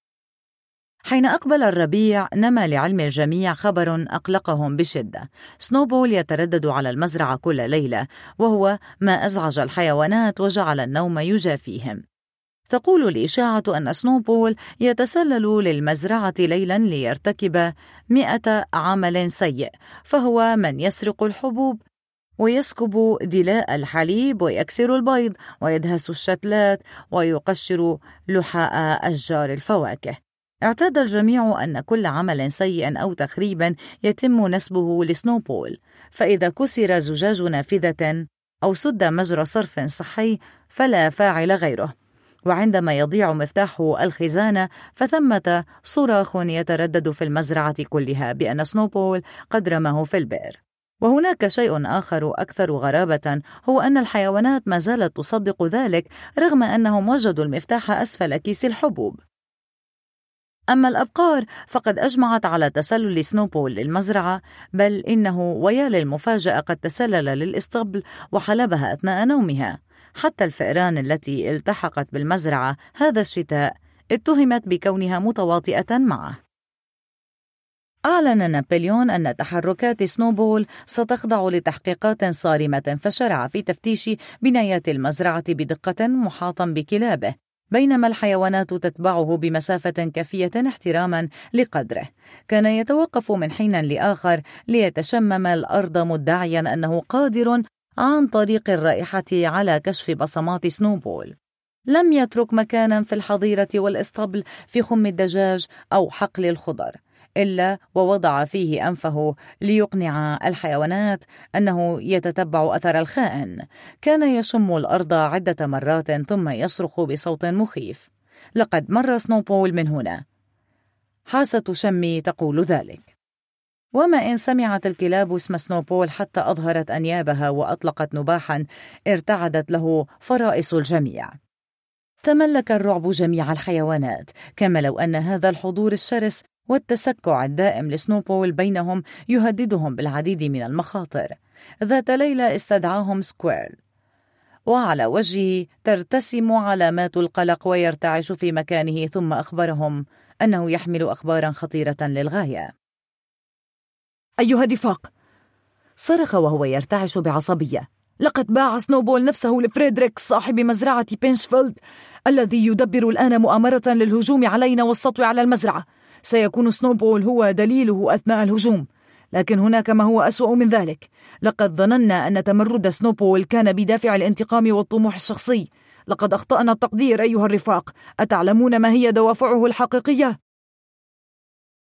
حين أقبل الربيع نما لعلم الجميع خبر أقلقهم بشدة. سنوبول يتردد على المزرعة كل ليلة، وهو ما أزعج الحيوانات وجعل النوم يجافيهم. تقول الإشاعة أن سنوبول يتسلل للمزرعة ليلا ليرتكب مئة عمل سيء، فهو من يسرق الحبوب ويسكب دلاء الحليب ويكسر البيض ويدهس الشتلات ويقشر لحاء أشجار الفواكه. اعتاد الجميع أن كل عمل سيء أو تخريب يتم نسبه لسنوبول، فإذا كسر زجاج نافذة أو سد مجرى صرف صحي فلا فاعل غيره، وعندما يضيع مفتاح الخزانة فثمة صراخ يتردد في المزرعة كلها بأن سنوبول قد رماه في البئر. وهناك شيء آخر أكثر غرابة، هو أن الحيوانات ما زالت تصدق ذلك رغم أنهم وجدوا المفتاح أسفل كيس الحبوب. أما الأبقار فقد أجمعت على تسلل سنوبول للمزرعة، بل إنه ويا للمفاجأة قد تسلل للإسطبل وحلبها أثناء نومها. حتى الفئران التي التحقت بالمزرعة هذا الشتاء اتهمت بكونها متواطئة معه. أعلن نابليون أن تحركات سنوبول ستخضع لتحقيقات صارمة، فشرع في تفتيش بنايات المزرعة بدقة محاطا بكلابه، بينما الحيوانات تتبعه بمسافة كافية احتراما لقدره. كان يتوقف من حين لآخر ليتشمم الأرض، مدعيا أنه قادر عن طريق الرائحة على كشف بصمات سنوبول. لم يترك مكانا في الحظيرة والإسطبل في خم الدجاج أو حقل الخضر إلا ووضع فيه أنفه ليقنع الحيوانات أنه يتتبع أثر الخائن. كان يشم الأرض عدة مرات ثم يصرخ بصوت مخيف: لقد مر سنوبول من هنا. حاسة شمي تقول ذلك. وما إن سمعت الكلاب اسم سنوبول حتى أظهرت أنيابها وأطلقت نباحا ارتعدت له فرائص الجميع. تملك الرعب جميع الحيوانات، كما لو أن هذا الحضور الشرس والتسكع الدائم لسنوبول بينهم يهددهم بالعديد من المخاطر. ذات ليلة استدعاهم سكويرل، وعلى وجهه ترتسم علامات القلق ويرتعش في مكانه، ثم أخبرهم أنه يحمل أخبارا خطيرة للغاية. أيها الرفاق، صرخ وهو يرتعش بعصبية، لقد باع سنوبول نفسه لفريدريك صاحب مزرعة بنشفيلد الذي يدبر الآن مؤامرة للهجوم علينا والسطو على المزرعة. سيكون سنوبول هو دليله أثناء الهجوم، لكن هناك ما هو أسوأ من ذلك. لقد ظننا أن تمرد سنوبول كان بدافع الانتقام والطموح الشخصي. لقد أخطأنا التقدير أيها الرفاق. أتعلمون ما هي دوافعه الحقيقية؟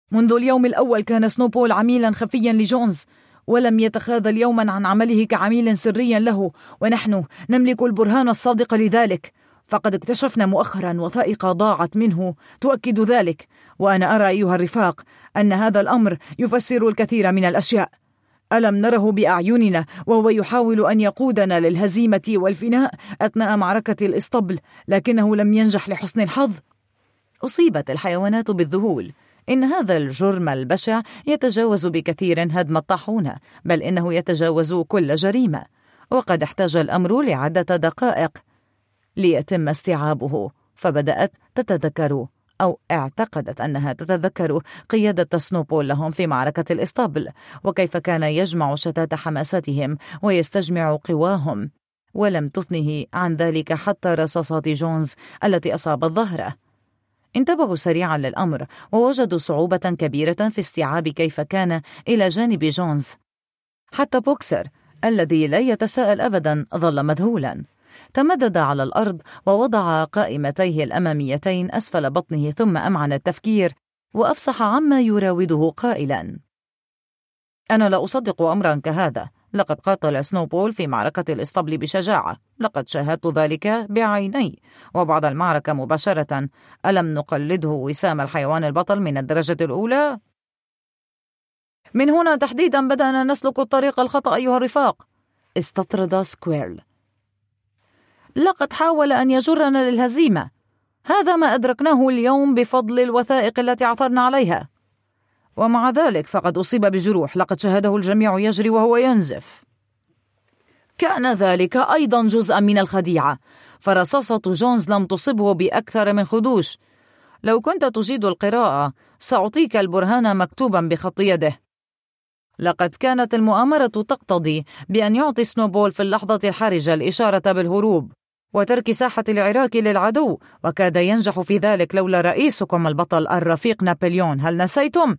منذ اليوم الأول كان سنوبول عميلا خفيا لجونز، ولم يتخاذل يوما عن عمله كعميل سري له، ونحن نملك البرهان الصادق لذلك. فقد اكتشفنا مؤخرا وثائق ضاعت منه تؤكد ذلك، وأنا أرى أيها الرفاق أن هذا الأمر يفسر الكثير من الأشياء. ألم نره بأعيننا وهو يحاول أن يقودنا للهزيمة والفناء أثناء معركة الإسطبل، لكنه لم ينجح لحسن الحظ. أصيبت الحيوانات بالذهول. إن هذا الجرم البشع يتجاوز بكثير هدم الطاحونة، بل إنه يتجاوز كل جريمة، وقد احتاج الأمر لعدة دقائق ليتم استيعابه. فبدأت تتذكر أو اعتقدت أنها تتذكر قيادة سنوبول لهم في معركة الإسطبل، وكيف كان يجمع شتات حماساتهم ويستجمع قواهم، ولم تثنه عن ذلك حتى رصاصات جونز التي أصابت ظهره. انتبهوا سريعا للأمر ووجدوا صعوبة كبيرة في استيعاب كيف كان إلى جانب جونز. حتى بوكسر الذي لا يتساءل أبدا ظل مذهولا. تمدد على الأرض ووضع قائمتيه الأماميتين أسفل بطنه، ثم أمعن التفكير وأفصح عما يراوده قائلا: أنا لا أصدق أمرا كهذا. لقد قاتل سنوبول في معركة الإسطبل بشجاعة، لقد شاهدت ذلك بعيني، وبعد المعركة مباشرة ألم نقلده وسام الحيوان البطل من الدرجة الأولى؟ من هنا تحديدا بدأنا نسلك الطريق الخطأ أيها الرفاق، استطرد سكويرل. لقد حاول أن يجرنا للهزيمة، هذا ما أدركناه اليوم بفضل الوثائق التي عثرنا عليها، ومع ذلك فقد أصيب بجروح لقد شاهده الجميع يجري وهو ينزف. كان ذلك أيضا جزءا من الخديعة، فرصاصة جونز لم تصبه بأكثر من خدوش. لو كنت تجيد القراءة سأعطيك البرهان مكتوبا بخط يده. لقد كانت المؤامرة تقتضي بأن يعطي سنوبول في اللحظة الحرجة الإشارة بالهروب وترك ساحة العراك للعدو، وكاد ينجح في ذلك لولا رئيسكم البطل الرفيق نابليون. هل نسيتم؟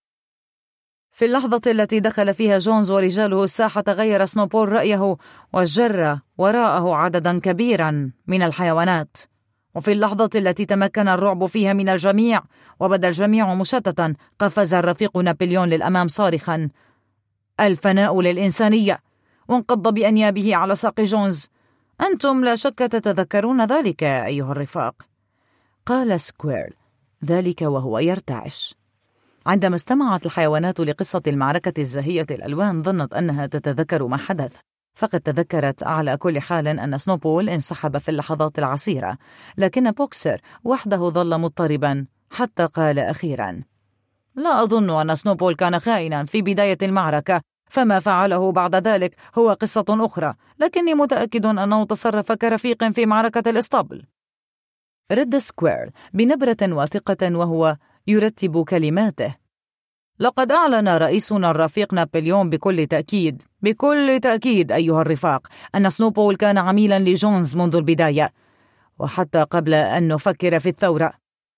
في اللحظة التي دخل فيها جونز ورجاله الساحة غير سنوبول رأيه وجر وراءه عددا كبيرا من الحيوانات، وفي اللحظة التي تمكن الرعب فيها من الجميع وبدا الجميع مشتتا قفز الرفيق نابليون للأمام صارخا: الفناء للإنسانية، وانقض بأنيابه على ساق جونز. أنتم لا شك تتذكرون ذلك أيها الرفاق، قال سكويرل، ذلك وهو يرتعش. عندما استمعت الحيوانات لقصة المعركة الزاهية الألوان ظنت أنها تتذكر ما حدث، فقد تذكرت على كل حال أن سنوبول انسحب في اللحظات العسيرة، لكن بوكسر وحده ظل مضطربا حتى قال أخيرا: لا أظن أن سنوبول كان خائنا في بداية المعركة، فما فعله بعد ذلك هو قصة أخرى، لكني متأكد أنه تصرف كرفيق في معركة الإسطبل. رد سكويرل بنبرة واثقة وهو يرتب كلماته: لقد أعلن رئيسنا الرفيق نابليون بكل تأكيد بكل تأكيد أيها الرفاق أن سنوبول كان عميلا لجونز منذ البداية، وحتى قبل أن نفكر في الثورة.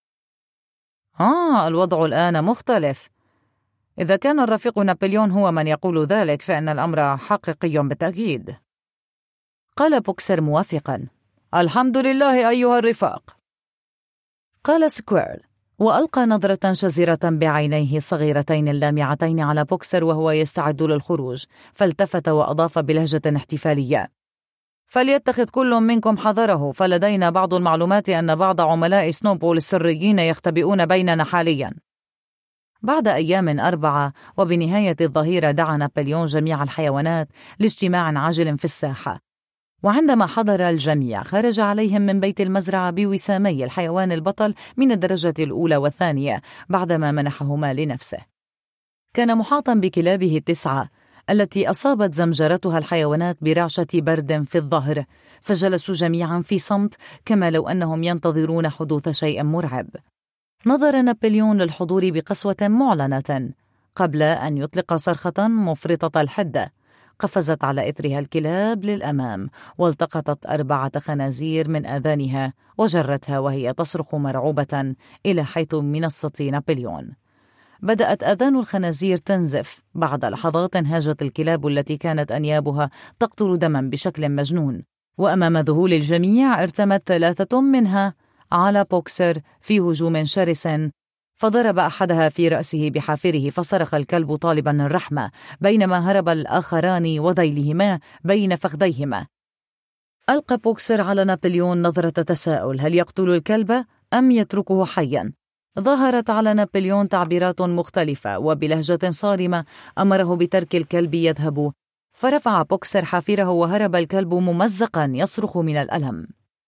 آه الوضع الآن مختلف. إذا كان الرفيق نابليون هو من يقول ذلك فإن الأمر حقيقي بالتأكيد، قال بوكسر موافقا. الحمد لله أيها الرفاق، قال سكويرل، وألقى نظرة شزيرة بعينيه الصغيرتين اللامعتين على بوكسر وهو يستعد للخروج، فالتفت وأضاف بلهجة احتفالية: فليتخذ كل منكم حذره، فلدينا بعض المعلومات أن بعض عملاء سنوبول السريين يختبئون بيننا حاليا. بعد أيام أربعة وبنهاية الظهيرة دعا نابليون جميع الحيوانات لاجتماع عاجل في الساحة، وعندما حضر الجميع خرج عليهم من بيت المزرعة بوسامي الحيوان البطل من الدرجة الأولى والثانية بعدما منحهما لنفسه. كان محاطا بكلابه التسعة التي أصابت زمجرتها الحيوانات برعشة برد في الظهر، فجلسوا جميعا في صمت كما لو أنهم ينتظرون حدوث شيء مرعب. نظر نابليون للحضور بقسوة معلنة قبل أن يطلق صرخة مفرطة الحدة. قفزت على إثرها الكلاب للأمام والتقطت أربعة خنازير من آذانها وجرتها وهي تصرخ مرعوبة إلى حيث منصة نابليون. بدأت آذان الخنازير تنزف. بعد لحظات هاجت الكلاب التي كانت أنيابها تقطر دما بشكل مجنون، وأمام ذهول الجميع ارتمت ثلاثة منها على بوكسر في هجوم شرس فضرب أحدها في رأسه بحافره فصرخ الكلب طالبا الرحمة، بينما هرب الآخران وذيلهما بين فخذيهما. ألقى بوكسر على نابليون نظرة تساؤل، هل يقتل الكلب أم يتركه حيا؟ ظهرت على نابليون تعبيرات مختلفة، وبلهجة صارمة أمره بترك الكلب يذهب، فرفع بوكسر حافره وهرب الكلب ممزقا يصرخ من الألم.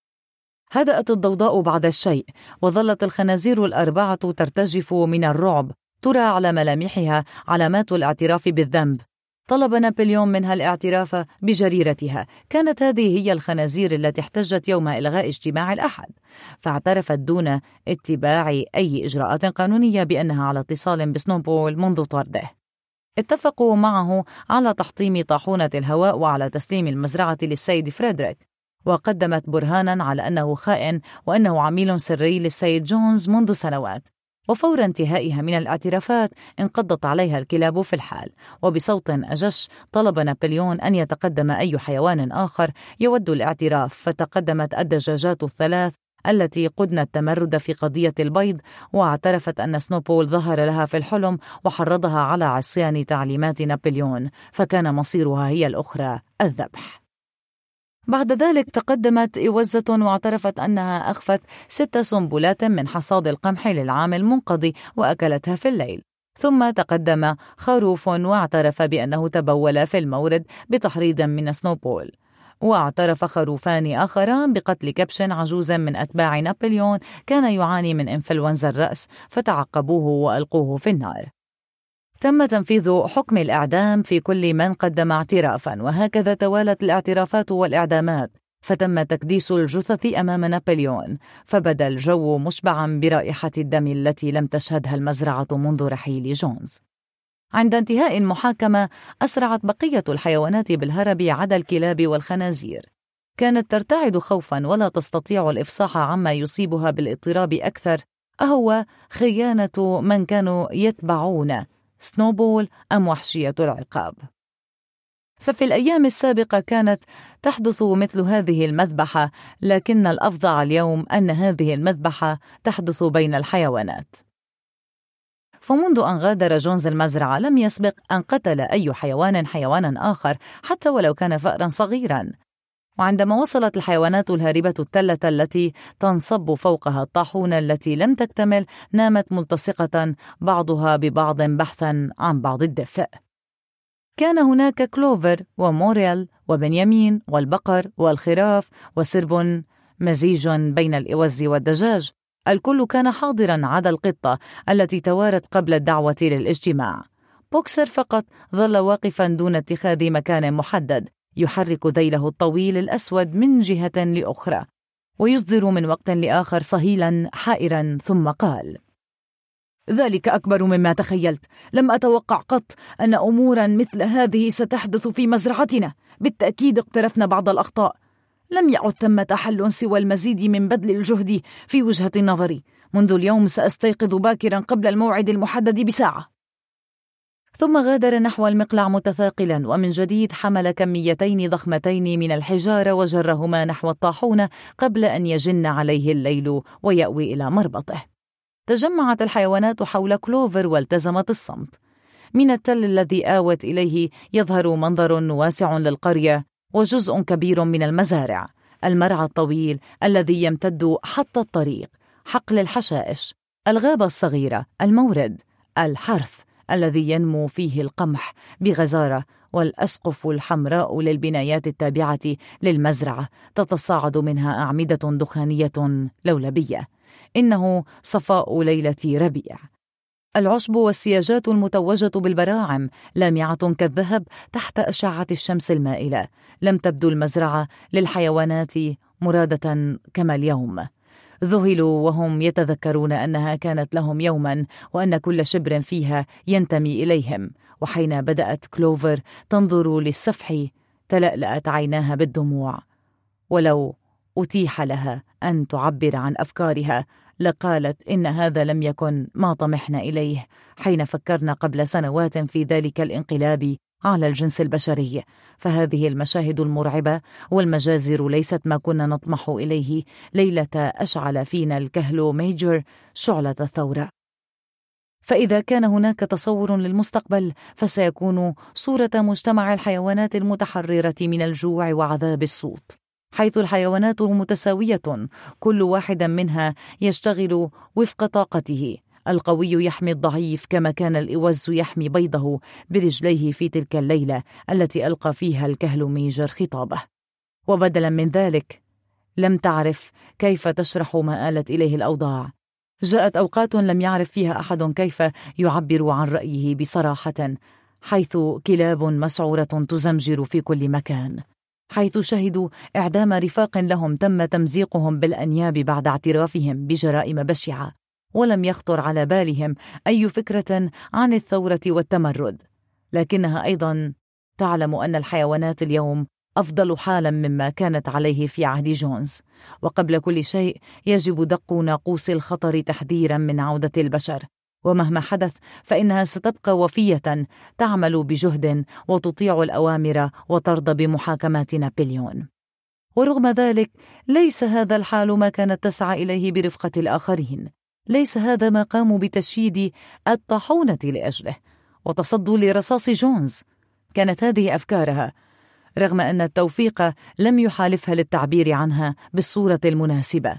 هدأت الضوضاء بعد الشيء، وظلت الخنازير الأربعة ترتجف من الرعب، ترى على ملامحها علامات الاعتراف بالذنب. طلب نابليون منها الاعتراف بجريرتها. كانت هذه هي الخنازير التي احتجت يوم إلغاء اجتماع الأحد، فاعترفت دون اتباع أي إجراءات قانونية بأنها على اتصال بسنوبول منذ طرده. اتفقوا معه على تحطيم طاحونة الهواء وعلى تسليم المزرعة للسيد فريدريك، وقدمت برهانا على أنه خائن وأنه عميل سري للسيد جونز منذ سنوات. وفور انتهائها من الاعترافات انقضت عليها الكلاب في الحال، وبصوت أجش طلب نابليون أن يتقدم أي حيوان آخر يود الاعتراف، فتقدمت الدجاجات الثلاث التي قدن التمرد في قضية البيض، واعترفت أن سنوبول ظهر لها في الحلم وحرضها على عصيان تعليمات نابليون، فكان مصيرها هي الأخرى الذبح. بعد ذلك تقدمت إوزة واعترفت أنها أخفت ست سنبلات من حصاد القمح للعام المنقضي وأكلتها في الليل. ثم تقدم خروف واعترف بأنه تبول في المورد بتحريض من سنوبول. واعترف خروفان آخران بقتل كبش عجوز من أتباع نابليون كان يعاني من إنفلونزا الرأس، فتعقبوه وألقوه في النار. تم تنفيذ حكم الإعدام في كل من قدم اعترافا، وهكذا توالت الاعترافات والإعدامات، فتم تكديس الجثث أمام نابليون، فبدا الجو مشبعا برائحة الدم التي لم تشهدها المزرعة منذ رحيل جونز. عند انتهاء المحاكمة أسرعت بقية الحيوانات بالهرب عدا الكلاب والخنازير. كانت ترتعد خوفا ولا تستطيع الإفصاح عما يصيبها بالاضطراب أكثر، أهو خيانة من كانوا يتبعون سنوبول أم وحشية العقاب. ففي الأيام السابقة كانت تحدث مثل هذه المذبحة، لكن الأفظع اليوم أن هذه المذبحة تحدث بين الحيوانات. فمنذ أن غادر جونز المزرعة لم يسبق أن قتل أي حيوان حيوانا آخر، حتى ولو كان فأرا صغيرا. وعندما وصلت الحيوانات الهاربة التلة التي تنصب فوقها الطاحونة التي لم تكتمل، نامت ملتصقة بعضها ببعض بحثا عن بعض الدفء. كان هناك كلوفر وموريل وبنيامين والبقر والخراف وسرب مزيج بين الإوز والدجاج. الكل كان حاضرا عدا القطة التي توارت قبل الدعوة للاجتماع. بوكسر فقط ظل واقفا دون اتخاذ مكان محدد، يحرك ذيله الطويل الأسود من جهة لأخرى، ويصدر من وقت لآخر صهيلا حائرا، ثم قال: ذلك أكبر مما تخيلت. لم أتوقع قط أن أمورا مثل هذه ستحدث في مزرعتنا. بالتأكيد اقترفنا بعض الأخطاء. لم يعد ثمة حل سوى المزيد من بذل الجهد في وجهة نظري. منذ اليوم سأستيقظ باكرا قبل الموعد المحدد بساعة. ثم غادر نحو المقلع متثاقلا، ومن جديد حمل كميتين ضخمتين من الحجارة وجرهما نحو الطاحونة قبل أن يجن عليه الليل ويأوي إلى مربطه. تجمعت الحيوانات حول كلوفر والتزمت الصمت. من التل الذي آوت إليه يظهر منظر واسع للقرية وجزء كبير من المزارع، المرعى الطويل الذي يمتد حتى الطريق، حقل الحشائش، الغابة الصغيرة، المورد، الحرث الذي ينمو فيه القمح بغزارة، والأسقف الحمراء للبنايات التابعة للمزرعة تتصاعد منها أعمدة دخانية لولبية. إنه صفاء ليلة ربيع. العشب والسياجات المتوجة بالبراعم لامعة كالذهب تحت أشعة الشمس المائلة. لم تبدو المزرعة للحيوانات مرادة كما اليوم. ذهلوا وهم يتذكرون أنها كانت لهم يوما، وأن كل شبر فيها ينتمي إليهم. وحين بدأت كلوفر تنظر للسفح تلألأت عيناها بالدموع، ولو أتيح لها أن تعبر عن أفكارها لقالت إن هذا لم يكن ما طمحنا إليه حين فكرنا قبل سنوات في ذلك الانقلاب على الجنس البشري. فهذه المشاهد المرعبة والمجازر ليست ما كنا نطمح إليه ليلة أشعل فينا الكهل ميجر شعلة الثورة. فإذا كان هناك تصور للمستقبل فسيكون صورة مجتمع الحيوانات المتحررة من الجوع وعذاب الصوت، حيث الحيوانات متساوية، كل واحد منها يشتغل وفق طاقته. القوي يحمي الضعيف كما كان الإوز يحمي بيضه برجليه في تلك الليلة التي ألقى فيها الكهل ميجر خطابه. وبدلا من ذلك لم تعرف كيف تشرح ما آلت إليه الأوضاع. جاءت أوقات لم يعرف فيها أحد كيف يعبر عن رأيه بصراحة، حيث كلاب مسعورة تزمجر في كل مكان، حيث شهدوا إعدام رفاق لهم تم تمزيقهم بالأنياب بعد اعترافهم بجرائم بشعة، ولم يخطر على بالهم أي فكرة عن الثورة والتمرد. لكنها أيضا تعلم أن الحيوانات اليوم أفضل حالا مما كانت عليه في عهد جونز، وقبل كل شيء يجب دق ناقوس الخطر تحذيرا من عودة البشر، ومهما حدث فإنها ستبقى وفية تعمل بجهد وتطيع الأوامر وترضى بمحاكمات نابليون. ورغم ذلك ليس هذا الحال ما كانت تسعى إليه برفقة الآخرين، ليس هذا ما قاموا بتشييد الطاحونة لأجله وتصدوا لرصاص جونز. كانت هذه أفكارها، رغم أن التوفيق لم يحالفها للتعبير عنها بالصورة المناسبة.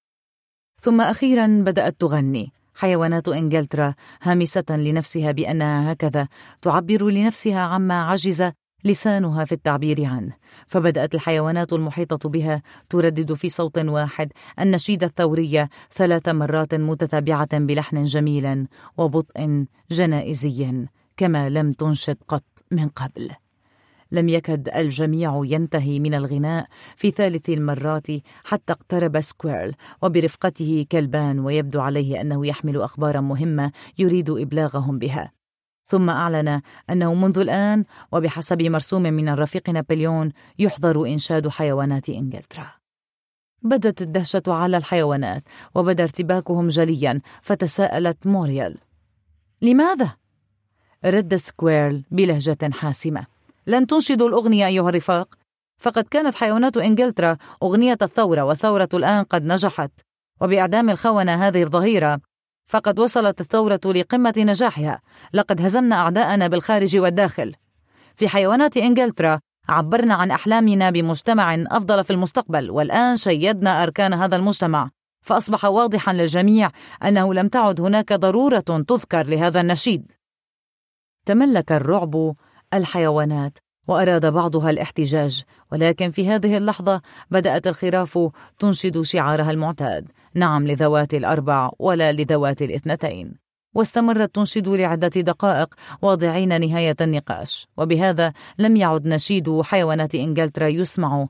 ثم أخيرا بدأت تغني. حيوانات إنجلترا هامسة لنفسها بأنها هكذا تعبر لنفسها عما عجز لسانها في التعبير عنه، فبدأت الحيوانات المحيطة بها تردد في صوت واحد النشيد الثوري ثلاث مرات متتابعة بلحن جميل وبطء جنائزي كما لم تنشد قط من قبل. لم يكد الجميع ينتهي من الغناء في ثالث المرات حتى اقترب سكويرل وبرفقته كلبان، ويبدو عليه أنه يحمل أخبارا مهمة يريد إبلاغهم بها. ثم أعلن أنه منذ الآن وبحسب مرسوم من الرفيق نابليون يحظر إنشاد حيوانات إنجلترا. بدت الدهشة على الحيوانات وبدا ارتباكهم جليا، فتساءلت موريال: لماذا؟ رد سكويرل بلهجة حاسمة: لن تنشدوا الأغنية أيها الرفاق، فقد كانت حيوانات إنجلترا أغنية الثورة، والثورة الآن قد نجحت، وبإعدام الخونة هذه الظهيرة فقد وصلت الثورة لقمة نجاحها. لقد هزمنا أعداءنا بالخارج والداخل. في حيوانات إنجلترا عبرنا عن أحلامنا بمجتمع أفضل في المستقبل، والآن شيدنا أركان هذا المجتمع، فأصبح واضحا للجميع أنه لم تعد هناك ضرورة تذكر لهذا النشيد. تملك الرعب الحيوانات وأراد بعضها الاحتجاج، ولكن في هذه اللحظة بدأت الخراف تنشد شعارها المعتاد: نعم لذوات الأربع ولا لذوات الاثنتين، واستمرت تنشد لعدة دقائق واضعين نهاية النقاش، وبهذا لم يعد نشيد حيوانات إنجلترا يسمع،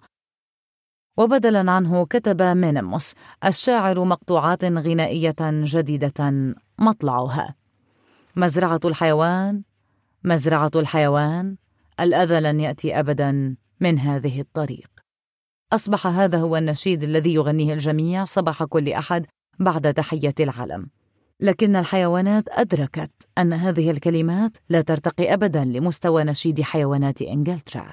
وبدلا عنه كتب مينيموس الشاعر مقطوعات غنائية جديدة مطلعها: مزرعة الحيوان، مزرعة الحيوان، الأذى لن يأتي أبدا من هذه الطريق. أصبح هذا هو النشيد الذي يغنيه الجميع صباح كل أحد بعد تحية العلم. لكن الحيوانات أدركت أن هذه الكلمات لا ترتقي أبدا لمستوى نشيد حيوانات إنجلترا.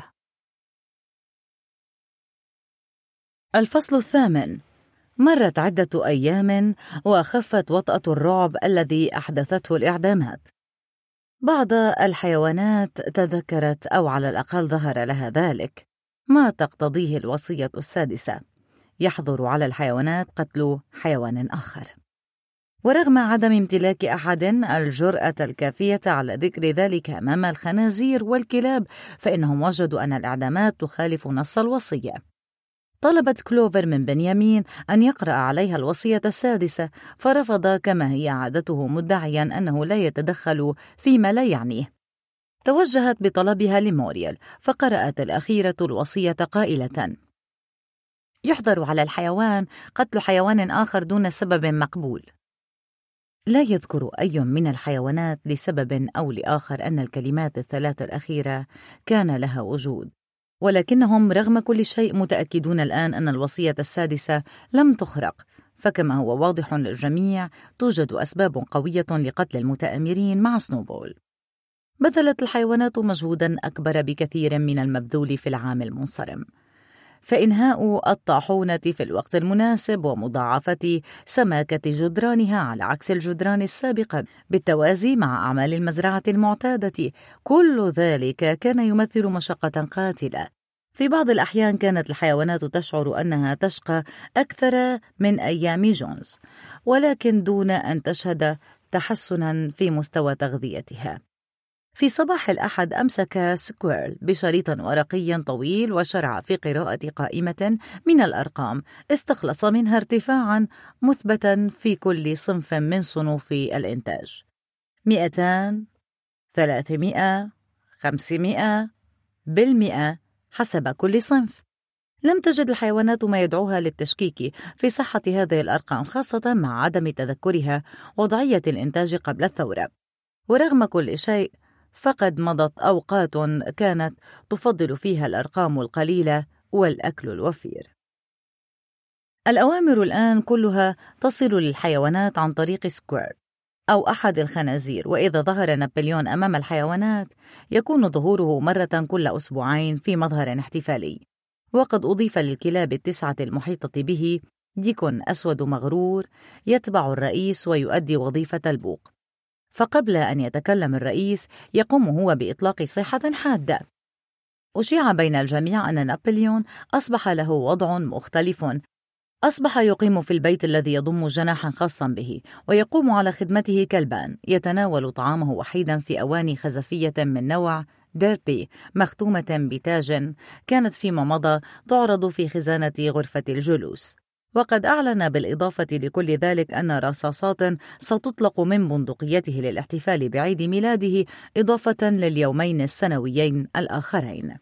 الفصل الثامن. مرت عدة أيام وخفت وطأة الرعب الذي أحدثته الإعدامات. بعض الحيوانات تذكرت، أو على الأقل ظهر لها ذلك، ما تقتضيه الوصية السادسة: يحظر على الحيوانات قتل حيوان آخر. ورغم عدم امتلاك أحد الجرأة الكافية على ذكر ذلك أمام الخنازير والكلاب، فإنهم وجدوا أن الإعدامات تخالف نص الوصية. طلبت كلوفر من بنيامين أن يقرأ عليها الوصية السادسة، فرفض كما هي عادته، مدعيا أنه لا يتدخل فيما لا يعنيه. توجهت بطلبها لموريال، فقرأت الأخيرة الوصية قائلة: يحظر على الحيوان قتل حيوان آخر دون سبب مقبول. لا يذكر أي من الحيوانات لسبب أو لآخر أن الكلمات الثلاث الأخيرة كان لها وجود، ولكنهم رغم كل شيء متأكدون الآن أن الوصية السادسة لم تخرق، فكما هو واضح للجميع توجد أسباب قوية لقتل المتآمرين مع سنوبول. بذلت الحيوانات مجهودا أكبر بكثير من المبذول في العام المنصرم، فإنهاء الطاحونة في الوقت المناسب ومضاعفة سماكة جدرانها على عكس الجدران السابقة بالتوازي مع أعمال المزرعة المعتادة، كل ذلك كان يمثل مشقة قاتلة. في بعض الأحيان كانت الحيوانات تشعر أنها تشقى أكثر من أيام جونز، ولكن دون أن تشهد تحسناً في مستوى تغذيتها. في صباح الأحد أمسك سكويرل بشريط ورقي طويل وشرع في قراءة قائمة من الأرقام استخلص منها ارتفاعاً مثبتاً في كل صنف من صنوف الإنتاج: مئتان، ثلاثمائة، خمسمائة، بالمئة حسب كل صنف. لم تجد الحيوانات ما يدعوها للتشكيك في صحة هذه الأرقام، خاصة مع عدم تذكرها وضعية الإنتاج قبل الثورة. ورغم كل شيء فقد مضت أوقات كانت تفضل فيها الأرقام القليلة والأكل الوفير. الأوامر الآن كلها تصل للحيوانات عن طريق سكويرل أو أحد الخنازير، وإذا ظهر نابليون أمام الحيوانات يكون ظهوره مرة كل أسبوعين في مظهر احتفالي. وقد أضيف للكلاب التسعة المحيطة به ديكون أسود مغرور يتبع الرئيس ويؤدي وظيفة البوق. فقبل أن يتكلم الرئيس يقوم هو بإطلاق صيحة حادة. أشيع بين الجميع أن نابليون أصبح له وضع مختلف، أصبح يقيم في البيت الذي يضم جناحا خاصا به، ويقوم على خدمته كلبان، يتناول طعامه وحيدا في أواني خزفية من نوع ديربي مختومة بتاج كانت فيما مضى تعرض في خزانة غرفة الجلوس. وقد أعلن بالإضافة لكل ذلك أن رصاصات ستطلق من بندقيته للاحتفال بعيد ميلاده إضافة لليومين السنويين الآخرين.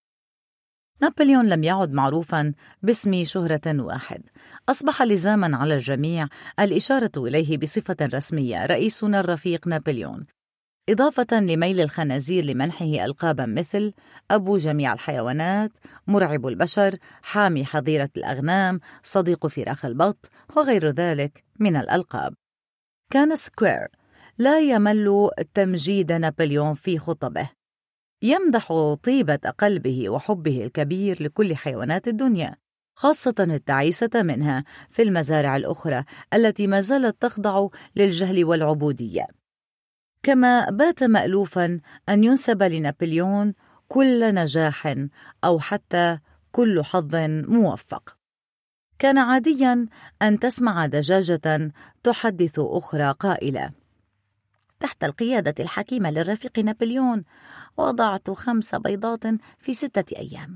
نابليون لم يعد معروفاً باسم شهرة واحد، أصبح لزاماً على الجميع الإشارة إليه بصفة رسمية: رئيسنا الرفيق نابليون، إضافة لميل الخنازير لمنحه ألقاباً مثل أبو جميع الحيوانات، مرعب البشر، حامي حظيرة الأغنام، صديق فراخ البط، وغير ذلك من الألقاب. كان سكوير لا يمل تمجيد نابليون في خطبه، يمدح طيبة قلبه وحبه الكبير لكل حيوانات الدنيا، خاصة التعيسة منها في المزارع الأخرى التي ما زالت تخضع للجهل والعبودية. كما بات مألوفاً أن ينسب لنابليون كل نجاح أو حتى كل حظ موفق. كان عادياً أن تسمع دجاجة تحدث أخرى قائلة: تحت القيادة الحكيمة للرفيق نابليون وضعت خمس بيضات في ستة أيام.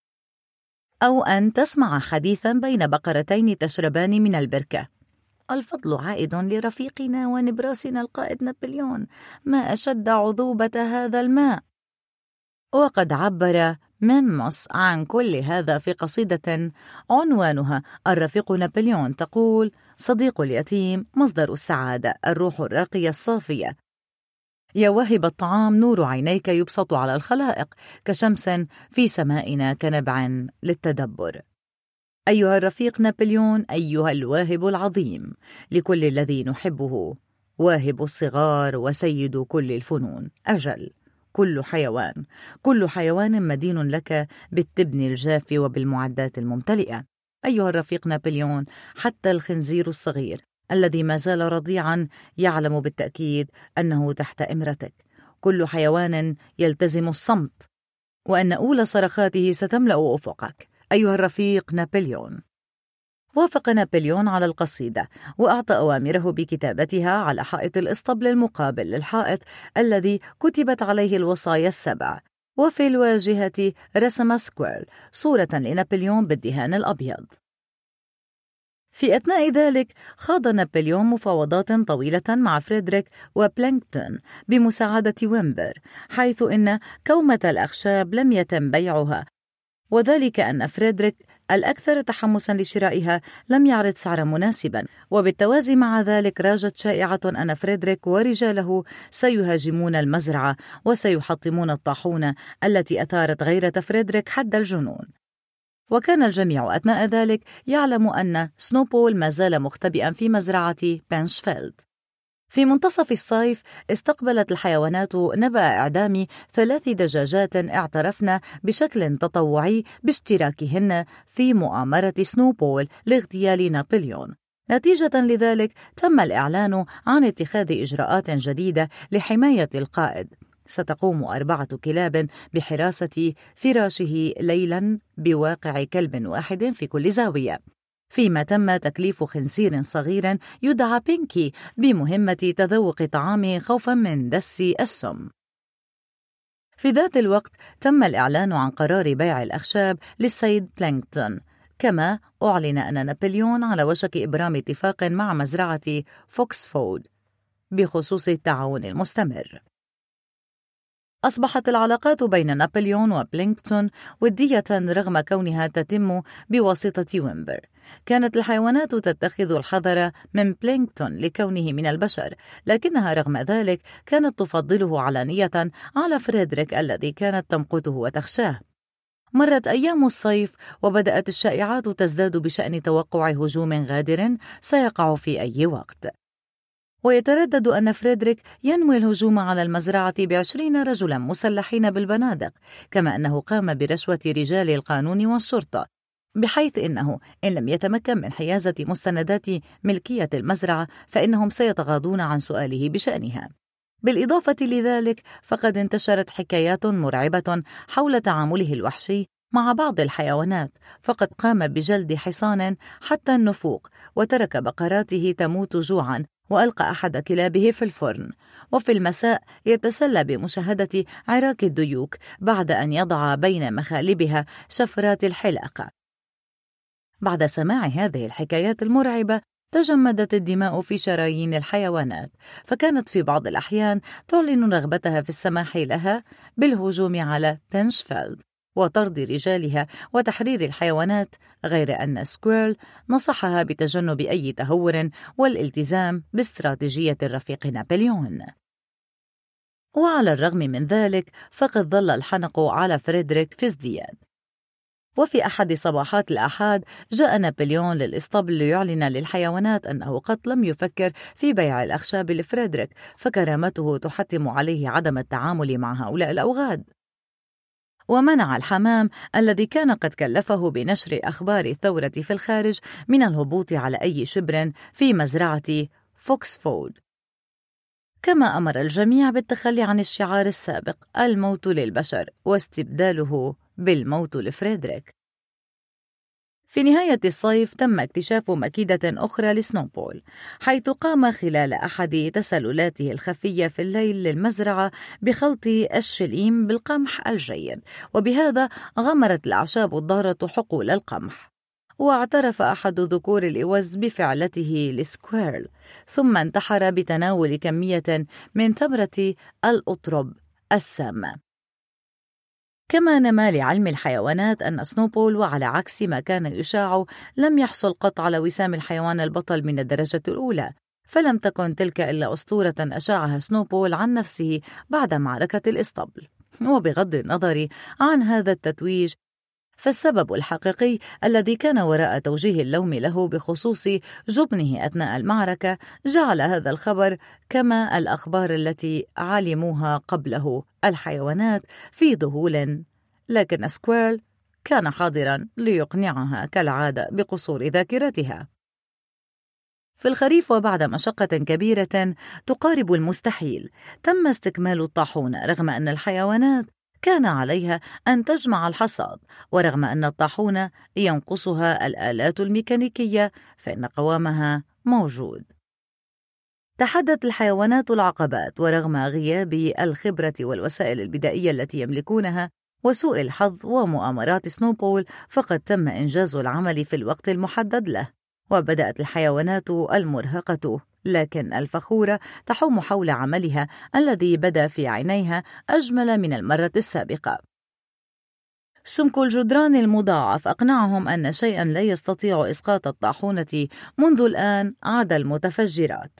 أو أن تسمع حديثاً بين بقرتين تشربان من البركة: الفضل عائد لرفيقنا ونبراسنا القائد نابليون، ما أشد عذوبة هذا الماء. وقد عبر مينموس عن كل هذا في قصيدة عنوانها الرفيق نابليون، تقول: صديق اليتيم مصدر السعادة، الروح الراقية الصافية، يا واهب الطعام نور عينيك يبسط على الخلائق، كشمس في سمائنا كنبع للتدبر. أيها الرفيق نابليون، أيها الواهب العظيم لكل الذي نحبه، واهب الصغار وسيد كل الفنون، أجل كل حيوان، كل حيوان مدين لك بالتبن الجاف وبالمعدات الممتلئة. أيها الرفيق نابليون، حتى الخنزير الصغير الذي ما زال رضيعا يعلم بالتأكيد أنه تحت إمرتك. كل حيوان يلتزم الصمت، وأن أولى صرخاته ستملأ أفقك. أيها الرفيق نابليون. وافق نابليون على القصيدة وأعطى أوامره بكتابتها على حائط الإسطبل المقابل للحائط الذي كتبت عليه الوصايا السبع، وفي الواجهة رسم سكويرل صورة لنابليون بالدهان الأبيض. في أثناء ذلك خاض نابليون مفاوضات طويلة مع فريدريك وبلانكتون بمساعدة ويمبر، حيث إن كومة الأخشاب لم يتم بيعها، وذلك أن فريدريك الأكثر تحمساً لشرائها لم يعرض سعراً مناسباً. وبالتوازي مع ذلك راجت شائعة أن فريدريك ورجاله سيهاجمون المزرعة وسيحطمون الطاحونة التي أثارت غيرة فريدريك حد الجنون. وكان الجميع أثناء ذلك يعلم أن سنوبول ما زال مختبئاً في مزرعة بنشفيلد. في منتصف الصيف استقبلت الحيوانات نبأ إعدام ثلاث دجاجات اعترفن بشكل تطوعي باشتراكهن في مؤامرة سنوبول لاغتيال نابليون. نتيجة لذلك تم الإعلان عن اتخاذ إجراءات جديدة لحماية القائد. ستقوم أربعة كلاب بحراسة فراشه ليلاً بواقع كلب واحد في كل زاوية، فيما تم تكليف خنزير صغير يدعى بينكي بمهمة تذوق طعامه خوفاً من دس السم. في ذات الوقت تم الإعلان عن قرار بيع الأخشاب للسيد بلانكتون، كما أعلن أن نابليون على وشك إبرام اتفاق مع مزرعة فوكسفود بخصوص التعاون المستمر. أصبحت العلاقات بين نابليون وبلينكتون ودية رغم كونها تتم بواسطة ويمبر. كانت الحيوانات تتخذ الحذر من بلينكتون لكونه من البشر، لكنها رغم ذلك كانت تفضله علانية على فريدريك الذي كانت تمقته وتخشاه. مرت أيام الصيف وبدأت الشائعات تزداد بشأن توقع هجوم غادر سيقع في أي وقت، ويتردد أن فريدريك ينوي الهجوم على المزرعة بعشرين رجلا مسلحين بالبنادق، كما أنه قام برشوة رجال القانون والشرطة، بحيث إنه إن لم يتمكن من حيازة مستندات ملكية المزرعة فإنهم سيتغاضون عن سؤاله بشأنها. بالإضافة لذلك فقد انتشرت حكايات مرعبة حول تعامله الوحشي مع بعض الحيوانات، فقد قام بجلد حصان حتى النفوق، وترك بقراته تموت جوعا، وألقى أحد كلابه في الفرن، وفي المساء يتسلى بمشاهدة عراك الديوك بعد أن يضع بين مخالبها شفرات الحلاقة. بعد سماع هذه الحكايات المرعبة تجمدت الدماء في شرايين الحيوانات، فكانت في بعض الأحيان تعلن رغبتها في السماح لها بالهجوم على بنشفيلد وطرد رجالها وتحرير الحيوانات، غير أن سكويرل نصحها بتجنب أي تهور والالتزام باستراتيجية الرفيق نابليون. وعلى الرغم من ذلك فقد ظل الحنق على فريدريك في ازدياد. وفي أحد صباحات الأحد جاء نابليون للإسطبل ليعلن للحيوانات أنه قد لم يفكر في بيع الأخشاب لفريدريك، فكرامته تحتم عليه عدم التعامل مع هؤلاء الأوغاد. ومنع الحمام الذي كان قد كلفه بنشر أخبار الثورة في الخارج من الهبوط على أي شبر في مزرعة فوكسفود، كما أمر الجميع بالتخلي عن الشعار السابق الموت للبشر واستبداله بالموت لفريدريك. في نهاية الصيف تم اكتشاف مكيدة أخرى لسنوبول، حيث قام خلال أحد تسللاته الخفية في الليل للمزرعة بخلط الشليم بالقمح الجيد، وبهذا غمرت الأعشاب الضارة حقول القمح. واعترف أحد ذكور الإوز بفعلته لسكويرل، ثم انتحر بتناول كمية من ثمرة الأطرب السامة. كما نما لعلم الحيوانات أن سنوبول، وعلى عكس ما كان يشاع، لم يحصل قط على وسام الحيوان البطل من الدرجة الأولى، فلم تكن تلك إلا أسطورة أشاعها سنوبول عن نفسه بعد معركة الإسطبل. وبغض النظر عن هذا التتويج، فالسبب الحقيقي الذي كان وراء توجيه اللوم له بخصوص جبنه أثناء المعركة جعل هذا الخبر كما الأخبار التي علموها قبله الحيوانات في ذهول، لكن سكويرل كان حاضرا ليقنعها كالعادة بقصور ذاكرتها. في الخريف وبعد مشقة كبيرة تقارب المستحيل تم استكمال الطاحونة، رغم أن الحيوانات كان عليها أن تجمع الحصاد، ورغم أن الطاحونة ينقصها الآلات الميكانيكية فإن قوامها موجود. تحدت الحيوانات العقبات، ورغم غياب الخبرة والوسائل البدائية التي يملكونها وسوء الحظ ومؤامرات سنوبول، فقد تم إنجاز العمل في الوقت المحدد له، وبدأت الحيوانات المرهقة لكن الفخورة تحوم حول عملها الذي بدا في عينيها أجمل من المرة السابقة. سمك الجدران المضاعف أقنعهم أن شيئا لا يستطيع إسقاط الطاحونة منذ الآن عدا المتفجرات.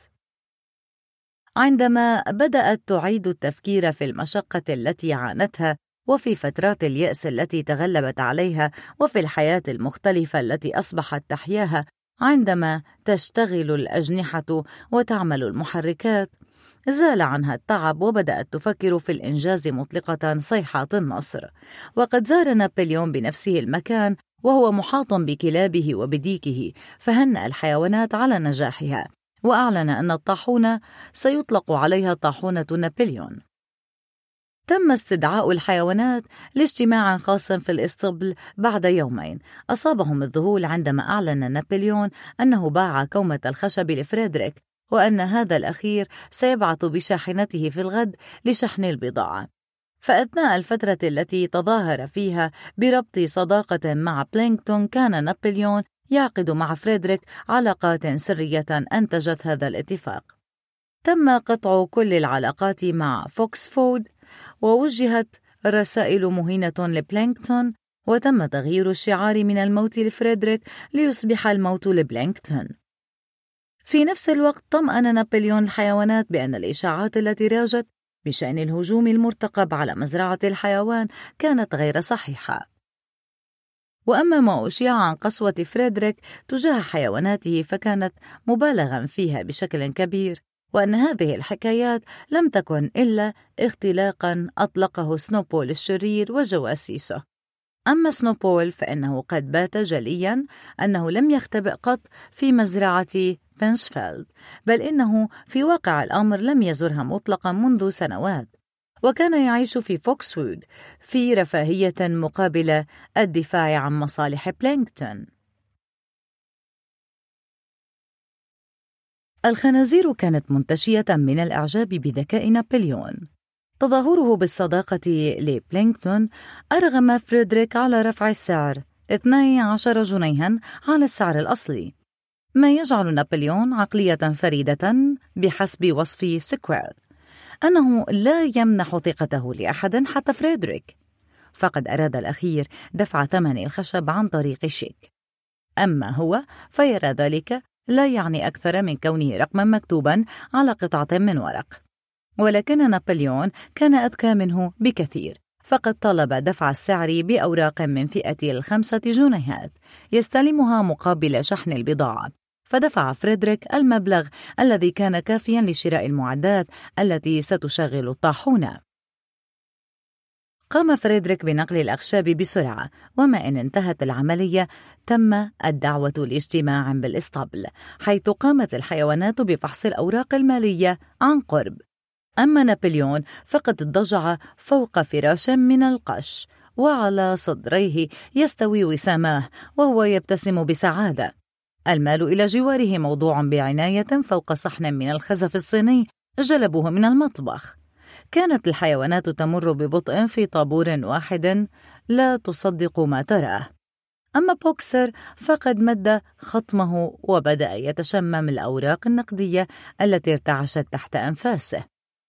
عندما بدأت تعيد التفكير في المشقة التي عانتها، وفي فترات اليأس التي تغلبت عليها، وفي الحياة المختلفة التي أصبحت تحياها، عندما تشتغل الأجنحة وتعمل المحركات زال عنها التعب وبدأت تفكر في الإنجاز مطلقة صيحات النصر. وقد زار نابليون بنفسه المكان وهو محاط بكلابه وبديكه، فهنأ الحيوانات على نجاحها وأعلن أن الطاحونة سيطلق عليها طاحونة نابليون. تم استدعاء الحيوانات لاجتماع خاص في الإسطبل بعد يومين. أصابهم الذهول عندما أعلن نابليون أنه باع كومة الخشب لفريدريك، وأن هذا الأخير سيبعث بشاحنته في الغد لشحن البضاعة. فأثناء الفترة التي تظاهر فيها بربط صداقة مع بلانكتون، كان نابليون يعقد مع فريدريك علاقات سرية أنتجت هذا الاتفاق. تم قطع كل العلاقات مع فوكسفورد، ووجهت رسائل مهينة لبلانكتون، وتم تغيير الشعار من الموت لفريدريك ليصبح الموت لبلانكتون. في نفس الوقت طمأن نابليون الحيوانات بأن الإشاعات التي راجت بشأن الهجوم المرتقب على مزرعة الحيوان كانت غير صحيحة. وأما ما أشيع عن قسوة فريدريك تجاه حيواناته فكانت مبالغا فيها بشكل كبير، وأن هذه الحكايات لم تكن إلا اختلاقا أطلقه سنوبول الشرير وجواسيسه. أما سنوبول فإنه قد بات جليا أنه لم يختبئ قط في مزرعة بنشفيلد، بل إنه في واقع الأمر لم يزرها مطلقا منذ سنوات، وكان يعيش في فوكسوود في رفاهية مقابل الدفاع عن مصالح بلانكتون. الخنازير كانت منتشية من الإعجاب بذكاء نابليون. تظاهره بالصداقة لبلانكتون أرغم فريدريك على رفع السعر اثني عشر جنيها عن السعر الأصلي، ما يجعل نابليون عقلية فريدة بحسب وصف سكوير، أنه لا يمنح ثقته لأحد حتى فريدريك، فقد أراد الأخير دفع ثمن الخشب عن طريق شيك. أما هو فيرى ذلك لا يعني أكثر من كونه رقما مكتوبا على قطعة من ورق. ولكن نابليون كان أذكى منه بكثير، فقد طلب دفع السعر بأوراق من فئة الخمسة جنيهات يستلمها مقابل شحن البضاعة، فدفع فريدريك المبلغ الذي كان كافيا لشراء المعدات التي ستشغل الطاحونة. قام فريدريك بنقل الأخشاب بسرعة، وما إن انتهت العملية تم الدعوة لاجتماع بالإسطبل، حيث قامت الحيوانات بفحص الأوراق المالية عن قرب. أما نابليون فقد اضطجع فوق فراش من القش، وعلى صدريه يستوي وساماه وهو يبتسم بسعادة. المال إلى جواره موضوع بعناية فوق صحن من الخزف الصيني جلبوه من المطبخ. كانت الحيوانات تمر ببطء في طابور واحد لا تصدق ما تراه. أما بوكسر فقد مد خطمه وبدأ يتشمم الأوراق النقدية التي ارتعشت تحت أنفاسه.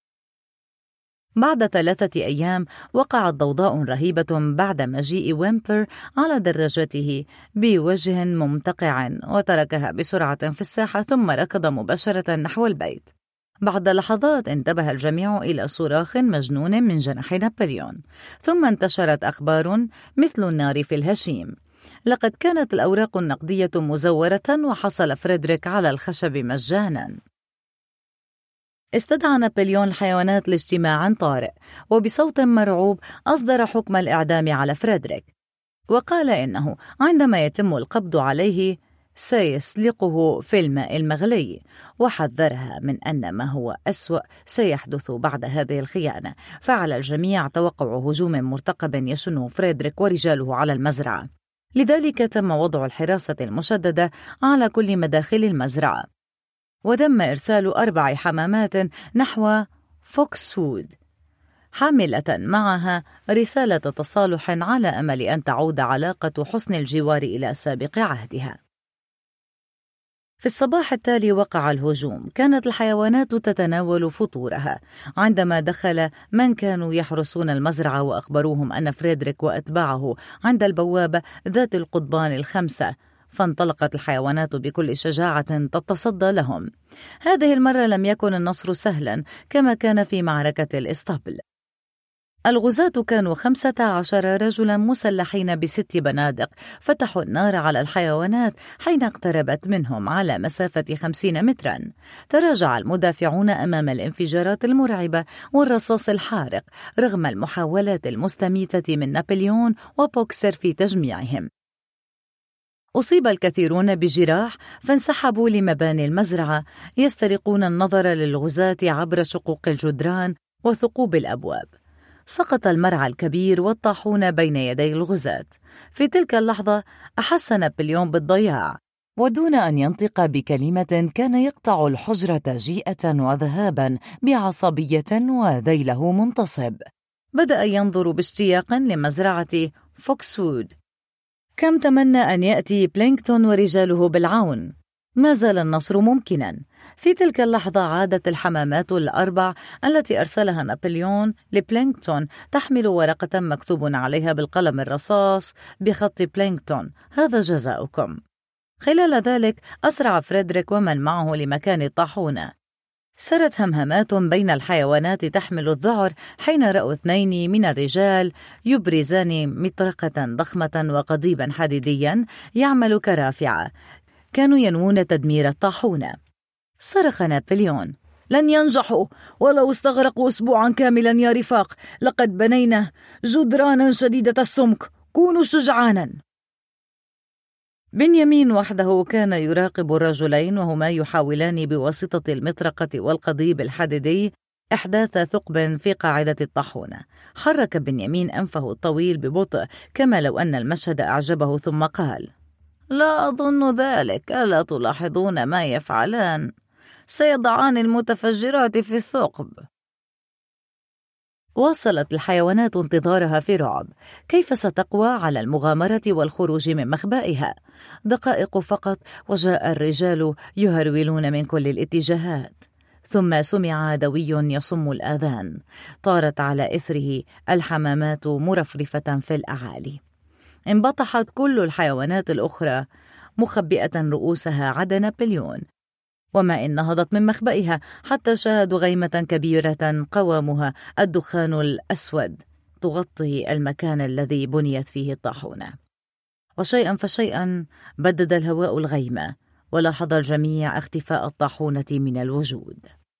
بعد ثلاثة أيام وقعت ضوضاء رهيبة بعد مجيء ويمبر على دراجته بوجه ممتقع، وتركها بسرعة في الساحة ثم ركض مباشرة نحو البيت. بعد لحظات انتبه الجميع إلى صراخ مجنون من جناح نابليون، ثم انتشرت أخبار مثل النار في الهشيم. لقد كانت الأوراق النقدية مزورة وحصل فريدريك على الخشب مجانا. استدعى نابليون الحيوانات لاجتماع طارئ، وبصوت مرعوب أصدر حكم الإعدام على فريدريك، وقال إنه عندما يتم القبض عليه سيسلقه في الماء المغلي، وحذرها من أن ما هو أسوأ سيحدث بعد هذه الخيانة، فعلى الجميع توقع هجوم مرتقب يشنه فريدريك ورجاله على المزرعة. لذلك تم وضع الحراسة المشددة على كل مداخل المزرعة، وتم إرسال أربع حمامات نحو فوكسوود حاملة معها رسالة تصالح على أمل أن تعود علاقة حسن الجوار إلى سابق عهدها. في الصباح التالي وقع الهجوم. كانت الحيوانات تتناول فطورها عندما دخل من كانوا يحرسون المزرعة وأخبروهم أن فريدريك وأتباعه عند البوابة ذات القضبان الخمسة، فانطلقت الحيوانات بكل شجاعة تتصدى لهم. هذه المرة لم يكن النصر سهلا كما كان في معركة الإسطبل. الغزاة كانوا خمسة عشر رجلا مسلحين بست بنادق فتحوا النار على الحيوانات حين اقتربت منهم على مسافة خمسين مترا. تراجع المدافعون أمام الانفجارات المرعبة والرصاص الحارق رغم المحاولات المستميتة من نابليون وبوكسر في تجميعهم. أصيب الكثيرون بجراح فانسحبوا لمباني المزرعة يسترقون النظر للغزاة عبر شقوق الجدران وثقوب الأبواب. سقط المرعى الكبير والطاحون بين يدي الغزاة. في تلك اللحظة أحس نابليون بالضياع، ودون أن ينطق بكلمة كان يقطع الحجرة جيئة وذهابا بعصبية وذيله منتصب. بدأ ينظر باشتياق لمزرعة فوكسوود. كم تمنى أن يأتي بلينكتون ورجاله بالعون. ما زال النصر ممكنا. في تلك اللحظة عادت الحمامات الأربع التي أرسلها نابليون لبلينكتون تحمل ورقة مكتوب عليها بالقلم الرصاص بخط بلينكتون: هذا جزاؤكم. خلال ذلك أسرع فريدريك ومن معه لمكان الطاحونة. سرت همهمات بين الحيوانات تحمل الذعر حين رأوا اثنين من الرجال يبرزان مطرقة ضخمة وقضيبا حديديا يعمل كرافعة، كانوا ينوون تدمير الطاحونة. صرخ نابليون: لن ينجحوا ولو استغرقوا أسبوعا كاملا يا رفاق، لقد بنينا جدرانا شديدة السمك، كونوا شجعانا. بنيامين وحده كان يراقب الرجلين وهما يحاولان بواسطة المطرقة والقضيب الحديدي إحداث ثقب في قاعدة الطاحونة. حرك بنيامين أنفه الطويل ببطء كما لو أن المشهد أعجبه، ثم قال: لا أظن ذلك، ألا تلاحظون ما يفعلان؟ سيضعان المتفجرات في الثقب. واصلت الحيوانات انتظارها في رعب. كيف ستقوى على المغامرة والخروج من مخبائها؟ دقائق فقط وجاء الرجال يهرولون من كل الاتجاهات، ثم سمع دوي يصم الآذان. طارت على إثره الحمامات مرفرفة في الأعالي. انبطحت كل الحيوانات الأخرى مخبئة رؤوسها عدا نابليون، وما إن نهضت من مخبئها حتى شاهدوا غيمة كبيرة قوامها الدخان الأسود تغطي المكان الذي بنيت فيه الطاحونة. وشيئا فشيئا بدد الهواء الغيمة، ولاحظ الجميع اختفاء الطاحونة من الوجود.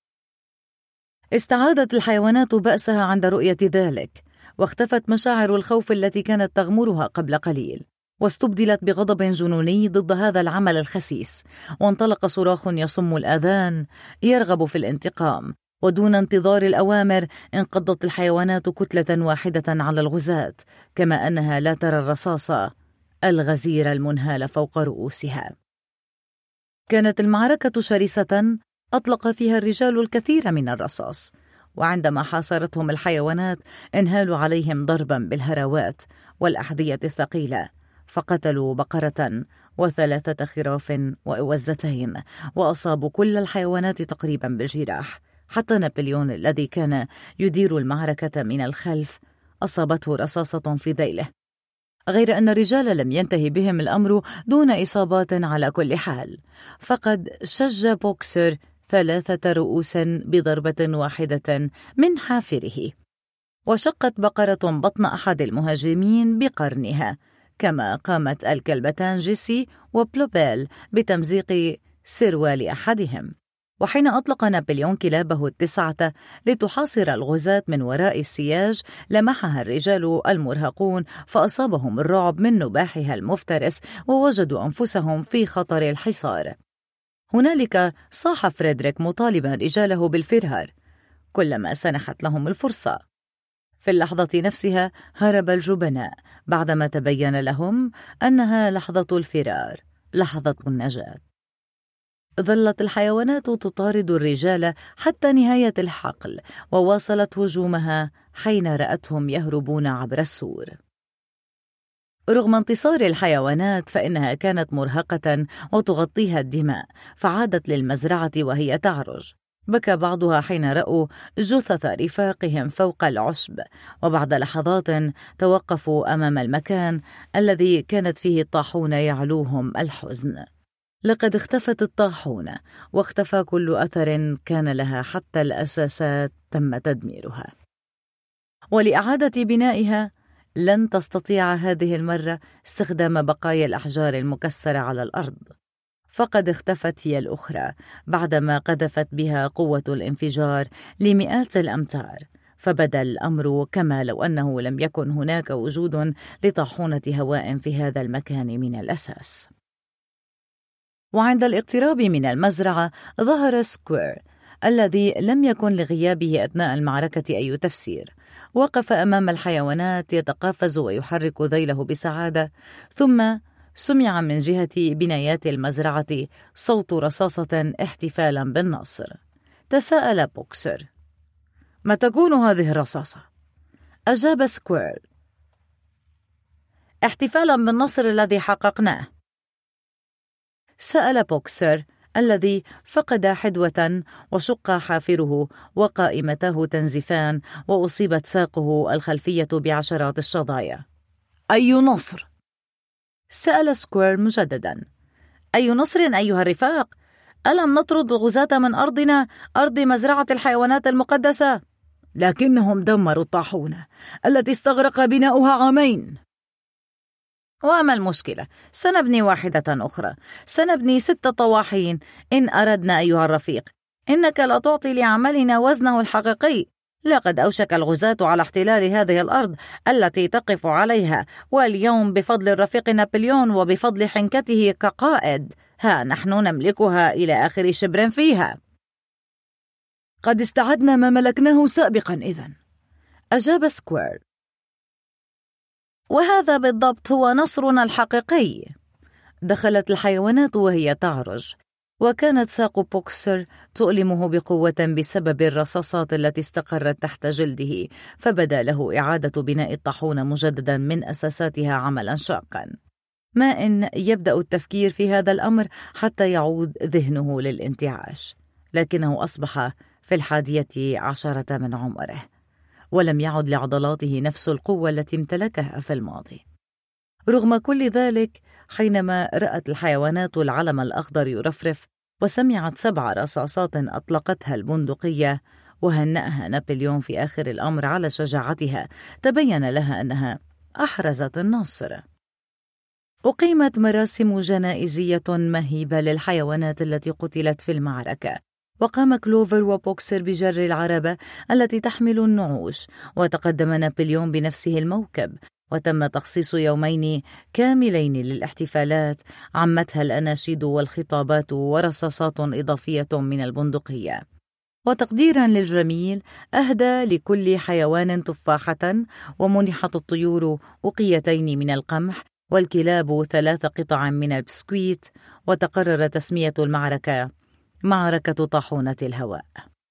استعادت الحيوانات بأسها عند رؤية ذلك، واختفت مشاعر الخوف التي كانت تغمرها قبل قليل، واستبدلت بغضب جنوني ضد هذا العمل الخسيس. وانطلق صراخ يصم الآذان يرغب في الانتقام، ودون انتظار الأوامر انقضت الحيوانات كتلة واحدة على الغزاة، كما أنها لا ترى الرصاص الغزير المنهال فوق رؤوسها. كانت المعركة شرسة، أطلق فيها الرجال الكثير من الرصاص، وعندما حاصرتهم الحيوانات انهالوا عليهم ضربا بالهراوات والأحذية الثقيلة، فقتلوا بقرة وثلاثة خراف وأوزتين، وأصابوا كل الحيوانات تقريبا بالجراح. حتى نابليون الذي كان يدير المعركة من الخلف أصابته رصاصة في ذيله، غير أن الرجال لم ينتهي بهم الأمر دون إصابات على كل حال، فقد شج بوكسر ثلاثة رؤوس بضربة واحدة من حافره، وشقت بقرة بطن أحد المهاجمين بقرنها، كما قامت الكلبتان جيسي وبلوبيل بتمزيق سروال أحدهم. وحين أطلق نابليون كلابه التسعة لتحاصر الغزاة من وراء السياج، لمحها الرجال المرهقون فأصابهم الرعب من نباحها المفترس، ووجدوا أنفسهم في خطر الحصار. هنالك صاح فريدريك مطالبا رجاله بالفرار كلما سنحت لهم الفرصة. في اللحظة نفسها هرب الجبناء بعدما تبين لهم أنها لحظة الفرار، لحظة النجاة. ظلت الحيوانات تطارد الرجال حتى نهاية الحقل، وواصلت هجومها حين رأتهم يهربون عبر السور. رغم انتصار الحيوانات فإنها كانت مرهقة وتغطيها الدماء، فعادت للمزرعة وهي تعرج. بكى بعضها حين رأوا جثث رفاقهم فوق العشب، وبعد لحظات توقفوا أمام المكان الذي كانت فيه الطاحونة يعلوهم الحزن. لقد اختفت الطاحونة، واختفى كل أثر كان لها، حتى الأساسات تم تدميرها. ولإعادة بنائها لن تستطيع هذه المرة استخدام بقايا الأحجار المكسرة على الأرض، فقد اختفت هي الأخرى بعدما قذفت بها قوة الانفجار لمئات الأمتار، فبدا الأمر كما لو أنه لم يكن هناك وجود لطاحونة هواء في هذا المكان من الأساس. وعند الاقتراب من المزرعة ظهر سكوير الذي لم يكن لغيابه أثناء المعركة أي تفسير. وقف أمام الحيوانات يتقافز ويحرك ذيله بسعادة، ثم سمع من جهة بنايات المزرعة صوت رصاصة احتفالا بالنصر. تساءل بوكسر: ما تكون هذه الرصاصة؟ أجاب سكوير: احتفالا بالنصر الذي حققناه. سأل بوكسر الذي فقد حدوة وشق حافره وقائمتاه تنزفان وأصيبت ساقه الخلفية بعشرات الشظايا: أي نصر؟ سأل سكوير مجددا: أي نصر أيها الرفاق؟ ألم نطرد الغزاة من أرضنا، أرض مزرعة الحيوانات المقدسة؟ لكنهم دمروا الطاحونة التي استغرق بناؤها عامين. وما المشكلة؟ سنبني واحدة أخرى، سنبني ست طواحين إن أردنا أيها الرفيق. إنك لا تعطي لعملنا وزنه الحقيقي. لقد أوشك الغزاة على احتلال هذه الأرض التي تقف عليها، واليوم بفضل الرفيق نابليون وبفضل حنكته كقائد ها نحن نملكها إلى آخر شبر فيها. قد استعدنا ما ملكناه سابقا إذن، أجاب سكوير. وهذا بالضبط هو نصرنا الحقيقي. دخلت الحيوانات وهي تعرج، وكانت ساق بوكسر تؤلمه بقوة بسبب الرصاصات التي استقرت تحت جلده، فبدا له إعادة بناء الطاحونة مجددا من أساساتها عملا شاقا. ما إن يبدأ التفكير في هذا الأمر حتى يعود ذهنه للانتعاش، لكنه أصبح في الحادية عشرة من عمره، ولم يعد لعضلاته نفس القوة التي امتلكها في الماضي. رغم كل ذلك، حينما رأت الحيوانات العلم الأخضر يرفرف وسمعت سبع رصاصات أطلقتها البندقية وهنأها نابليون في آخر الأمر على شجاعتها، تبين لها أنها أحرزت النصر. أقيمت مراسم جنائزية مهيبة للحيوانات التي قتلت في المعركة، وقام كلوفر وبوكسر بجر العربة التي تحمل النعوش، وتقدم نابليون بنفسه الموكب، وتم تخصيص يومين كاملين للاحتفالات عمتها الأناشيد والخطابات ورصاصات إضافية من البندقية. وتقديرا للجميل أهدى لكل حيوان تفاحة، ومنحت الطيور أقيتين من القمح، والكلاب ثلاث قطع من البسكويت، وتقرر تسمية المعركة معركة طاحونة الهواء.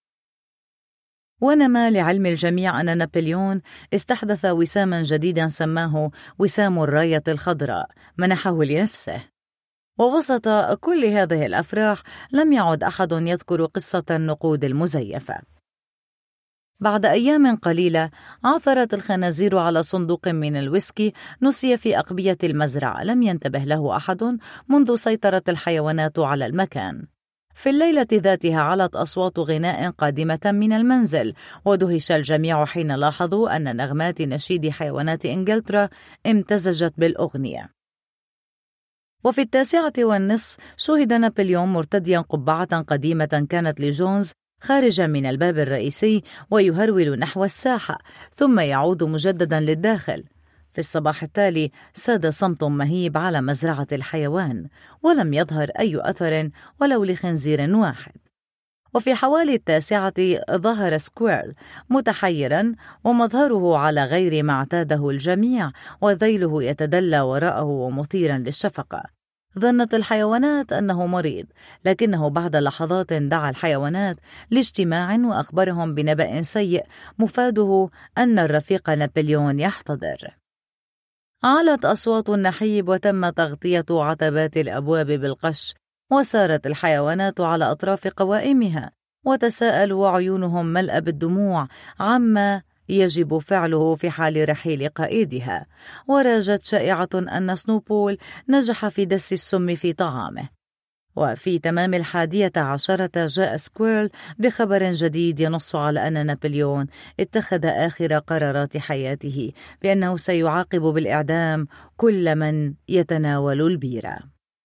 ونما لعلم الجميع أن نابليون استحدث وساما جديدا سماه وسام الراية الخضراء، منحه لنفسه. ووسط كل هذه الأفراح لم يعد أحد يذكر قصة النقود المزيفة. بعد أيام قليلة عثرت الخنازير على صندوق من الويسكي نسي في أقبية المزرعة، لم ينتبه له أحد منذ سيطرة الحيوانات على المكان. في الليلة ذاتها علت أصوات غناء قادمة من المنزل، ودهش الجميع حين لاحظوا أن نغمات نشيد حيوانات إنجلترا امتزجت بالأغنية. وفي التاسعة والنصف شوهد نابليون مرتديا قبعة قديمة كانت لجونز خارجا من الباب الرئيسي ويهرول نحو الساحة، ثم يعود مجددا للداخل. في الصباح التالي ساد صمت مهيب على مزرعة الحيوان، ولم يظهر أي أثر ولو لخنزير واحد. وفي حوالي التاسعة ظهر سكوير متحيرا ومظهره على غير ما اعتاده الجميع، وذيله يتدلى وراءه ومثيرا للشفقة. ظنت الحيوانات أنه مريض، لكنه بعد لحظات دعا الحيوانات لاجتماع وأخبرهم بنبأ سيء مفاده أن الرفيق نابليون يحتضر. علت أصوات النحيب وتم تغطية عتبات الأبواب بالقش، وسارت الحيوانات على أطراف قوائمها وتساءلوا عيونهم ملأ بالدموع عما يجب فعله في حال رحيل قائدها. وراجت شائعة أن سنوبول نجح في دس السم في طعامه، وفي تمام الحادية عشرة جاء سكويرل بخبر جديد ينص على أن نابليون اتخذ آخر قرارات حياته بأنه سيعاقب بالإعدام كل من يتناول البيرة.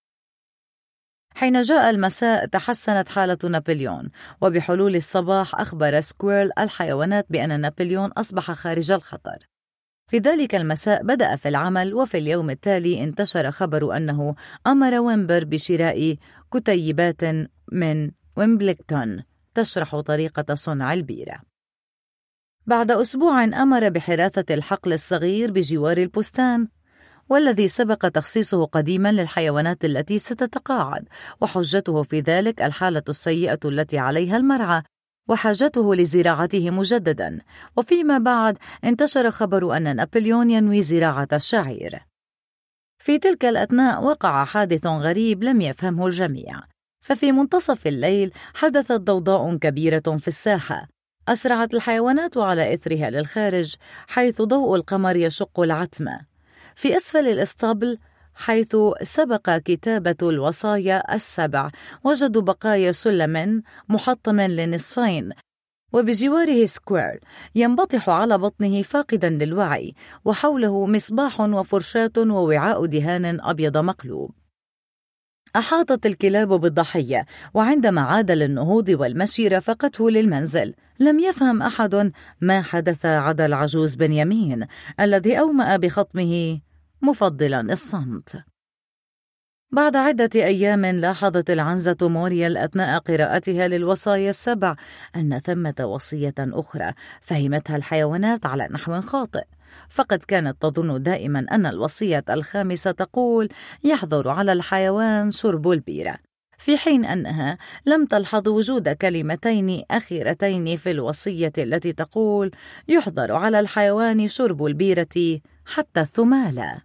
حين جاء المساء تحسنت حالة نابليون، وبحلول الصباح أخبر سكويرل الحيوانات بأن نابليون أصبح خارج الخطر. في ذلك المساء بدأ في العمل، وفي اليوم التالي انتشر خبر أنه أمر ويمبر بشراء كتيبات من ويمبلكتون تشرح طريقة صنع البيرة. بعد أسبوع أمر بحراثة الحقل الصغير بجوار البستان، والذي سبق تخصيصه قديما للحيوانات التي ستتقاعد، وحجته في ذلك الحالة السيئة التي عليها المرعى وحاجته لزراعته مجددا. وفيما بعد انتشر خبر أن نابليون ينوي زراعة الشعير. في تلك الأثناء وقع حادث غريب لم يفهمه الجميع، ففي منتصف الليل حدثت ضوضاء كبيرة في الساحة، أسرعت الحيوانات على إثرها للخارج، حيث ضوء القمر يشق العتمة. في أسفل الإسطبل حيث سبق كتابة الوصايا السبع وجدوا بقايا سلم محطم لنصفين، وبجواره سكويرل ينبطح على بطنه فاقدا للوعي، وحوله مصباح وفرشاة ووعاء دهان أبيض مقلوب. أحاطت الكلاب بالضحية، وعندما عاد للنهوض والمشي رافقته للمنزل. لم يفهم أحد ما حدث عدا العجوز بنيامين الذي أومأ بخطمه مفضلا الصمت. بعد عدة أيام لاحظت العنزة موريال أثناء قراءتها للوصايا السبع أن ثمة وصية أخرى فهمتها الحيوانات على نحو خاطئ، فقد كانت تظن دائما أن الوصية الخامسة تقول يحظر على الحيوان شرب البيرة، في حين أنها لم تلحظ وجود كلمتين أخيرتين في الوصية التي تقول يحظر على الحيوان شرب البيرة حتى الثمالة.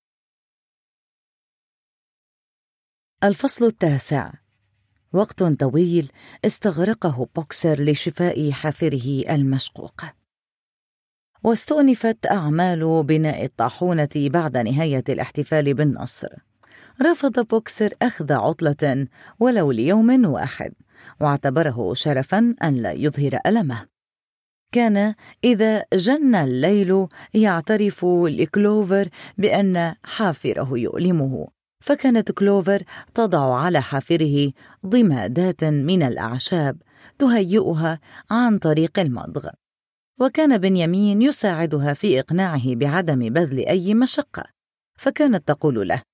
الفصل التاسع. وقت طويل استغرقه بوكسر لشفاء حافره المشقوق، واستؤنفت أعمال بناء الطاحونة بعد نهاية الاحتفال بالنصر. رفض بوكسر أخذ عطلة ولو ليوم واحد، واعتبره شرفا أن لا يظهر ألمه. كان إذا جن الليل يعترف لكلوفر بأن حافره يؤلمه، فكانت كلوفر تضع على حافره ضمادات من الأعشاب تهيئها عن طريق المضغ، وكان بنيامين يساعدها في إقناعه بعدم بذل أي مشقة، فكانت تقول له: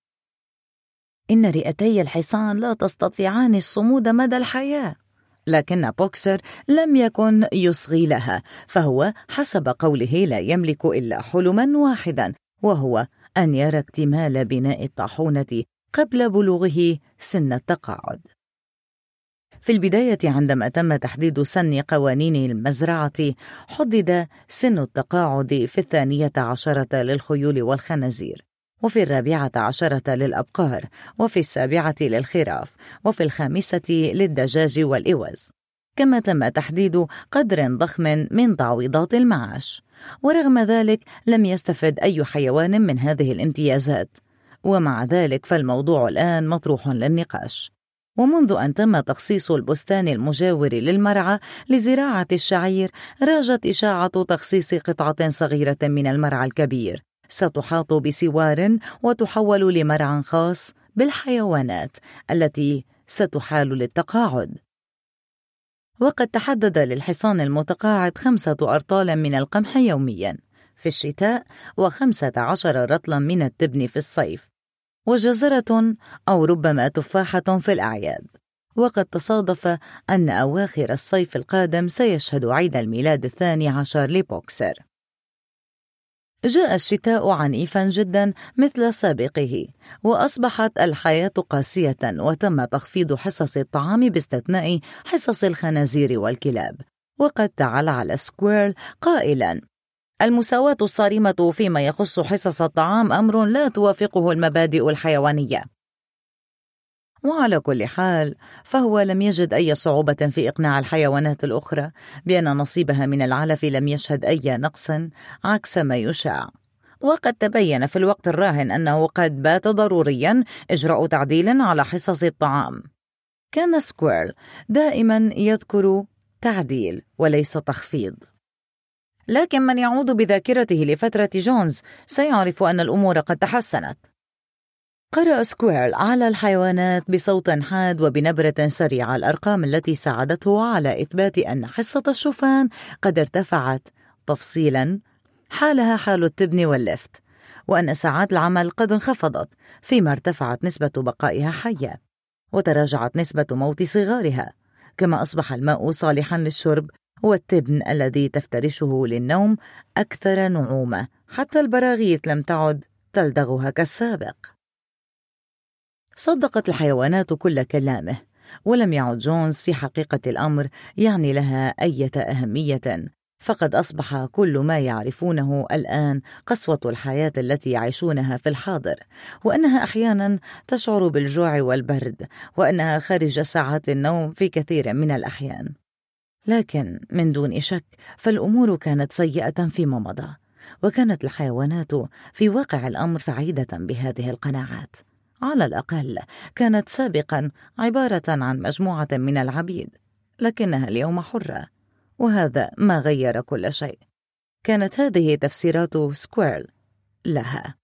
إن رئتي الحصان لا تستطيعان الصمود مدى الحياة. لكن بوكسر لم يكن يصغي لها، فهو حسب قوله لا يملك إلا حلما واحدا، وهو أن يرى اكتمال بناء الطاحونة قبل بلوغه سن التقاعد. في البداية عندما تم تحديد سن قوانين المزرعة حدد سن التقاعد في الثانية عشرة للخيول والخنازير، وفي الرابعة عشرة للأبقار، وفي السابعة للخراف، وفي الخامسة للدجاج والإوز. كما تم تحديد قدر ضخم من تعويضات المعاش، ورغم ذلك لم يستفد أي حيوان من هذه الامتيازات، ومع ذلك فالموضوع الآن مطروح للنقاش. ومنذ أن تم تخصيص البستان المجاور للمرعى لزراعة الشعير، راجت إشاعة تخصيص قطعة صغيرة من المرعى الكبير ستحاط بسوار وتحول لمرعى خاص بالحيوانات التي ستحال للتقاعد. وقد تحدد للحصان المتقاعد خمسة أرطال من القمح يوميا في الشتاء، وخمسة عشر رطلا من التبن في الصيف، وجزرة أو ربما تفاحة في الأعياد. وقد تصادف أن أواخر الصيف القادم سيشهد عيد الميلاد الثاني عشر لبوكسر. جاء الشتاء عنيفا جدا مثل سابقه، وأصبحت الحياة قاسية، وتم تخفيض حصص الطعام باستثناء حصص الخنازير والكلاب. وقد تعالى سكويرل قائلا: المساواة الصارمة فيما يخص حصص الطعام أمر لا توافقه المبادئ الحيوانية. وعلى كل حال فهو لم يجد أي صعوبة في إقناع الحيوانات الأخرى بأن نصيبها من العلف لم يشهد أي نقص عكس ما يشاع. وقد تبين في الوقت الراهن أنه قد بات ضروريا إجراء تعديل على حصص الطعام. كان سكويرل دائما يذكر تعديل وليس تخفيض. لكن من يعود بذاكرته لفترة جونز سيعرف أن الأمور قد تحسنت. قرأ سكويرل على الحيوانات بصوت حاد وبنبرة سريعة الأرقام التي ساعدته على إثبات أن حصة الشوفان قد ارتفعت تفصيلا حالها حال التبن واللفت، وأن ساعات العمل قد انخفضت فيما ارتفعت نسبة بقائها حية، وتراجعت نسبة موت صغارها، كما أصبح الماء صالحا للشرب والتبن الذي تفترشه للنوم أكثر نعومة، حتى البراغيث لم تعد تلدغها كالسابق. صدقت الحيوانات كل كلامه، ولم يعد جونز في حقيقة الأمر يعني لها أي أهمية، فقد أصبح كل ما يعرفونه الآن قسوة الحياة التي يعيشونها في الحاضر، وأنها أحيانا تشعر بالجوع والبرد، وأنها خارج ساعات النوم في كثير من الأحيان. لكن من دون شك فالأمور كانت سيئة فيما مضى، وكانت الحيوانات في واقع الأمر سعيدة بهذه القناعات. على الأقل كانت سابقا عبارة عن مجموعة من العبيد، لكنها اليوم حرة، وهذا ما غير كل شيء. كانت هذه تفسيرات سكويرل لها.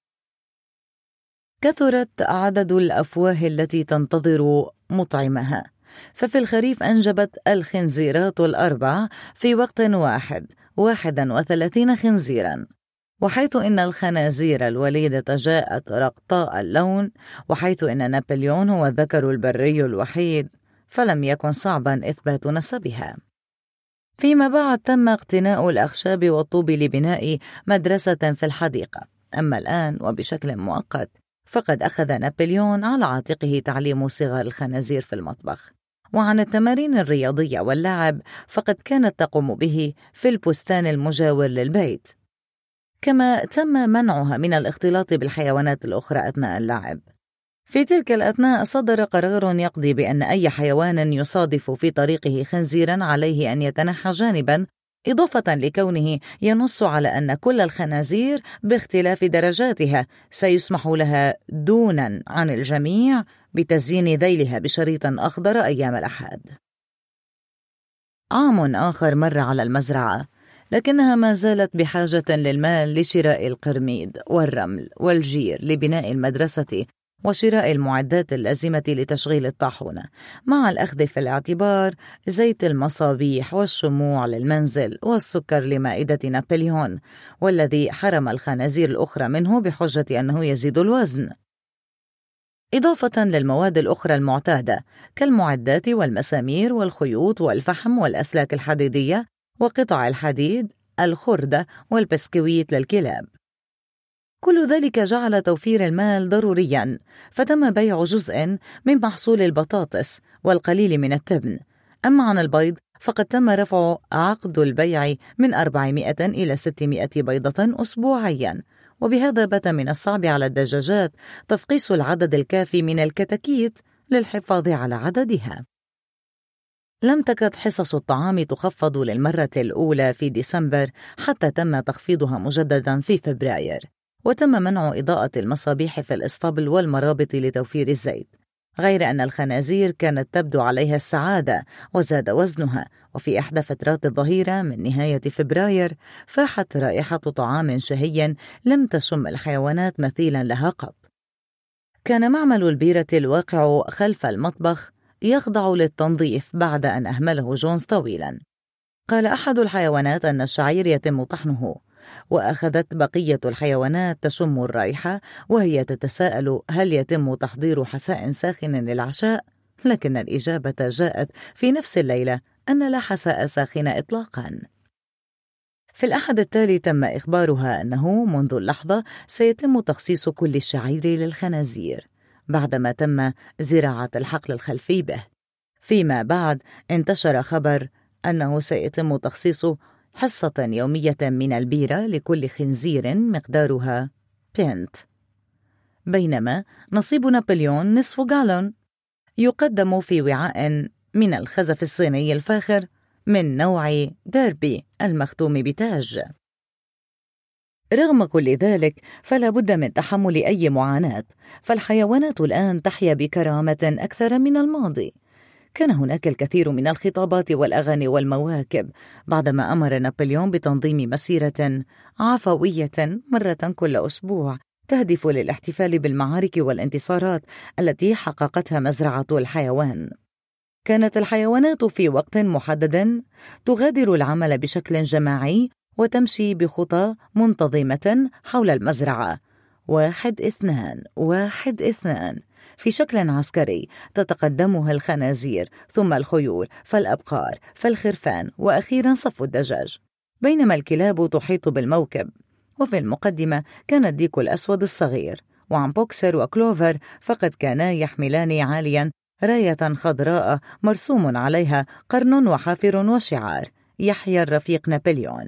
كثرت عدد الأفواه التي تنتظر مطعمها، ففي الخريف أنجبت الخنزيرات الأربع في وقت واحد واحدا وثلاثين خنزيرا، وحيث إن الخنازير الوليدة جاءت رقطاء اللون، وحيث إن نابليون هو الذكر البري الوحيد، فلم يكن صعبا إثبات نسبها. فيما بعد تم اقتناء الأخشاب والطوب لبناء مدرسة في الحديقة، أما الآن وبشكل مؤقت فقد أخذ نابليون على عاتقه تعليم صغار الخنازير في المطبخ، وعن التمارين الرياضية واللعب فقد كانت تقوم به في البستان المجاور للبيت، كما تم منعها من الاختلاط بالحيوانات الأخرى أثناء اللعب. في تلك الأثناء صدر قرار يقضي بأن أي حيوان يصادف في طريقه خنزيرا عليه أن يتنحى جانبا، إضافة لكونه ينص على أن كل الخنازير باختلاف درجاتها سيسمح لها دونا عن الجميع بتزيين ذيلها بشريط أخضر أيام الأحد. عام آخر مر على المزرعة، لكنها ما زالت بحاجة للمال لشراء القرميد والرمل والجير لبناء المدرسة وشراء المعدات اللازمة لتشغيل الطاحونة، مع الأخذ في الاعتبار زيت المصابيح والشموع للمنزل والسكر لمائدة نابليون، والذي حرم الخنازير الأخرى منه بحجة أنه يزيد الوزن، إضافة للمواد الأخرى المعتادة كالمعدات والمسامير والخيوط والفحم والأسلاك الحديدية وقطع الحديد، الخردة والبسكويت للكلاب. كل ذلك جعل توفير المال ضروريا، فتم بيع جزء من محصول البطاطس والقليل من التبن. أما عن البيض فقد تم رفع عقد البيع من أربعمائة إلى ستمائة بيضة أسبوعيا، وبهذا بات من الصعب على الدجاجات تفقيس العدد الكافي من الكتاكيت للحفاظ على عددها. لم تكد حصص الطعام تخفض للمرة الأولى في ديسمبر حتى تم تخفيضها مجددا في فبراير، وتم منع إضاءة المصابيح في الإسطبل والمرابط لتوفير الزيت، غير أن الخنازير كانت تبدو عليها السعادة وزاد وزنها. وفي إحدى فترات الظهيرة من نهاية فبراير فاحت رائحة طعام شهي لم تشم الحيوانات مثيلا لها قط. كان معمل البيرة الواقع خلف المطبخ يخضع للتنظيف بعد أن أهمله جونز طويلا. قال أحد الحيوانات أن الشعير يتم طحنه، وأخذت بقية الحيوانات تشم الرائحة وهي تتساءل هل يتم تحضير حساء ساخن للعشاء، لكن الإجابة جاءت في نفس الليلة أن لا حساء ساخن إطلاقا. في الأحد التالي تم إخبارها أنه منذ اللحظة سيتم تخصيص كل الشعير للخنازير بعدما تم زراعة الحقل الخلفي به. فيما بعد انتشر خبر أنه سيتم تخصيص حصة يومية من البيرة لكل خنزير مقدارها بنت، بينما نصيب نابليون نصف جالون يقدم في وعاء من الخزف الصيني الفاخر من نوع ديربي المختوم بتاج. رغم كل ذلك فلا بد من تحمل أي معاناة، فالحيوانات الآن تحيا بكرامة أكثر من الماضي. كان هناك الكثير من الخطابات والأغاني والمواكب بعدما أمر نابليون بتنظيم مسيرة عفوية مرة كل أسبوع تهدف للاحتفال بالمعارك والانتصارات التي حققتها مزرعة الحيوان. كانت الحيوانات في وقت محدد تغادر العمل بشكل جماعي وتمشي بخطى منتظمة حول المزرعة، واحد اثنان واحد اثنان، في شكل عسكري تتقدمها الخنازير، ثم الخيول، فالأبقار، فالخرفان، وأخيرا صف الدجاج، بينما الكلاب تحيط بالموكب. وفي المقدمة كان الديك الأسود الصغير، وعن بوكسر وكلوفر فقد كانا يحملان عاليا راية خضراء مرسوم عليها قرن وحافر وشعار يحيى الرفيق نابليون.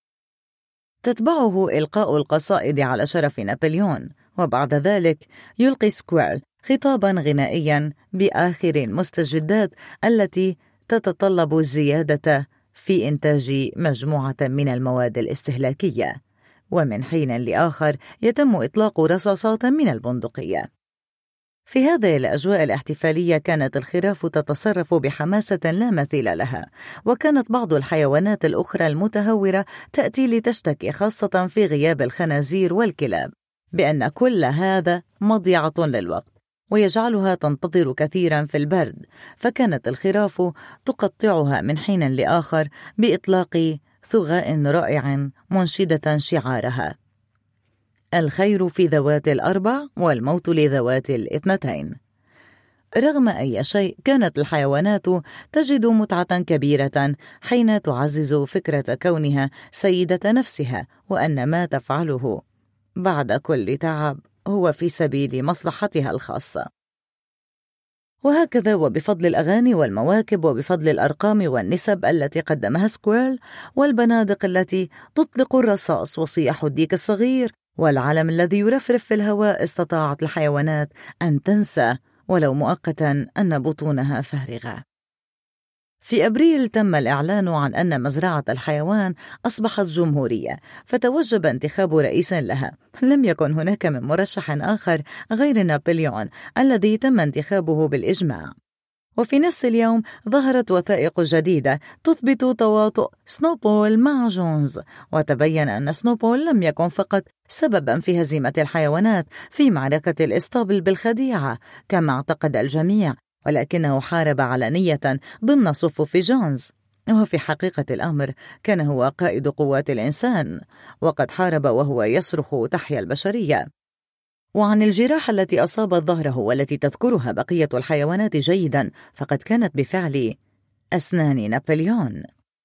تتبعه إلقاء القصائد على شرف نابليون، وبعد ذلك يلقي سكويرل خطابا غنائيا بآخر المستجدات التي تتطلب الزيادة في إنتاج مجموعة من المواد الاستهلاكية، ومن حين لآخر يتم إطلاق رصاصات من البندقية. في هذه الأجواء الاحتفالية كانت الخراف تتصرف بحماسة لا مثيل لها، وكانت بعض الحيوانات الأخرى المتهورة تأتي لتشتكي، خاصة في غياب الخنازير والكلاب، بأن كل هذا مضيعة للوقت ويجعلها تنتظر كثيرا في البرد، فكانت الخراف تقطعها من حين لآخر بإطلاق ثغاء رائع منشدة شعارها: الخير في ذوات الأربع والموت لذوات الاثنتين. رغم أي شيء كانت الحيوانات تجد متعة كبيرة حين تعزز فكرة كونها سيدة نفسها، وأن ما تفعله بعد كل تعب هو في سبيل مصلحتها الخاصة. وهكذا وبفضل الأغاني والمواكب وبفضل الأرقام والنسب التي قدمها سكويرل والبنادق التي تطلق الرصاص وصياح الديك الصغير والعلم الذي يرفرف في الهواء، استطاعت الحيوانات أن تنسى ولو مؤقتا أن بطونها فارغة. في أبريل تم الإعلان عن أن مزرعة الحيوان أصبحت جمهورية، فتوجب انتخاب رئيس لها. لم يكن هناك من مرشح آخر غير نابليون الذي تم انتخابه بالإجماع. وفي نفس اليوم ظهرت وثائق جديدة تثبت تواطؤ سنوبول مع جونز، وتبين أن سنوبول لم يكن فقط سببا في هزيمة الحيوانات في معركة الإسطبل بالخديعة كما اعتقد الجميع، ولكنه حارب علنية ضمن صفوف جونز، وفي حقيقة الأمر كان هو قائد قوات الإنسان، وقد حارب وهو يصرخ تحيا البشرية. وعن الجراح التي أصابت ظهره والتي تذكرها بقية الحيوانات جيدا، فقد كانت بفعل أسنان نابليون.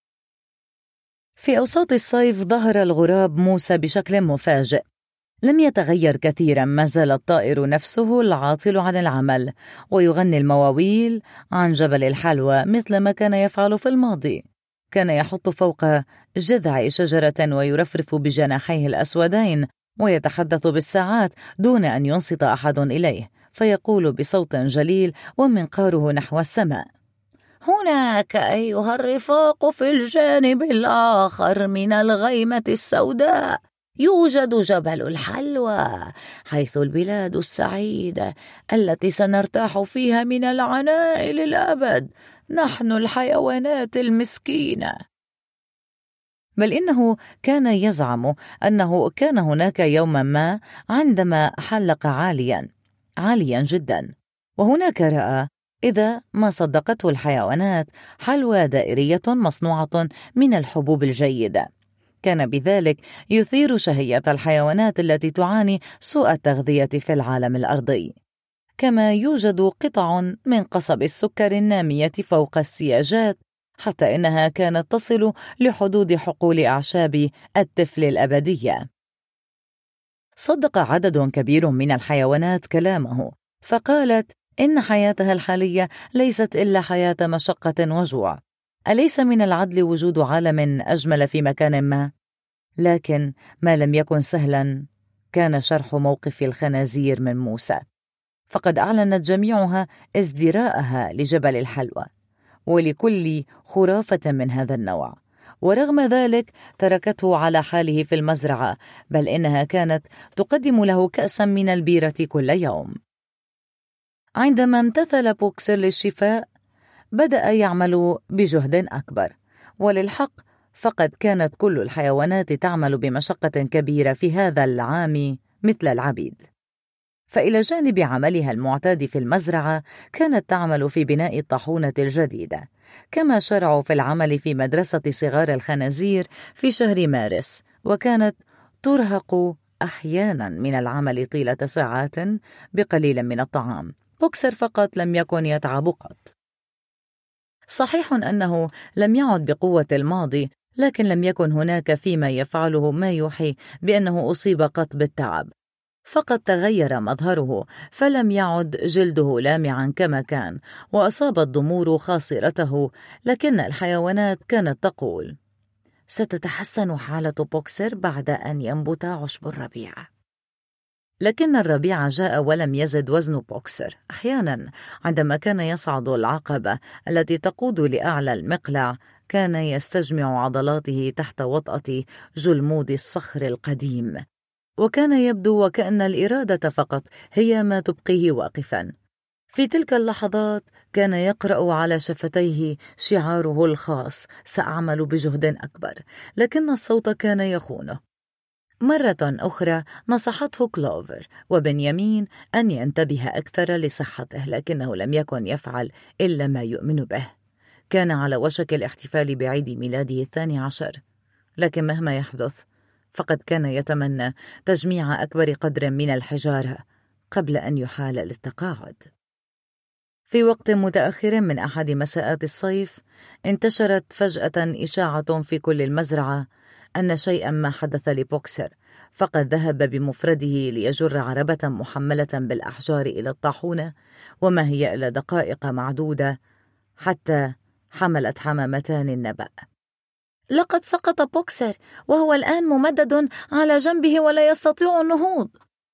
في أوساط الصيف ظهر الغراب موسى بشكل مفاجئ. لم يتغير كثيرا، ما زال الطائر نفسه العاطل عن العمل ويغني المواويل عن جبل الحلوى مثل ما كان يفعل في الماضي. كان يحط فوق جذع شجرة ويرفرف بجناحيه الأسودين ويتحدث بالساعات دون أن ينصت أحد إليه، فيقول بصوت جليل ومنقاره نحو السماء: هناك أيها الرفاق في الجانب الآخر من الغيمة السوداء يوجد جبل الحلوى، حيث البلاد السعيدة التي سنرتاح فيها من العناء للأبد، نحن الحيوانات المسكينة. بل إنه كان يزعم أنه كان هناك يوما ما عندما حلق عاليا عاليا جدا، وهناك رأى إذا ما صدقته الحيوانات حلوى دائرية مصنوعة من الحبوب الجيدة. كان بذلك يثير شهية الحيوانات التي تعاني سوء التغذية في العالم الأرضي. كما يوجد قطع من قصب السكر النامية فوق السياجات، حتى إنها كانت تصل لحدود حقول أعشاب الطفل الأبدية. صدق عدد كبير من الحيوانات كلامه، فقالت إن حياتها الحالية ليست إلا حياة مشقة وجوع. أليس من العدل وجود عالم أجمل في مكان ما؟ لكن ما لم يكن سهلا كان شرح موقف الخنازير من موسى، فقد أعلنت جميعها ازدراءها لجبل الحلوى ولكل خرافة من هذا النوع، ورغم ذلك تركته على حاله في المزرعة، بل إنها كانت تقدم له كأسا من البيرة كل يوم. عندما امتثل بوكسر للشفاء بدأ يعمل بجهد أكبر، وللحق فقد كانت كل الحيوانات تعمل بمشقة كبيرة في هذا العام مثل العبيد. فإلى جانب عملها المعتاد في المزرعة كانت تعمل في بناء الطاحونة الجديدة، كما شرعوا في العمل في مدرسة صغار الخنازير في شهر مارس، وكانت ترهق أحيانا من العمل طيلة ساعات بقليل من الطعام. بوكسر فقط لم يكن يتعب قط. صحيح أنه لم يعد بقوة الماضي، لكن لم يكن هناك فيما يفعله ما يوحي بأنه أصيب قط بالتعب. فقد تغير مظهره، فلم يعد جلده لامعا كما كان، وأصاب الضمور خاصرته، لكن الحيوانات كانت تقول: ستتحسن حالة بوكسر بعد أن ينبت عشب الربيع. لكن الربيع جاء ولم يزد وزن بوكسر. أحيانا عندما كان يصعد العقبة التي تقود لأعلى المقلع كان يستجمع عضلاته تحت وطأة جلمود الصخر القديم، وكان يبدو وكأن الإرادة فقط هي ما تبقيه واقفا. في تلك اللحظات كان يقرأ على شفتيه شعاره الخاص: سأعمل بجهد أكبر، لكن الصوت كان يخونه. مرة أخرى نصحته كلوفر وبنيامين أن ينتبه أكثر لصحته، لكنه لم يكن يفعل إلا ما يؤمن به. كان على وشك الاحتفال بعيد ميلاده الثاني عشر، لكن مهما يحدث فقد كان يتمنى تجميع أكبر قدر من الحجارة قبل أن يحال للتقاعد. في وقت متأخر من أحد مساءات الصيف انتشرت فجأة إشاعة في كل المزرعة أن شيئا ما حدث لبوكسر، فقد ذهب بمفرده ليجر عربة محملة بالأحجار إلى الطاحونة، وما هي إلا دقائق معدودة حتى حملت حمامتان النبأ: لقد سقط بوكسر وهو الآن ممدد على جنبه ولا يستطيع النهوض.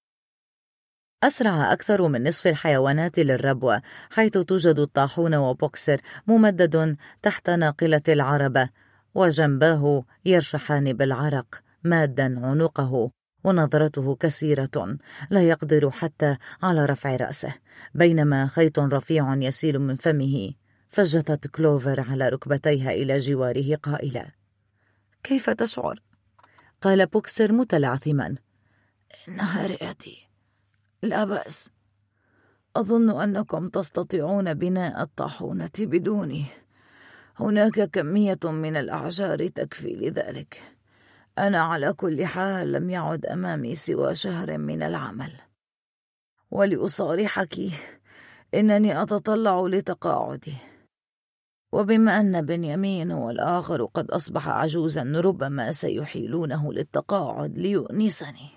أسرع أكثر من نصف الحيوانات للربوة، حيث توجد الطاحونة وبوكسر ممدد تحت ناقلة العربة، وجنباه يرشحان بالعرق مادا عنقه، ونظرته كثيرة لا يقدر حتى على رفع رأسه، بينما خيط رفيع يسيل من فمه. فجثت كلوفر على ركبتيها إلى جواره قائلة: كيف تشعر؟ قال بوكسر متلعثما: إنها رئتي، لا بأس. أظن أنكم تستطيعون بناء الطاحونة بدوني. هناك كمية من الأحجار تكفي لذلك. أنا على كل حال لم يعد أمامي سوى شهر من العمل. ولأصارحك إنني أتطلع لتقاعدي، وبما أن بنيامين والآخر قد أصبح عجوزا ربما سيحيلونه للتقاعد ليؤنسني.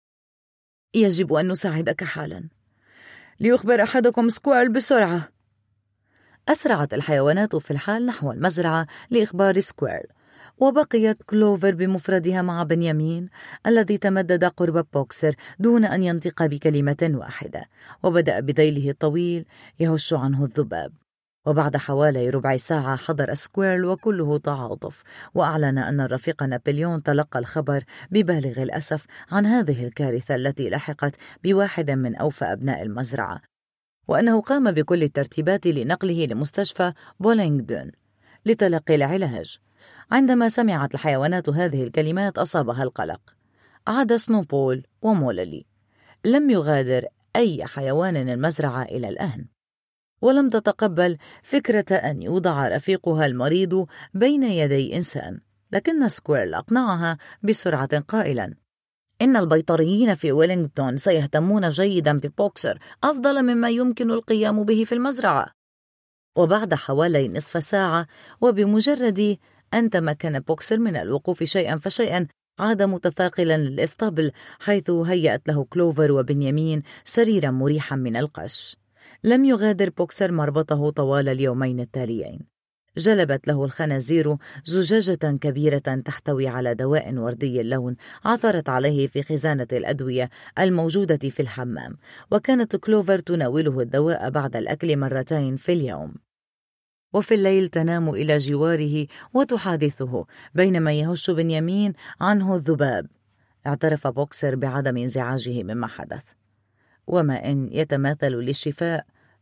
يجب أن نساعدك حالا. ليخبر أحدكم سكويرل بسرعة. أسرعت الحيوانات في الحال نحو المزرعة لإخبار سكويرل، وبقيت كلوفر بمفردها مع بنيامين الذي تمدد قرب بوكسر دون أن ينطق بكلمة واحدة، وبدأ بذيله الطويل يهش عنه الذباب. وبعد حوالي ربع ساعة حضر سكويرل وكله تعاطف، وأعلن أن الرفيق نابليون تلقى الخبر ببالغ الأسف عن هذه الكارثة التي لحقت بواحد من أوفى أبناء المزرعة، وأنه قام بكل الترتيبات لنقله لمستشفى بولينغدون لتلقي العلاج. عندما سمعت الحيوانات هذه الكلمات أصابها القلق. عاد سنوبول وموللي. لم يغادر أي حيوان المزرعة إلى الآن، ولم تتقبل فكرة أن يوضع رفيقها المريض بين يدي إنسان، لكن سكويرل أقنعها بسرعة قائلا: إن البيطريين في ويلينغتون سيهتمون جيدا ببوكسر أفضل مما يمكن القيام به في المزرعة. وبعد حوالي نصف ساعة، وبمجرد أن تمكن بوكسر من الوقوف شيئا فشيئا، عاد متثاقلا للإسطبل، حيث هيأت له كلوفر وبنيامين سريرا مريحا من القش. لم يغادر بوكسر مربطه طوال اليومين التاليين. جلبت له الخنازير زجاجة كبيرة تحتوي على دواء وردي اللون عثرت عليه في خزانة الأدوية الموجودة في الحمام، وكانت كلوفر تناوله الدواء بعد الأكل مرتين في اليوم. وفي الليل تنام إلى جواره وتحادثه، بينما يهش بنيامين عنه الذباب. اعترف بوكسر بعدم انزعاجه مما حدث، وما إن يتماثل للشفاء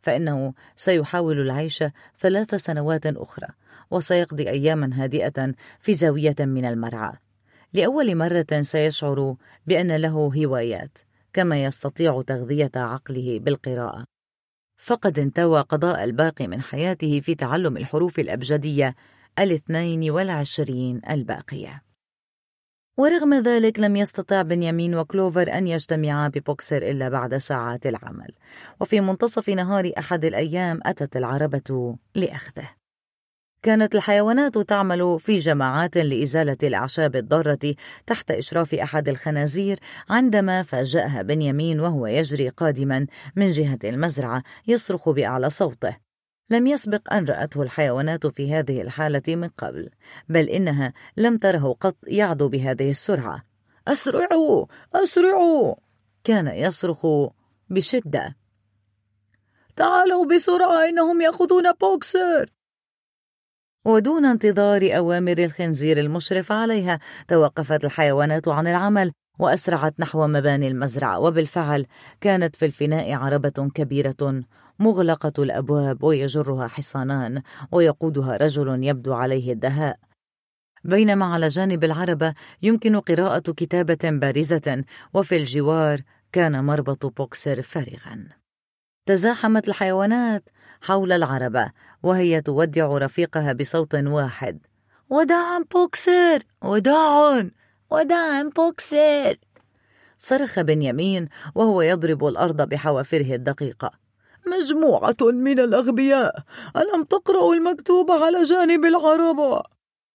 فإنه سيحاول العيش ثلاث سنوات أخرى، وسيقضي أياما هادئة في زاوية من المرعى. لأول مرة سيشعر بأن له هوايات، كما يستطيع تغذية عقله بالقراءة. فقد انتوى قضاء الباقي من حياته في تعلم الحروف الأبجدية الاثنين والعشرين الباقية. ورغم ذلك لم يستطع بنيامين وكلوفر أن يجتمعا ببوكسر إلا بعد ساعات العمل، وفي منتصف نهار أحد الأيام أتت العربة لأخذه. كانت الحيوانات تعمل في جماعات لإزالة الأعشاب الضارة تحت إشراف أحد الخنازير، عندما فاجأها بنيامين وهو يجري قادما من جهة المزرعة يصرخ بأعلى صوته. لم يسبق أن رأته الحيوانات في هذه الحالة من قبل، بل إنها لم تره قط يعدو بهذه السرعة. أسرعوا أسرعوا! كان يصرخ بشدة. تعالوا بسرعة، إنهم يأخذون بوكسر! ودون انتظار أوامر الخنزير المشرف عليها، توقفت الحيوانات عن العمل وأسرعت نحو مباني المزرعة. وبالفعل كانت في الفناء عربة كبيرة مغلقة الأبواب ويجرها حصانان ويقودها رجل يبدو عليه الدهاء، بينما على جانب العربة يمكن قراءة كتابة بارزة، وفي الجوار كان مربط بوكسر فارغا. تزاحمت الحيوانات حول العربة وهي تودع رفيقها بصوت واحد: وداعا بوكسر، وداعا وداعا بوكسر! صرخ بنيامين وهو يضرب الأرض بحوافره الدقيقة: مجموعة من الأغبياء، ألم تقرأوا المكتوب على جانب العربة؟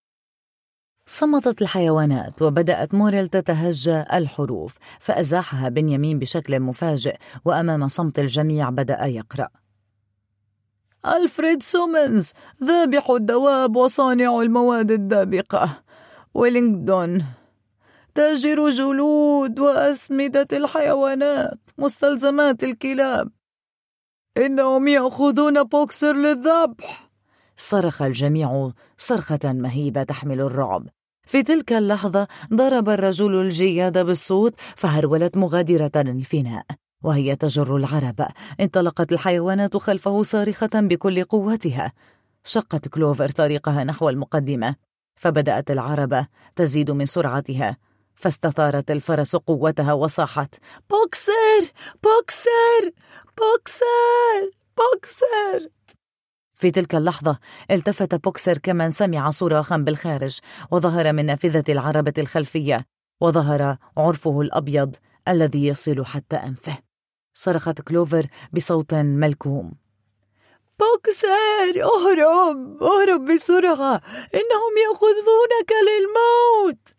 صمتت الحيوانات وبدأت موريل تتهجى الحروف، فأزاحها بنيامين بشكل مفاجئ، وأمام صمت الجميع بدأ يقرأ: ألفريد سومنز، ذابح الدواب وصانع المواد الدابقة. ويلينغدون، تاجر جلود وأسمدة الحيوانات، مستلزمات الكلاب. إنهم يأخذون بوكسر للذبح! صرخ الجميع صرخة مهيبة تحمل الرعب. في تلك اللحظة ضرب الرجل الجياد بالصوت، فهرولت مغادرة الفناء وهي تجر العربة. انطلقت الحيوانات خلفه صارخة بكل قوتها. شقت كلوفر طريقها نحو المقدمة، فبدأت العربة تزيد من سرعتها، فاستثارت الفرس قوتها وصاحت: بوكسر بوكسر بوكسر بوكسر! في تلك اللحظة التفت بوكسر كمن سمع صراخا بالخارج، وظهر من نافذة العربة الخلفية، وظهر عرفه الأبيض الذي يصل حتى أنفه. صرخت كلوفر بصوت ملكوم: بوكسر، اهرب اهرب بسرعة، إنهم يأخذونك للموت!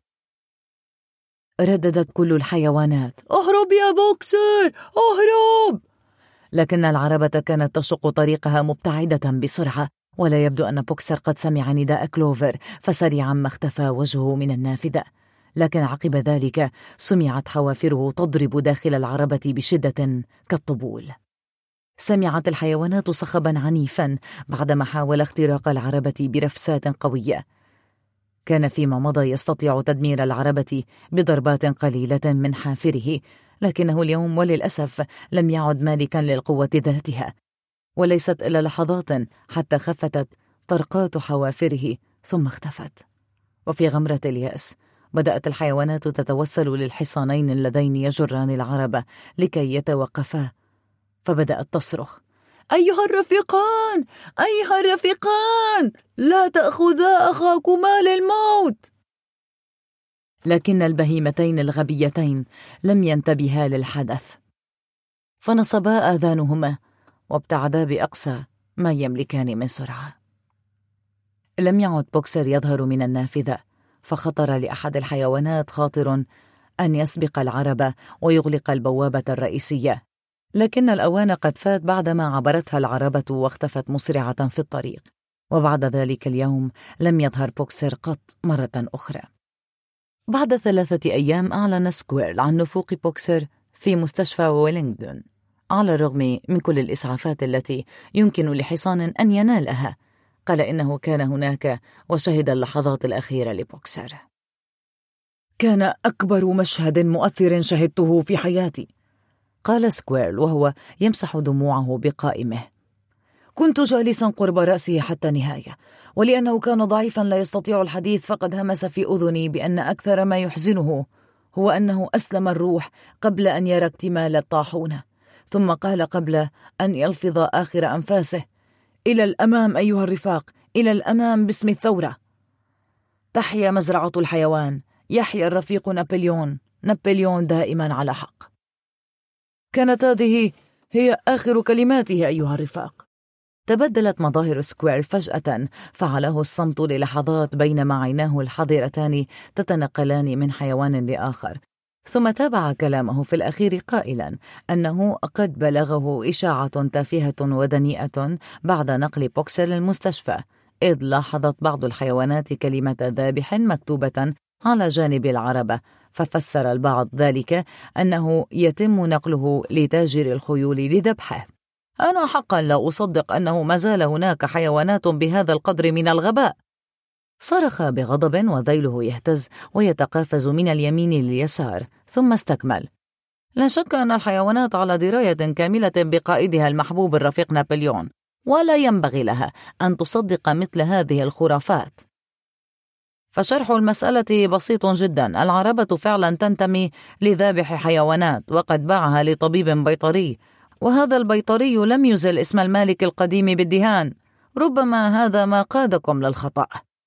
رددت كل الحيوانات: اهرب يا بوكسر، اهرب! لكن العربة كانت تشق طريقها مبتعدة بسرعة، ولا يبدو أن بوكسر قد سمع نداء كلوفر، فسريعا ما اختفى وجهه من النافذة. لكن عقب ذلك سمعت حوافره تضرب داخل العربة بشدة كالطبول. سمعت الحيوانات صخبا عنيفا بعدما حاول اختراق العربة برفسات قوية. كان فيما مضى يستطيع تدمير العربة بضربات قليلة من حافره، لكنه اليوم وللأسف لم يعد مالكا للقوة ذاتها، وليست إلا لحظات حتى خفتت طرقات حوافره ثم اختفت. وفي غمرة اليأس بدأت الحيوانات تتوسل للحصانين اللذين يجران العربة لكي يتوقفا، فبدأت تصرخ: أيها الرفيقان، أيها الرفيقان، لا تأخذا أخاكما للموت! لكن البهيمتين الغبيتين لم ينتبها للحدث، فنصبا آذانهما وابتعدا بأقصى ما يملكان من سرعة. لم يعد بوكسر يظهر من النافذة، فخطر لأحد الحيوانات خاطر أن يسبق العربة ويغلق البوابة الرئيسية، لكن الأوان قد فات بعدما عبرتها العربة واختفت مسرعة في الطريق. وبعد ذلك اليوم لم يظهر بوكسر قط مرة أخرى. بعد ثلاثة أيام أعلن سكويرل عن نفوق بوكسر في مستشفى ويلينغدون، على الرغم من كل الإسعافات التي يمكن لحصان أن ينالها. قال إنه كان هناك وشهد اللحظات الأخيرة لبوكسر. كان أكبر مشهد مؤثر شهدته في حياتي، قال سكويرل وهو يمسح دموعه بقائمه. كنت جالسا قرب رأسه حتى النهاية، ولأنه كان ضعيفا لا يستطيع الحديث فقد همس في أذني بأن أكثر ما يحزنه هو أنه أسلم الروح قبل أن يرى اكتمال الطاحونة، ثم قال قبل أن يلفظ آخر أنفاسه: إلى الأمام أيها الرفاق، إلى الأمام باسم الثورة. تحيا مزرعة الحيوان، يحيا الرفيق نابليون، نابليون دائما على حق. كانت هذه هي آخر كلماته أيها الرفاق. تبدلت مظاهر سكوير فجأة، فعله الصمت للحظات بينما عيناه الحضرتان تتنقلان من حيوان لآخر، ثم تابع كلامه في الأخير قائلا أنه قد بلغه إشاعة تافهة ودنيئة بعد نقل بوكسر للمستشفى، إذ لاحظت بعض الحيوانات كلمة ذابح مكتوبة على جانب العربة، ففسر البعض ذلك أنه يتم نقله لتاجر الخيول لذبحه. أنا حقا لا أصدق أنه ما زال هناك حيوانات بهذا القدر من الغباء. صرخ بغضب وذيله يهتز ويتقافز من اليمين لليسار، ثم استكمل: لا شك أن الحيوانات على دراية كاملة بقائدها المحبوب الرفيق نابليون، ولا ينبغي لها أن تصدق مثل هذه الخرافات. فشرح المسألة بسيط جدا، العربة فعلا تنتمي لذابح حيوانات، وقد باعها لطبيب بيطري، وهذا البيطري لم يزل اسم المالك القديم بالدهان. ربما هذا ما قادكم للخطأ.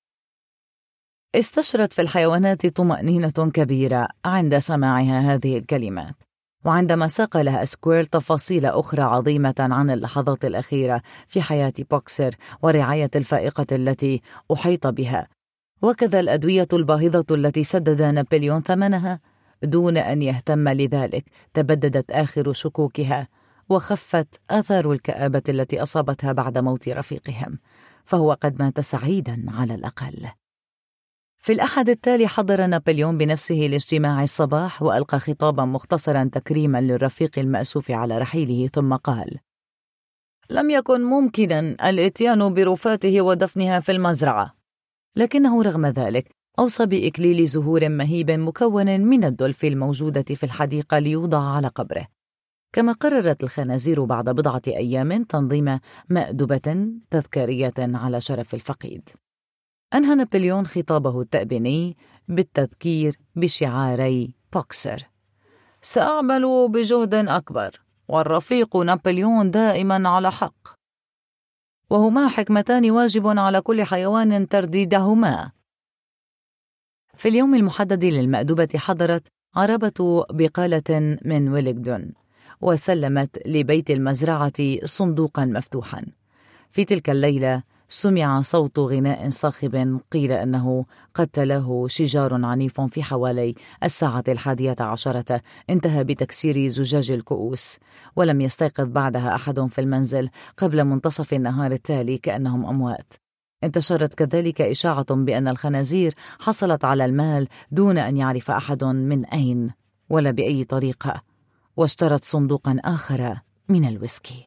استشرت في الحيوانات طمأنينة كبيرة عند سماعها هذه الكلمات، وعندما ساق لها سكوير تفاصيل أخرى عظيمة عن اللحظات الأخيرة في حياة بوكسر والرعاية الفائقة التي أحيط بها، وكذا الأدوية الباهظة التي سدد نابليون ثمنها دون أن يهتم لذلك، تبددت آخر شكوكها وخفت آثار الكآبة التي أصابتها بعد موت رفيقهم، فهو قد مات سعيدا على الأقل. في الأحد التالي حضر نابليون بنفسه لاجتماع الصباح، وألقى خطابا مختصرا تكريما للرفيق المأسوف على رحيله، ثم قال: لم يكن ممكنا الإتيان برفاته ودفنها في المزرعة، لكنه رغم ذلك أوصى بإكليل زهور مهيب مكون من الدلف الموجودة في الحديقة ليوضع على قبره. كما قررت الخنازير بعد بضعة أيام تنظيم مأدبة تذكارية على شرف الفقيد. أنهى نابليون خطابه التأبيني بالتذكير بشعاري بوكسر: سأعمل بجهد أكبر، والرفيق نابليون دائما على حق، وهما حكمتان واجب على كل حيوان ترديدهما. في اليوم المحدد للمأدبة حضرت عربة بقالة من ويلينغتون، وسلمت لبيت المزرعة صندوقا مفتوحا. في تلك الليلة سمع صوت غناء صاخب، قيل أنه قد تلاه شجار عنيف في حوالي الساعة الحادية عشرة، انتهى بتكسير زجاج الكؤوس، ولم يستيقظ بعدها أحد في المنزل قبل منتصف النهار التالي كأنهم أموات. انتشرت كذلك إشاعة بأن الخنازير حصلت على المال دون أن يعرف أحد من أين ولا بأي طريقة، واشترت صندوقا آخر من الويسكي.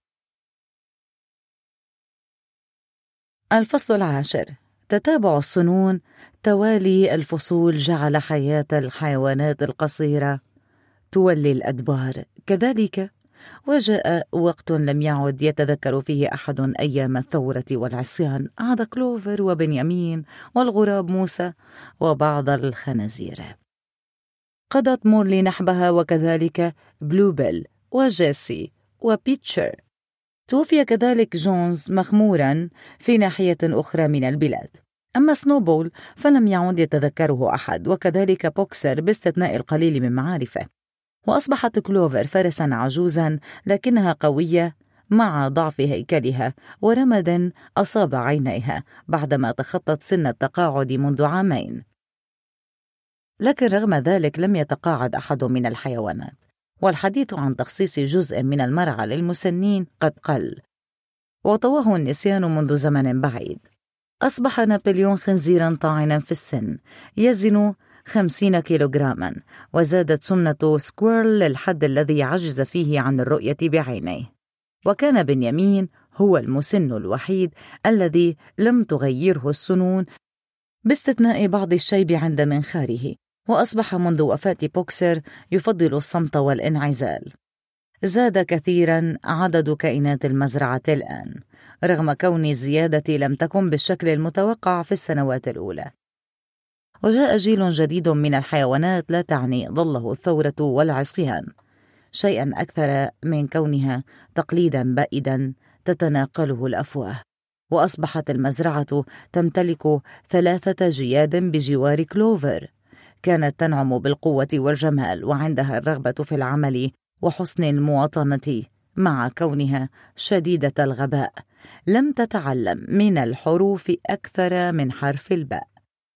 الفصل العاشر: تتابع السنون. توالي الفصول جعل حياة الحيوانات القصيرة تولي الأدبار. كذلك وجاء وقت لم يعد يتذكر فيه أحد أيام الثورة والعصيان عدا كلوفر وبنيامين والغراب موسى وبعض الخنازير. قضت مورلي نحبها، وكذلك بلوبل وجيسي وبيتشر. توفي كذلك جونز مخمورا في ناحية أخرى من البلاد. أما سنوبول فلم يعد يتذكره أحد، وكذلك بوكسر باستثناء القليل من معارفه. وأصبحت كلوفر فرسا عجوزا لكنها قوية مع ضعف هيكلها ورمد أصاب عينيها بعدما تخطت سن التقاعد منذ عامين. لكن رغم ذلك لم يتقاعد أحد من الحيوانات، والحديث عن تخصيص جزء من المرعى للمسنين قد قل، وطواه النسيان منذ زمن بعيد. أصبح نابليون خنزيرا طاعنا في السن يزن خمسين كيلوغراما، وزادت سمنة سكويرل للحد الذي عجز فيه عن الرؤية بعينيه. وكان بنيامين هو المسن الوحيد الذي لم تغيره السنون باستثناء بعض الشيب عند منخاره، وأصبح منذ وفاة بوكسر يفضل الصمت والانعزال. زاد كثيرا عدد كائنات المزرعة الآن، رغم كون الزيادة لم تكن بالشكل المتوقع في السنوات الأولى. وجاء جيل جديد من الحيوانات لا تعني ظله الثورة والعصيان، شيئا أكثر من كونها تقليدا بائدا تتناقله الأفواه. وأصبحت المزرعة تمتلك ثلاثة جياد بجوار كلوفر، كانت تنعم بالقوة والجمال وعندها الرغبة في العمل وحسن المواطنة، مع كونها شديدة الغباء لم تتعلم من الحروف أكثر من حرف الباء،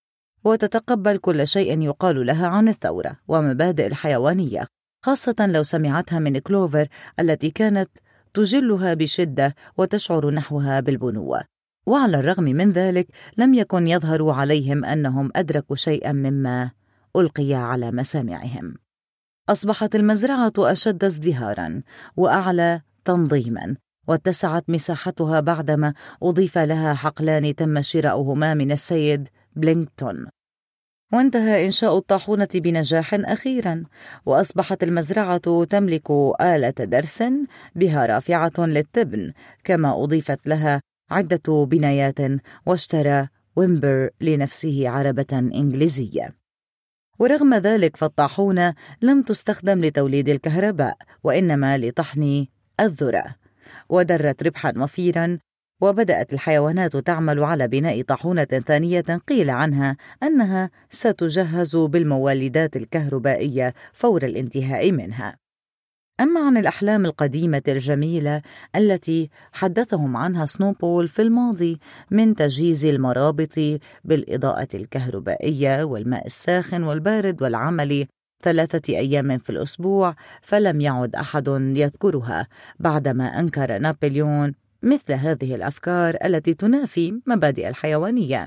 وتتقبل كل شيء يقال لها عن الثورة ومبادئ الحيوانية، خاصة لو سمعتها من كلوفر التي كانت تجلها بشدة وتشعر نحوها بالبنوة. وعلى الرغم من ذلك لم يكن يظهر عليهم أنهم أدركوا شيئا مما ألقي على مسامعهم. أصبحت المزرعة أشد ازدهارا وأعلى تنظيما، واتسعت مساحتها بعدما أضيف لها حقلان تم شراؤهما من السيد بلينكتون. وانتهى إنشاء الطاحونة بنجاح أخيرا، وأصبحت المزرعة تملك آلة درس بها رافعة للتبن، كما أضيفت لها عدة بنايات، واشترى ويمبر لنفسه عربة إنجليزية. ورغم ذلك فالطاحونة لم تستخدم لتوليد الكهرباء، وإنما لطحن الذرة، ودرت ربحا وفيرا. وبدأت الحيوانات تعمل على بناء طاحونة ثانية قيل عنها أنها ستجهز بالمولدات الكهربائية فور الانتهاء منها. أما عن الأحلام القديمة الجميلة التي حدثهم عنها سنوبول في الماضي من تجهيز المرابط بالإضاءة الكهربائية والماء الساخن والبارد والعمل ثلاثة أيام في الأسبوع، فلم يعد أحد يذكرها بعدما أنكر نابليون مثل هذه الأفكار التي تنافي مبادئ الحيوانية،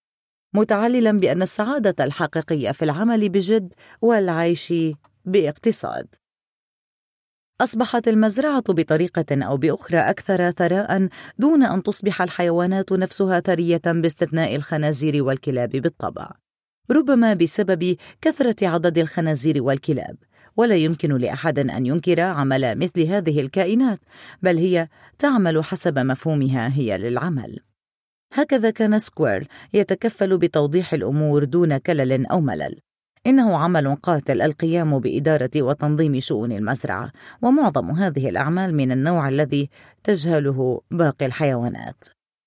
متعللا بأن السعادة الحقيقية في العمل بجد والعيش باقتصاد. أصبحت المزرعة بطريقة أو بأخرى أكثر ثراء دون أن تصبح الحيوانات نفسها ثرية، باستثناء الخنازير والكلاب بالطبع، ربما بسبب كثرة عدد الخنازير والكلاب. ولا يمكن لأحد أن ينكر عمل مثل هذه الكائنات، بل هي تعمل حسب مفهومها هي للعمل. هكذا كان سكويرل يتكفل بتوضيح الأمور دون كلل أو ملل. إنه عمل قاتل القيام بإدارة وتنظيم شؤون المزرعة، ومعظم هذه الأعمال من النوع الذي تجهله باقي الحيوانات.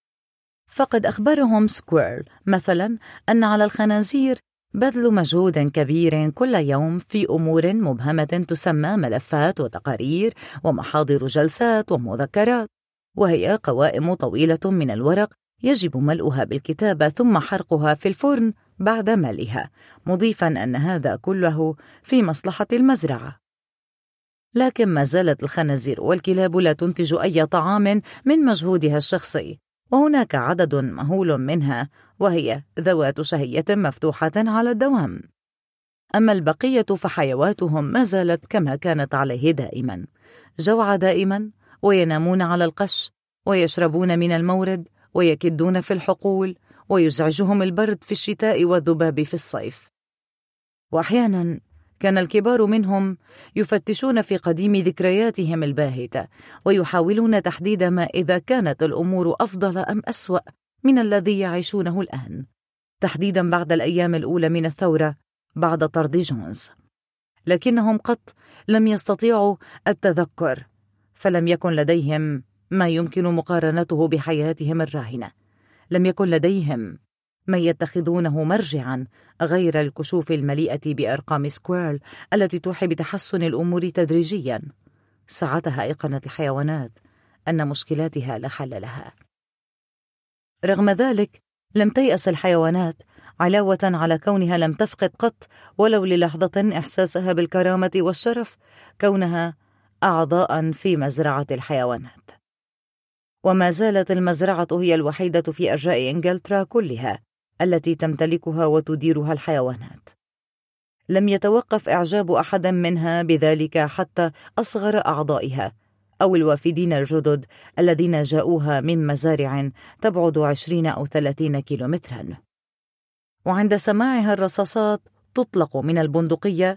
فقد أخبرهم سكويرل مثلا أن على الخنازير بذل مجهود كبير كل يوم في أمور مبهمة تسمى ملفات وتقارير ومحاضر جلسات ومذكرات، وهي قوائم طويلة من الورق يجب ملؤها بالكتابة ثم حرقها في الفرن بعد ملئها، مضيفا أن هذا كله في مصلحة المزرعة. لكن ما زالت الخنازير والكلاب لا تنتج أي طعام من مجهودها الشخصي، وهناك عدد مهول منها وهي ذوات شهية مفتوحة على الدوام. أما البقية فحيواتهم ما زالت كما كانت عليه دائما، جوع دائما، وينامون على القش، ويشربون من المورد، ويكدون في الحقول، ويزعجهم البرد في الشتاء والذباب في الصيف. وأحيانا كان الكبار منهم يفتشون في قديم ذكرياتهم الباهتة، ويحاولون تحديد ما إذا كانت الأمور أفضل أم أسوأ من الذي يعيشونه الآن، تحديدا بعد الأيام الأولى من الثورة بعد طرد جونز. لكنهم قط لم يستطيعوا التذكر، فلم يكن لديهم ما يمكن مقارنته بحياتهم الراهنة. لم يكن لديهم ما يتخذونه مرجعا غير الكشوف المليئة بأرقام سكويرل التي توحي بتحسن الأمور تدريجيا. ساعتها أيقنت الحيوانات أن مشكلاتها لا حل لها. رغم ذلك لم تيأس الحيوانات، علاوة على كونها لم تفقد قط ولو للحظة إحساسها بالكرامة والشرف كونها أعضاء في مزرعة الحيوانات. وما زالت المزرعة هي الوحيدة في أرجاء إنجلترا كلها التي تمتلكها وتديرها الحيوانات. لم يتوقف إعجاب أحد منها بذلك حتى أصغر أعضائها أو الوافدين الجدد الذين جاءوها من مزارع تبعد عشرين أو ثلاثين كيلومترا. وعند سماعها الرصاصات تطلق من البندقية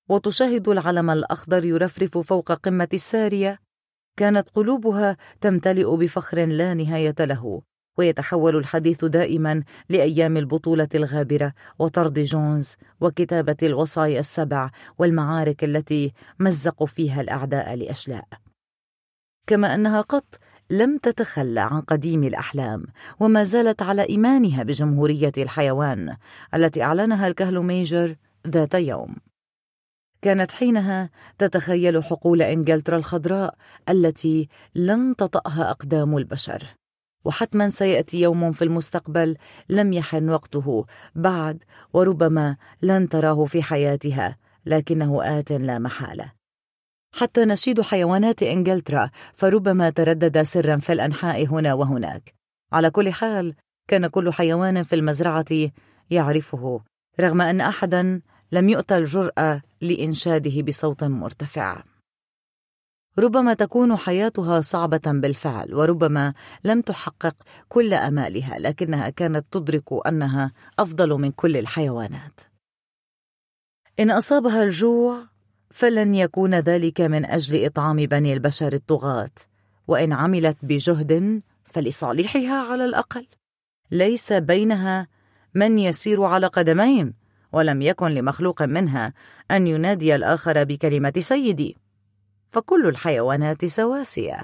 وتشاهد العلم الأخضر يرفرف فوق قمة السارية، كانت قلوبها تمتلئ بفخر لا نهاية له، ويتحول الحديث دائما لأيام البطولة الغابرة وطرد جونز وكتابة الوصايا السبع والمعارك التي مزقوا فيها الأعداء لأشلاء. كما أنها قط لم تتخلى عن قديم الأحلام، وما زالت على إيمانها بجمهورية الحيوان التي أعلنها الكهل ميجر ذات يوم. كانت حينها تتخيل حقول إنجلترا الخضراء التي لن تطأها أقدام البشر، وحتما سيأتي يوم في المستقبل لم يحن وقته بعد، وربما لن تراه في حياتها، لكنه آت لا محالة. حتى نشيد حيوانات إنجلترا فربما تردد سرا في الأنحاء هنا وهناك. على كل حال كان كل حيوان في المزرعة يعرفه، رغم أن أحدا لم يؤتى الجرأة لإنشاده بصوت مرتفع. ربما تكون حياتها صعبة بالفعل، وربما لم تحقق كل أمالها، لكنها كانت تدرك أنها أفضل من كل الحيوانات. إن أصابها الجوع فلن يكون ذلك من أجل إطعام بني البشر الطغاة، وإن عملت بجهد فلصالحها على الأقل. ليس بينها من يسير على قدمين، ولم يكن لمخلوق منها أن ينادي الآخر بكلمة سيدي، فكل الحيوانات سواسية.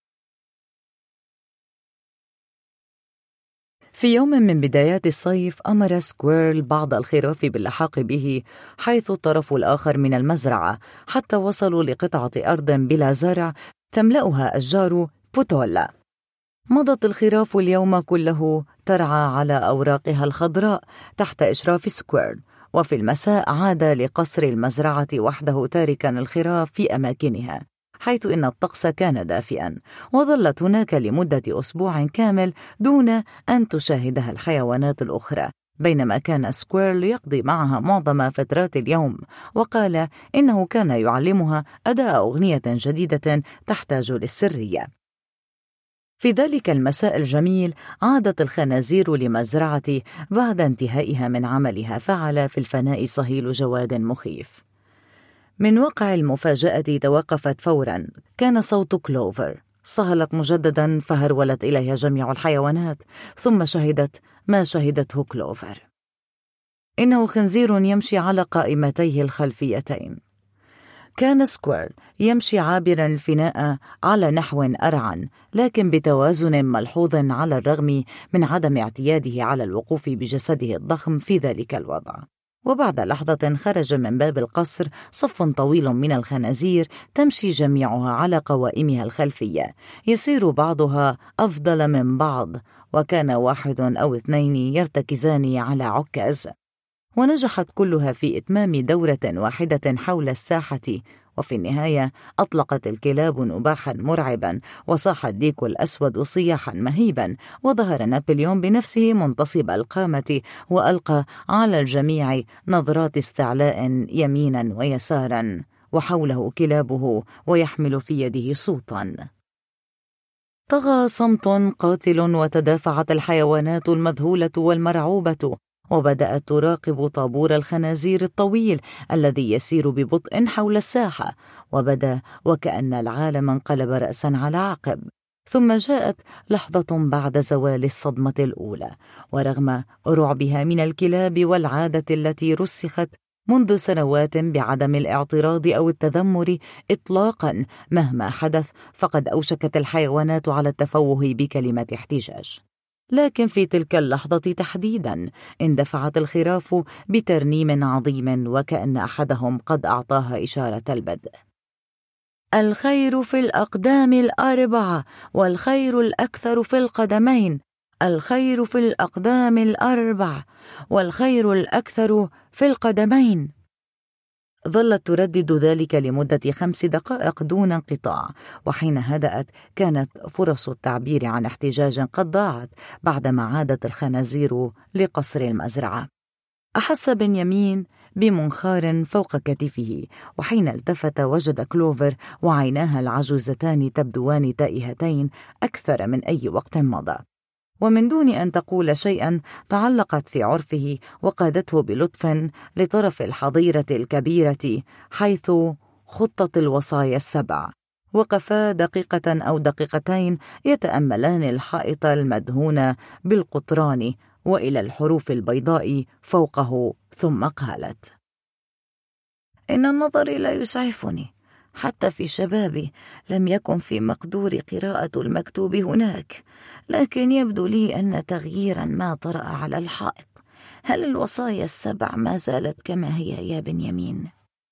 في يوم من بدايات الصيف أمر سكويرل بعض الخراف باللحاق به حيث الطرف الآخر من المزرعة، حتى وصلوا لقطعة أرض بلا زرع تملأها أشجار بوتولا. مضت الخراف اليوم كله ترعى على أوراقها الخضراء تحت إشراف سكويرل، وفي المساء عاد لقصر المزرعة وحده تاركا الخراف في أماكنها، حيث إن الطقس كان دافئا، وظلت هناك لمدة أسبوع كامل دون أن تشاهدها الحيوانات الأخرى، بينما كان سكويرل يقضي معها معظم فترات اليوم، وقال إنه كان يعلمها أداء أغنية جديدة تحتاج للسرية. في ذلك المساء الجميل عادت الخنازير لمزرعة بعد انتهائها من عملها، فعل في الفناء صهيل جواد مخيف. من واقع المفاجأة توقفت فورا، كان صوت كلوفر، صهلت مجددا فهرولت إليها جميع الحيوانات، ثم شهدت ما شهدته كلوفر. إنه خنزير يمشي على قائمتيه الخلفيتين. كان سكويرل يمشي عابرا الفناء على نحو أرعن، لكن بتوازن ملحوظ على الرغم من عدم اعتياده على الوقوف بجسده الضخم في ذلك الوضع. وبعد لحظة خرج من باب القصر صف طويل من الخنازير تمشي جميعها على قوائمها الخلفية، يسير بعضها أفضل من بعض، وكان واحد أو اثنين يرتكزان على عكاز، ونجحت كلها في إتمام دورة واحدة حول الساحة. وفي النهاية أطلقت الكلاب نباحا مرعبا، وصاح الديك الأسود صياحا مهيبا، وظهر نابليون بنفسه منتصب القامة، وألقى على الجميع نظرات استعلاء يمينا ويسارا، وحوله كلابه ويحمل في يده صوتا. طغى صمت قاتل، وتدافعت الحيوانات المذهولة والمرعوبة، وبدأت تراقب طابور الخنازير الطويل الذي يسير ببطء حول الساحة، وبدا وكأن العالم انقلب رأسا على عقب. ثم جاءت لحظة بعد زوال الصدمة الأولى، ورغم رعبها من الكلاب والعادة التي رسخت منذ سنوات بعدم الاعتراض أو التذمر إطلاقا مهما حدث، فقد أوشكت الحيوانات على التفوه بكلمة احتجاج. لكن في تلك اللحظة تحديدا اندفعت الخراف بترنيم عظيم، وكأن أحدهم قد أعطاها إشارة البدء. الخير في الأقدام الأربعة، والخير الأكثر في القدمين، الخير في الأقدام الأربع، والخير الأكثر في القدمين. ظلت تردد ذلك لمدة خمس دقائق دون انقطاع، وحين هدأت كانت فرص التعبير عن احتجاج قد ضاعت بعدما عادت الخنازير لقصر المزرعة. أحس بنيامين بمنخار فوق كتفه، وحين التفت وجد كلوفر وعيناها العجوزتان تبدوان تائهتين أكثر من أي وقت مضى. ومن دون أن تقول شيئا تعلقت في عرفه وقادته بلطف لطرف الحظيرة الكبيرة حيث خطة الوصايا السبع. وقفا دقيقة أو دقيقتين يتأملان الحائط المدهون بالقطران وإلى الحروف البيضاء فوقه، ثم قالت: إن النظر لا يسعفني، حتى في شبابي لم يكن في مقدور قراءة المكتوب هناك، لكن يبدو لي أن تغييرا ما طرأ على الحائط. هل الوصايا السبع ما زالت كما هي يا بنيامين؟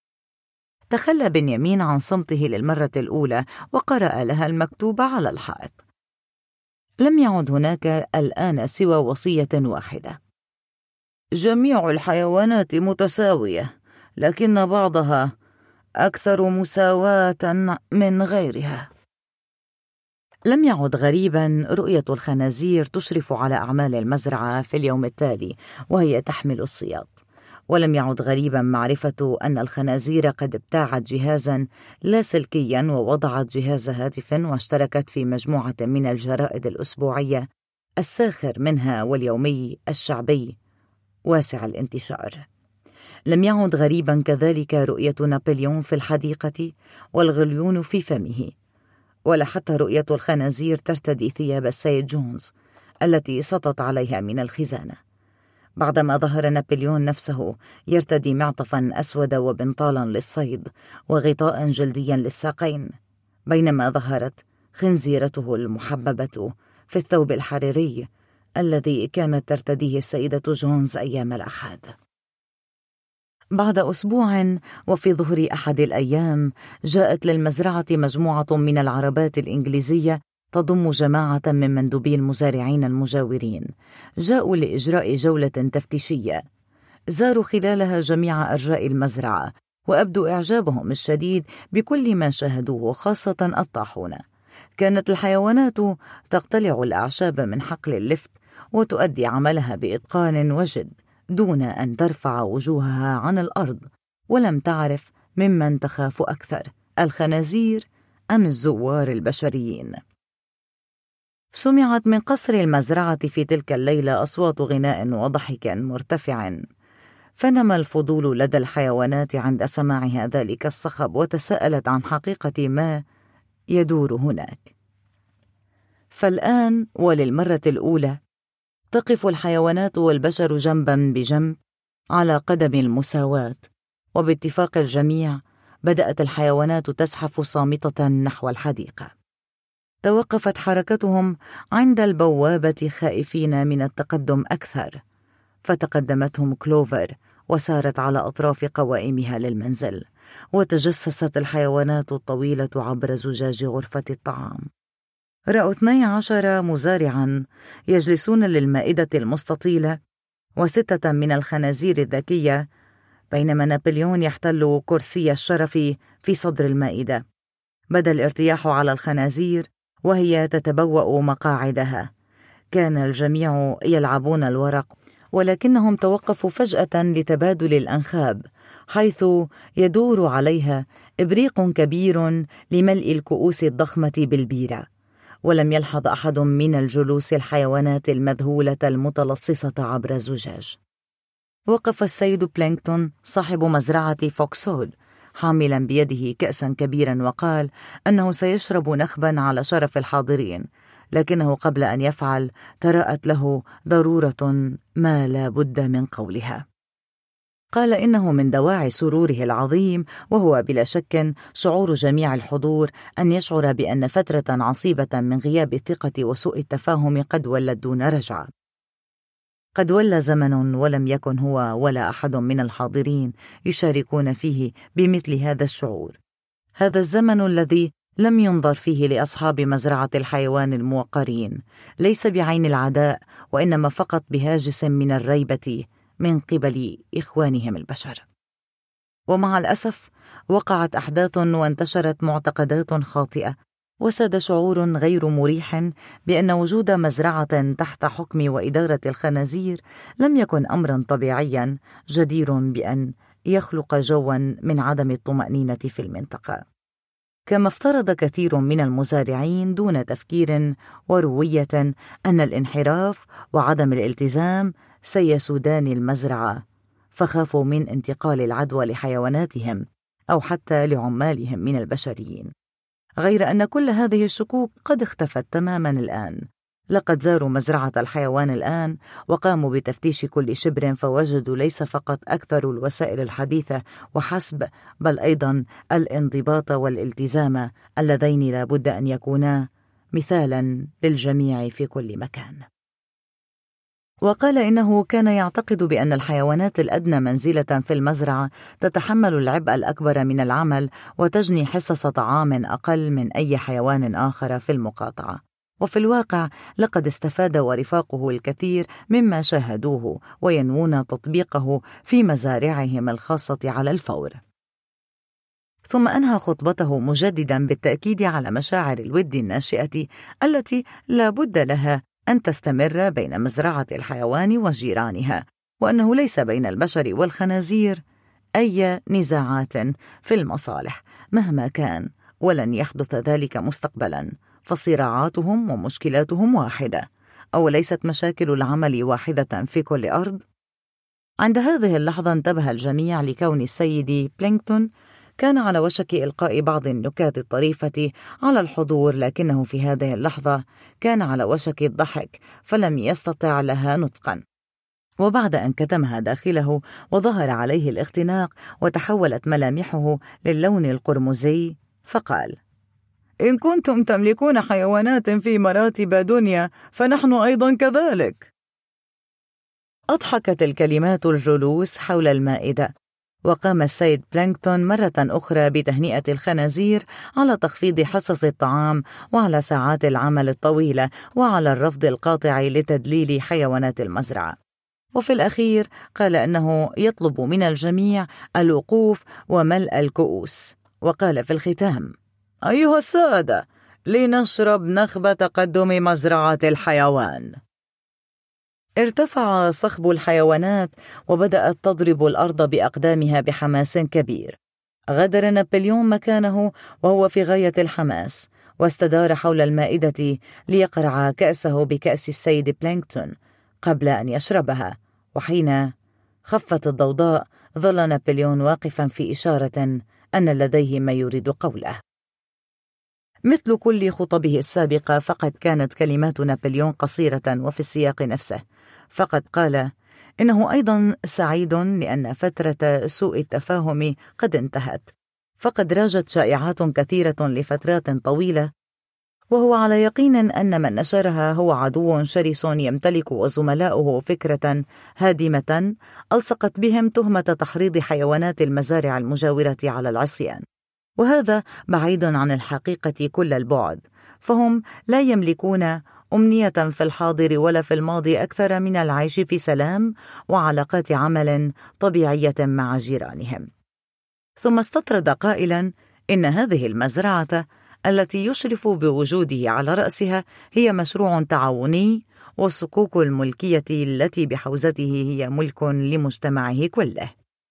تخلى بنيامين عن صمته للمرة الأولى وقرأ لها المكتوب على الحائط. لم يعد هناك الآن سوى وصية واحدة: جميع الحيوانات متساوية، لكن بعضها أكثر مساواة من غيرها. لم يعد غريبا رؤية الخنازير تشرف على أعمال المزرعة في اليوم التالي وهي تحمل الصياد، ولم يعد غريبا معرفة أن الخنازير قد ابتاعت جهازا لاسلكيا ووضعت جهاز هاتف واشتركت في مجموعة من الجرائد الأسبوعية الساخر منها واليومي الشعبي واسع الانتشار. لم يعد غريبا كذلك رؤية نابليون في الحديقة والغليون في فمه، ولا حتى رؤية الخنازير ترتدي ثياب السيد جونز التي سطت عليها من الخزانة، بعدما ظهر نابليون نفسه يرتدي معطفا أسود وبنطالا للصيد وغطاء جلديا للساقين، بينما ظهرت خنزيرته المحببة في الثوب الحريري الذي كانت ترتديه السيدة جونز أيام الأحد. بعد أسبوع وفي ظهر أحد الأيام جاءت للمزرعة مجموعة من العربات الإنجليزية تضم جماعة من مندوبي المزارعين المجاورين، جاءوا لإجراء جولة تفتيشية، زاروا خلالها جميع أرجاء المزرعة وأبدوا إعجابهم الشديد بكل ما شاهدوه، خاصة الطاحون. كانت الحيوانات تقتلع الأعشاب من حقل اللفت وتؤدي عملها بإتقان وجد دون أن ترفع وجوهها عن الأرض، ولم تعرف ممن تخاف أكثر، الخنازير أم الزوار البشريين. سمعت من قصر المزرعة في تلك الليلة أصوات غناء وضحك مرتفع، فنما الفضول لدى الحيوانات عند سماعها ذلك الصخب وتساءلت عن حقيقة ما يدور هناك. فالآن وللمرة الأولى تقف الحيوانات والبشر جنبا بجنب على قدم المساواة، وباتفاق الجميع بدأت الحيوانات تزحف صامتة نحو الحديقة. توقفت حركتهم عند البوابة خائفين من التقدم أكثر، فتقدمتهم كلوفر وسارت على أطراف قوائمها للمنزل، وتجسست الحيوانات الطويلة عبر زجاج غرفة الطعام. رأوا اثني عشر مزارعا يجلسون للمائدة المستطيلة وستة من الخنازير الذكية، بينما نابليون يحتل كرسي الشرف في صدر المائدة. بدا الارتياح على الخنازير وهي تتبوأ مقاعدها. كان الجميع يلعبون الورق، ولكنهم توقفوا فجأة لتبادل الأنخاب، حيث يدور عليها إبريق كبير لملء الكؤوس الضخمة بالبيرة، ولم يلحظ أحد من الجلوس الحيوانات المذهولة المتلصصة عبر الزجاج. وقف السيد بلينكتون صاحب مزرعة فوكسول حاملا بيده كأسا كبيرا وقال أنه سيشرب نخبا على شرف الحاضرين، لكنه قبل أن يفعل تراءت له ضرورة ما لا بد من قولها. قال إنه من دواعي سروره العظيم، وهو بلا شك شعور جميع الحضور، أن يشعر بأن فترة عصيبة من غياب الثقة وسوء التفاهم قد ولت دون رجعة. قد ولى زمن ولم يكن هو ولا أحد من الحاضرين يشاركون فيه بمثل هذا الشعور. هذا الزمن الذي لم ينظر فيه لأصحاب مزرعة الحيوان الموقرين، ليس بعين العداء، وإنما فقط بهاجس من الريبة من قبل إخوانهم البشر. ومع الأسف وقعت أحداث وانتشرت معتقدات خاطئة، وساد شعور غير مريح بأن وجود مزرعة تحت حكم وإدارة الخنازير لم يكن أمرا طبيعيا جدير بأن يخلق جوا من عدم الطمأنينة في المنطقة. كما افترض كثير من المزارعين دون تفكير وروية أن الانحراف وعدم الالتزام سيسودان المزرعة، فخافوا من انتقال العدوى لحيواناتهم أو حتى لعمالهم من البشريين. غير أن كل هذه الشكوك قد اختفت تماما الآن. لقد زاروا مزرعة الحيوان الآن وقاموا بتفتيش كل شبر، فوجدوا ليس فقط أكثر الوسائل الحديثة وحسب، بل أيضا الانضباط والالتزام اللذين لا بد أن يكونا مثالا للجميع في كل مكان. وقال إنه كان يعتقد بأن الحيوانات الأدنى منزلة في المزرعة تتحمل العبء الأكبر من العمل وتجني حصص طعام أقل من أي حيوان آخر في المقاطعة. وفي الواقع لقد استفاد ورفاقه الكثير مما شاهدوه وينوون تطبيقه في مزارعهم الخاصة على الفور. ثم أنهى خطبته مجددا بالتأكيد على مشاعر الود الناشئة التي لا بد لها أن تستمر بين مزرعة الحيوان وجيرانها، وأنه ليس بين البشر والخنازير أي نزاعات في المصالح مهما كان، ولن يحدث ذلك مستقبلا، فصراعاتهم ومشكلاتهم واحدة، أو ليست مشاكل العمل واحدة في كل أرض؟ عند هذه اللحظة انتبه الجميع لكون السيد بلينكتون كان على وشك إلقاء بعض النكات الطريفة على الحضور، لكنه في هذه اللحظة كان على وشك الضحك فلم يستطع لها نطقا. وبعد أن كتمها داخله وظهر عليه الاختناق وتحولت ملامحه للون القرمزي، فقال: إن كنتم تملكون حيوانات في مراتب دنيا فنحن أيضا كذلك. أضحكت الكلمات الجلوس حول المائدة، وقام السيد بلينكتون مرة أخرى بتهنئة الخنازير على تخفيض حصص الطعام وعلى ساعات العمل الطويلة وعلى الرفض القاطع لتدليل حيوانات المزرعة. وفي الأخير قال أنه يطلب من الجميع الوقوف وملء الكؤوس، وقال في الختام: أيها السادة، لنشرب نخبة تقدم مزرعة الحيوان. ارتفع صخب الحيوانات وبدأت تضرب الأرض بأقدامها بحماس كبير. غادر نابليون مكانه وهو في غاية الحماس، واستدار حول المائدة ليقرع كأسه بكأس السيد بلينكتون قبل أن يشربها. وحين خفت الضوضاء ظل نابليون واقفا في إشارة أن لديه ما يريد قوله. مثل كل خطبه السابقة فقد كانت كلمات نابليون قصيرة وفي السياق نفسه، فقد قال إنه أيضا سعيد لأن فترة سوء التفاهم قد انتهت، فقد راجت شائعات كثيرة لفترات طويلة، وهو على يقين أن من نشرها هو عدو شرس يمتلك وزملاؤه فكرة هادمة ألصقت بهم تهمة تحريض حيوانات المزارع المجاورة على العصيان، وهذا بعيد عن الحقيقة كل البعد، فهم لا يملكون أمنية في الحاضر ولا في الماضي أكثر من العيش في سلام وعلاقات عمل طبيعية مع جيرانهم. ثم استطرد قائلا إن هذه المزرعة التي يشرف بوجوده على رأسها هي مشروع تعاوني، والصكوك الملكية التي بحوزته هي ملك لمجتمعه كله.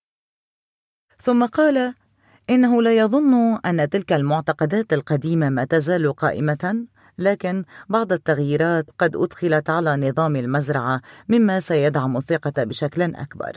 ثم قال إنه لا يظن أن تلك المعتقدات القديمة ما تزال قائمة، لكن بعض التغييرات قد أدخلت على نظام المزرعة مما سيدعم الثقة بشكل أكبر.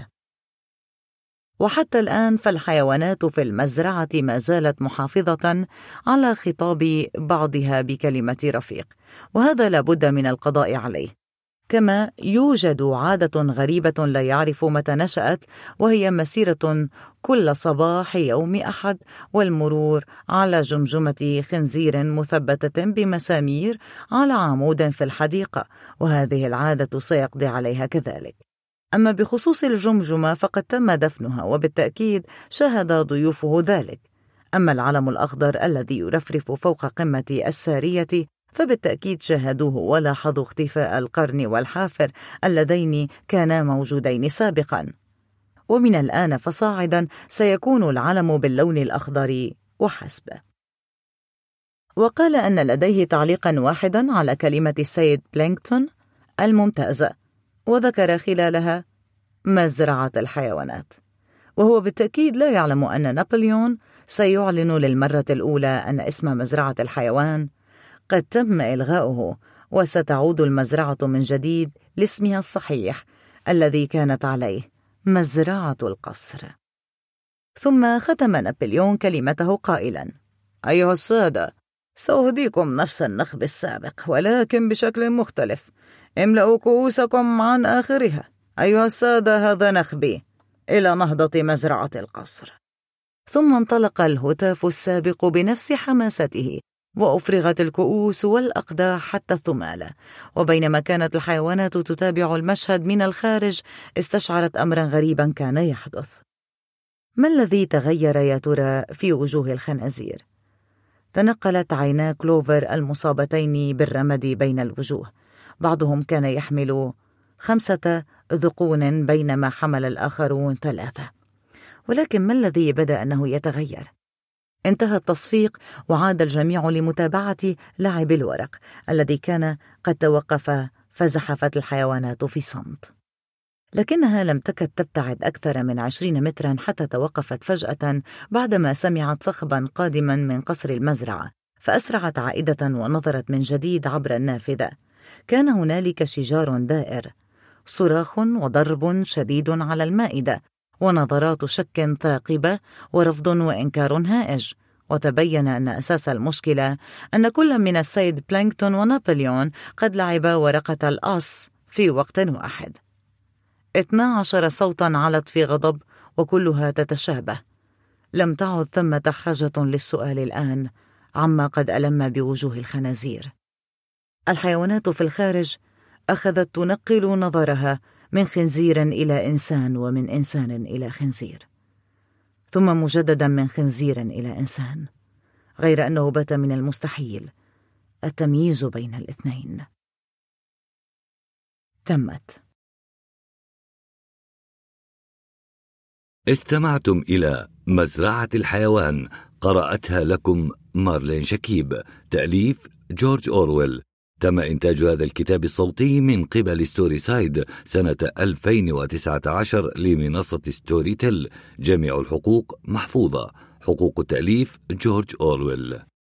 وحتى الآن فالحيوانات في المزرعة ما زالت محافظة على خطاب بعضها بكلمة رفيق، وهذا لابد من القضاء عليه. كما يوجد عادة غريبة لا يعرف متى نشأت، وهي مسيرة كل صباح يوم أحد والمرور على جمجمة خنزير مثبتة بمسامير على عمود في الحديقة، وهذه العادة سيقضي عليها كذلك. أما بخصوص الجمجمة فقد تم دفنها، وبالتأكيد شاهد ضيوفه ذلك. أما العلم الأخضر الذي يرفرف فوق قمة السارية فبالتأكيد شاهدوه ولاحظوا اختفاء القرن والحافر اللذين كانا موجودين سابقا، ومن الآن فصاعدا سيكون العلم باللون الأخضر وحسب. وقال أن لديه تعليقا واحدا على كلمة السيد بلينكتون الممتازة، وذكر خلالها مزرعة الحيوانات، وهو بالتأكيد لا يعلم أن نابليون سيعلن للمرة الأولى أن اسم مزرعة الحيوان قد تم إلغاؤه، وستعود المزرعة من جديد لاسمها الصحيح الذي كانت عليه، مزرعة القصر. ثم ختم نابليون كلمته قائلا: أيها السادة، سأهديكم نفس النخب السابق ولكن بشكل مختلف. املأوا كؤوسكم عن آخرها. أيها السادة، هذا نخبي إلى نهضة مزرعة القصر. ثم انطلق الهتاف السابق بنفس حماسته، وأفرغت الكؤوس والأقداح حتى الثمالة. وبينما كانت الحيوانات تتابع المشهد من الخارج، استشعرت أمرا غريبا كان يحدث. ما الذي تغير يا ترى في وجوه الخنازير؟ تنقلت عينا كلوفر المصابتين بالرمد بين الوجوه. بعضهم كان يحمل خمسة ذقون بينما حمل الآخرون ثلاثة. ولكن ما الذي بدأ أنه يتغير؟ انتهى التصفيق وعاد الجميع لمتابعة لعب الورق الذي كان قد توقف، فزحفت الحيوانات في صمت. لكنها لم تكد تبتعد أكثر من عشرين مترا حتى توقفت فجأة بعدما سمعت صخبا قادما من قصر المزرعة، فأسرعت عائدة ونظرت من جديد عبر النافذة. كان هنالك شجار دائر، صراخ وضرب شديد على المائدة، ونظرات شك ثاقبة ورفض وإنكار هائج. وتبين أن أساس المشكلة أن كل من السيد بلانكتون ونابليون قد لعبا ورقة الأس في وقت واحد. اثنا عشر صوتا علت في غضب وكلها تتشابه. لم تعد ثمة حاجة للسؤال الآن عما قد ألم بوجوه الخنازير. الحيوانات في الخارج أخذت تنقل نظرها من خنزير إلى إنسان، ومن إنسان إلى خنزير، ثم مجددا من خنزير إلى إنسان، غير أنه بات من المستحيل التمييز بين الاثنين. تمت. استمعتم إلى مزرعة الحيوان، قرأتها لكم مارلين شكيب، تأليف جورج أورويل. تم إنتاج هذا الكتاب الصوتي من قبل ستوري سايد سنة ألفين وتسعة عشر لمنصة ستوري تيل. جميع الحقوق محفوظة. حقوق التأليف جورج أورويل.